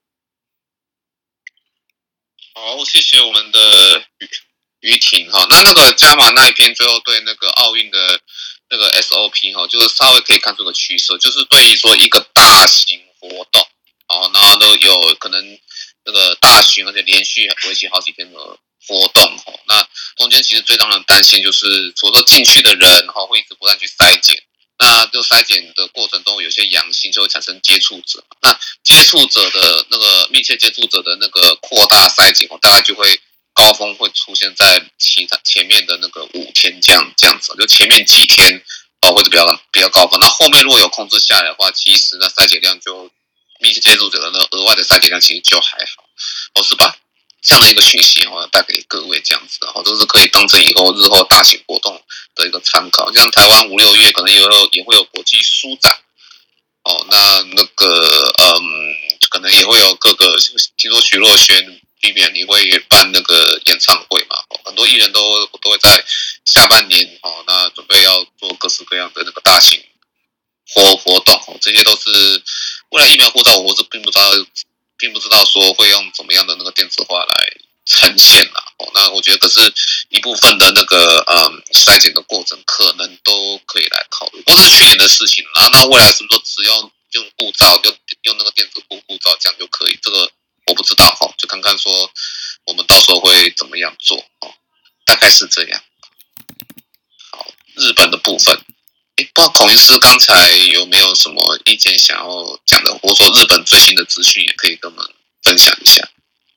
好，谢谢我们的于婷哈。那个加码那一篇最后对那个奥运的那个 SOP 哈，就是稍微可以看出个趋势，就是对于说一个大型活动，然后呢有可能那个大型而且连续为期好几天的活动哈，那中间其实最让人担心就是，除了说进去的人哈会一直不断去筛检。那就筛检的过程中有些阳性，就会产生接触者。那接触者的那个密切接触者的那个扩大筛检，大概就会高峰会出现在前面的那个5天这样子，就前面几天会是比较高峰。那后面如果有控制下来的话，其实那筛检量就密切接触者的那额外的筛检量其实就还好，是吧？这样的一个讯息带给各位这样子，都是可以当成日后大型活动的一个参考。像台湾5、6月可能也会有国际书展，那个可能也会有各个，听说徐若瑄那边你会办那个演唱会嘛，很多艺人都会在下半年那准备要做各式各样的那个大型活动，这些都是未来疫苗护照，我是并不知道说会用怎么样的那个电子化来呈现啦。那我觉得可是一部分的那个筛检的过程可能都可以来考虑，不是去年的事情啦。那未来是不是说只要用护照用那个电子护照这样就可以？这个我不知道就看看说我们到时候会怎么样做大概是这样。好，日本的部分。不知道孔医师刚才有没有什么意见想要讲的，或者说日本最新的资讯也可以跟我们分享一下。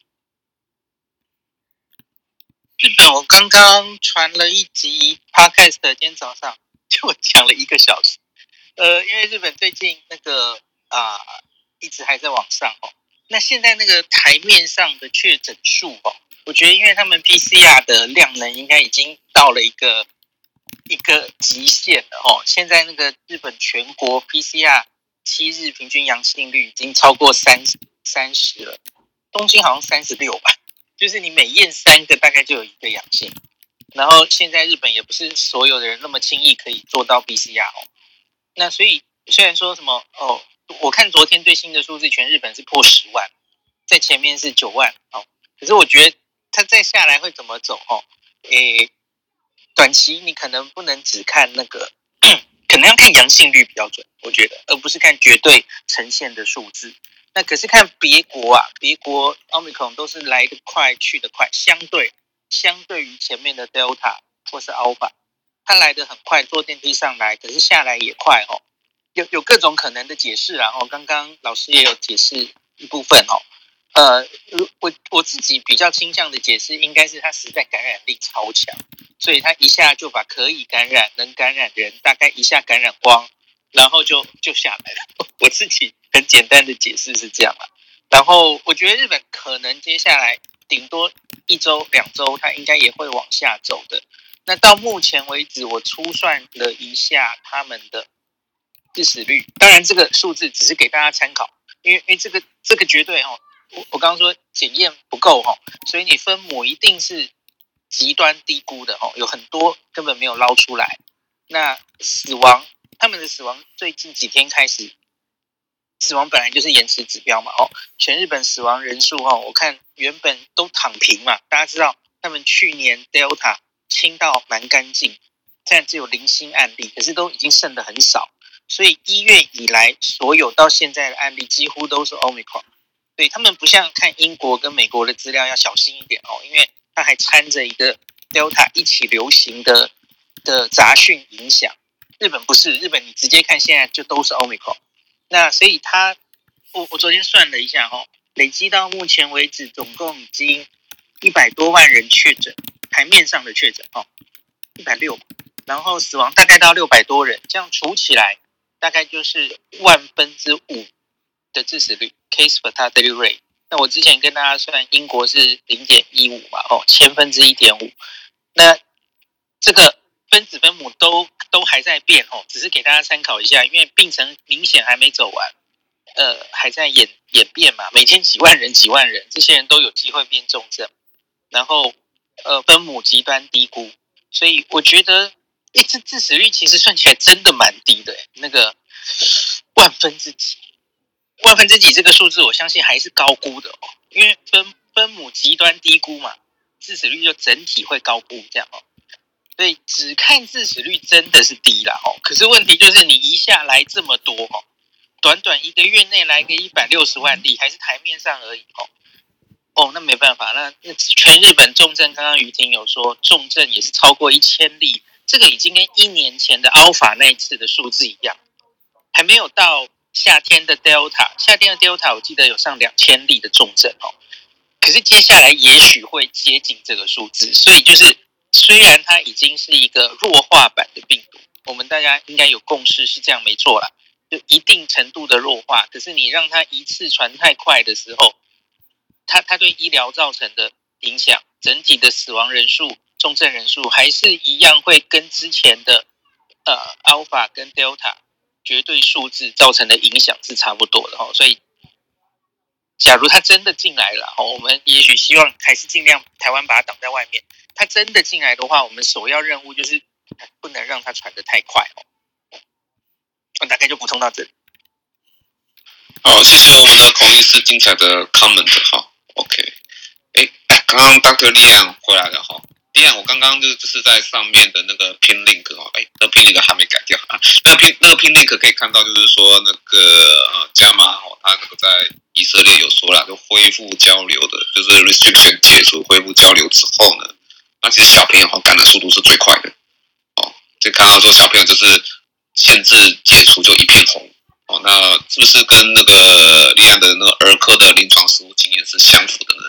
日本我刚刚传了一集 podcast， 今天早上就讲了1个小时。因为日本最近那个一直还在往上那现在那个台面上的确诊数我觉得因为他们 PCR 的量能应该已经到了一个极限了现在那个日本全国 PCR 7日平均阳性率已经超过30了，东京好像36吧，就是你每验3个大概就有1个阳性。然后现在日本也不是所有的人那么轻易可以做到 PCR 那所以虽然说什么我看昨天最新的数字，全日本是破10万，在前面是9万可是我觉得它再下来会怎么走短期你可能不能只看那个，可能要看阳性率比较准，我觉得，而不是看绝对呈现的数字。那可是看别国Omicron 都是来得快去得快，相对于前面的 Delta 或是 Alpha， 它来得很快，坐电梯上来，可是下来也快有各种可能的解释啦刚刚老师也有解释一部分我自己比较倾向的解释应该是它实在感染力超强，所以它一下就把可以感染能感染人大概一下感染光，然后就下来了。我自己很简单的解释是这样啦。然后我觉得日本可能接下来顶多1周2周它应该也会往下走的。那到目前为止我粗算了一下他们的致死率，当然这个数字只是给大家参考，因为这个绝对我刚刚说检验不够所以你分母一定是极端低估的有很多根本没有捞出来。那死亡，他们的死亡最近几天开始，死亡本来就是延迟指标嘛全日本死亡人数我看原本都躺平嘛，大家知道他们去年 Delta 清到蛮干净，现在只有0星案例，可是都已经剩得很少，所以1月以来所有到现在的案例几乎都是 Omicron。对，他们不像看英国跟美国的资料要小心一点因为它还掺着一个 Delta 一起流行的杂讯影响。日本不是，日本你直接看现在就都是 Omicron。那所以我昨天算了一下累积到目前为止总共已经100多万人确诊，台面上的确诊160，然后死亡大概到600多人，这样除起来大概就是5%的致死率 case fatality rate。 那我之前跟大家算英国是 0.15 嘛1/1000，那这个分子分母都还在变只是给大家参考一下，因为病程明显还没走完，还在演变嘛，每天几万人，这些人都有机会变重症，然后分母极端低估，所以我觉得这致死率其实算起来真的蛮低的，那个万分之几这个数字，我相信还是高估的哦，因为分母极端低估嘛，致死率就整体会高估这样哦。所以只看致死率真的是低啦哦，可是问题就是你一下来这么多哦，短短1个月内来个160万例，还是台面上而已哦，那没办法，那全日本重症，刚刚于婷有说重症也是超过1000例，这个已经跟1年前的 Alpha 那一次的数字一样，还没有到夏天的 Delta 我记得有上2000例的重症哦，可是接下来也许会接近这个数字，所以就是虽然它已经是一个弱化版的病毒，我们大家应该有共识是这样没错啦，就一定程度的弱化，可是你让它一次传太快的时候，它对医疗造成的影响，整体的死亡人数、重症人数还是一样会跟之前的Alpha 跟 Delta 绝对数字造成的影响是差不多的所以假如它真的进来了我们也许希望还是尽量台湾把它挡在外面。它真的进来的话，我们首要任务就是不能让它传得太快我大概就补充到这里。 好，谢谢我们的孔医师精彩的 comment 哈 ，OK。刚刚 Dr. Liang 回来了哈。Liang 我刚刚就是在上面的那个 pin link 那 pin link 还没改掉啊。那个 pin link 可以看到，就是说那个加码他那个在以色列有说了，就恢复交流的，就是 restriction 解除恢复交流之后呢，那其实小朋友感染速度是最快的就看到说小朋友就是限制解除就一片红那是不是跟那个立案的那个儿科的临床实务经验是相符的呢？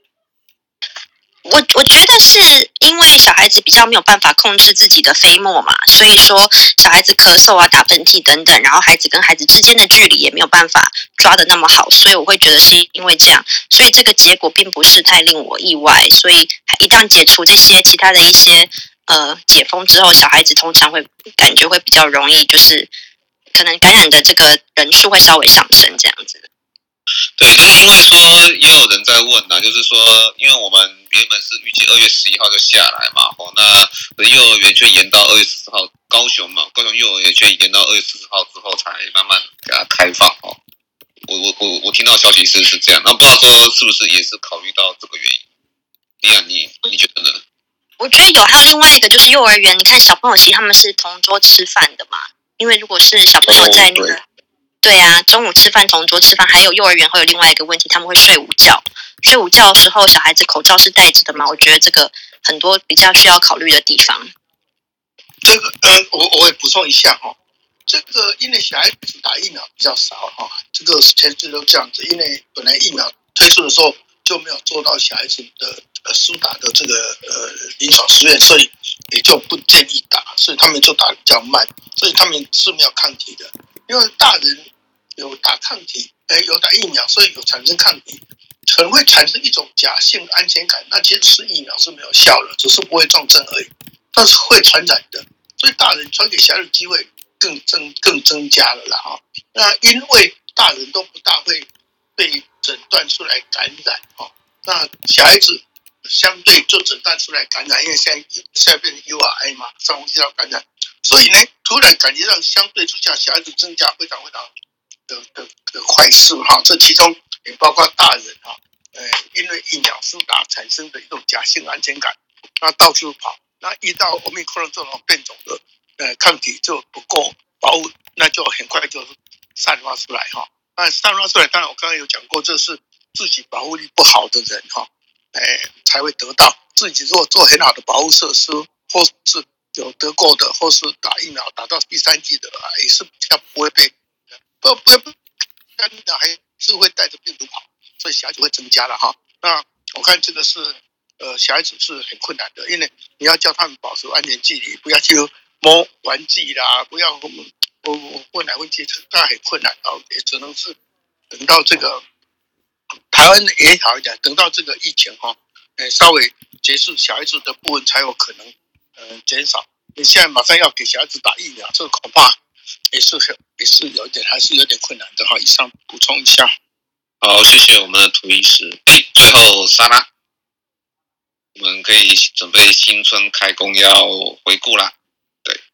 我觉得是因为小孩子比较没有办法控制自己的飞沫嘛，所以说小孩子咳嗽啊、打喷嚏等等，然后孩子跟孩子之间的距离也没有办法抓得那么好，所以我会觉得是因为这样，所以这个结果并不是太令我意外。所以一旦解除这些其他的一些解封之后，小孩子通常会感觉会比较容易，就是可能感染的这个人数会稍微上升这样子。 对，因为说也有人在问就是说，因为我们原本是预计2月11号就下来嘛，那幼儿园却延到2月14号，高雄幼儿园却延到2月14号之后才慢慢给它开放我听到消息是这样，那不知道说是不是也是考虑到这个原因？李安，你觉得呢？ 我觉得有，还有另外一个就是幼儿园，你看小朋友其实他们是同桌吃饭的嘛，因为如果是小朋友在那个。对啊，中午吃饭同桌吃饭，还有幼儿园会有另外一个问题，他们会睡午觉。睡午觉的时候，小孩子口罩是戴着的嘛？我觉得这个很多比较需要考虑的地方。 这个我也补充一下这个因为小孩子打疫苗比较少这个前次都这样子，因为本来疫苗推出的时候就没有做到小孩子的施打的这个临床实验，所以也就不建议打，所以他们就打得比较慢，所以他们是没有抗体的。因为大人有打抗体，有打疫苗，所以有产生抗体，可能会产生一种假性安全感。那其实吃疫苗是没有效的，只是不会重症而已，但是会传染的。所以大人传给小孩的机会更增加了啦那因为大人都不大会被诊断出来感染那小孩子相对就诊断出来感染，因为现在变成 URI 嘛，上呼吸道感染，所以呢，突然感觉上相对之下，小孩子增加非常的快速这其中也包括大人因为疫苗施打产生的一种假性安全感，那到处跑，那遇到Omicron这种变种的抗体就不够保护，那就很快就散发出来那散发出来，当然我刚刚有讲过，这是自己保护力不好的人才会得到。自己如果做很好的保护设施，或是有得过的，或是打疫苗打到第3剂的也是比较不会被感染，还是会带着病毒跑，所以小孩子会增加了那我看这个是小孩子是很困难的，因为你要叫他们保持安全距离，不要去摸玩具啦，不要混来混去，当然很困难也只能是等到这个台湾也好一点，等到这个疫情稍微结束，小孩子的部分才有可能减少。你现在马上要给小孩子打疫苗，这个恐怕也是有点，还是有点困难的以上补充一下。 好，谢谢我们的涂医师。最后莎拉，我们可以准备新春开工要回顾啦。对。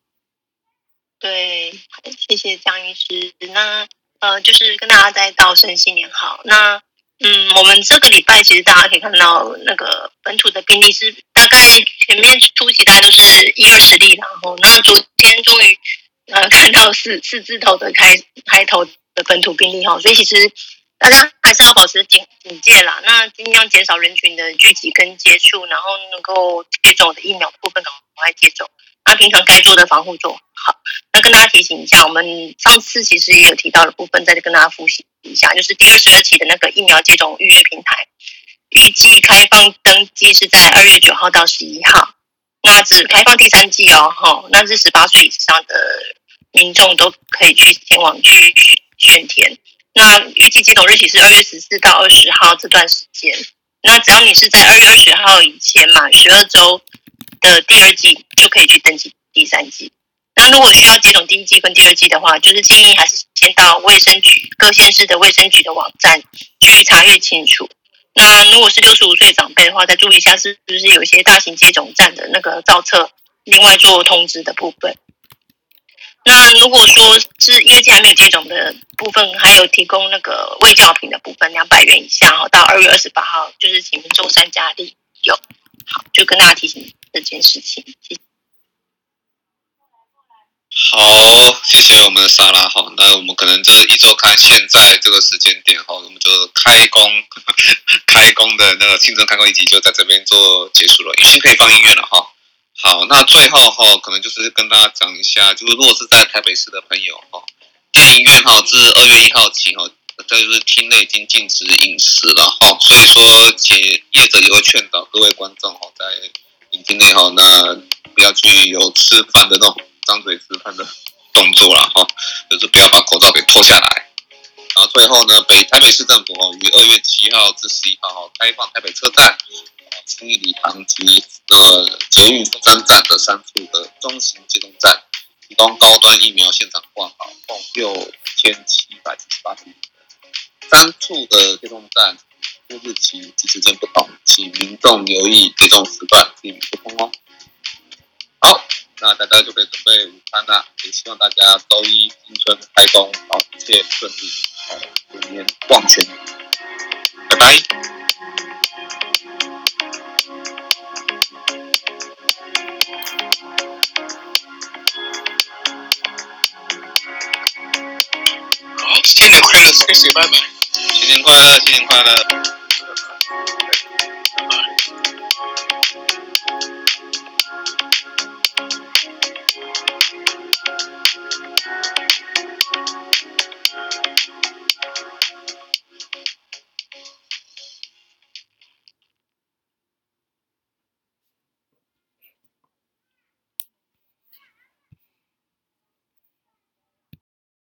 对，谢谢江医师。那就是跟大家再道声新年好。那我们这个礼拜其实大家可以看到那个本土的病例是大概前面初期大概都是10-20例，然后那昨天终于看到四字头的开头的本土病例哈，所以其实大家还是要保持警戒啦。那尽量减少人群的聚集跟接触，然后能够接种的疫苗部分赶快接种。那平常该做的防护做好。那跟大家提醒一下，我们上次其实也有提到的部分，再跟大家复习一下，就是第22期的那个疫苗接种预约平台，预计开放登记是在2月9号到11号，那只开放第3季哦，那是18岁以上的民众都可以去前往去选填。那预计接种日期是2月14到20号这段时间。那只要你是在2月20号以前满12周的第2季，就可以去登记第3季。那如果需要接种第1季跟第2季的话，就是建议还是先到卫生局各县市的卫生局的网站去查阅清楚。那如果是65岁长辈的话，再注意一下是不是有一些大型接种站的那个造册，另外做通知的部分。那如果说是1、2季还没有接种的部分，还有提供那个卫教品的部分，200元以下到2月28号，就是请民众3家利用。好，就跟大家提醒这件事情。谢谢。 好，谢谢我们的莎拉哈。那我们可能这一周刊现在这个时间点哈，我们就开工的那个新增开工一集就在这边做结束了，已经可以放音乐了哈。好，那最后哈，可能就是跟大家讲一下，就是如果是在台北市的朋友哈，电影院哈自2月1号起哈，这就是厅内已经禁止饮食了哈，所以说业者也会劝导各位观众哈，在影厅内哈，那不要去有吃饭的那种张嘴吃饭的动作啦哈，就是不要把口罩给脱下来。然后最后呢，台北市政府于2月7号至11号开放台北车站、信义礼堂及捷运松山站的3处的中型接种站，提供高端疫苗现场挂号，共6778笔。3处的接种站日期及时间不同，请民众留意接种时段，避免不通哦。好，那大家就可以准备午餐啦，也希望大家周一新春开工，一切顺利，虎年旺全，拜拜。 好，新年快乐，谢谢，拜拜。 新年快乐，新年快乐。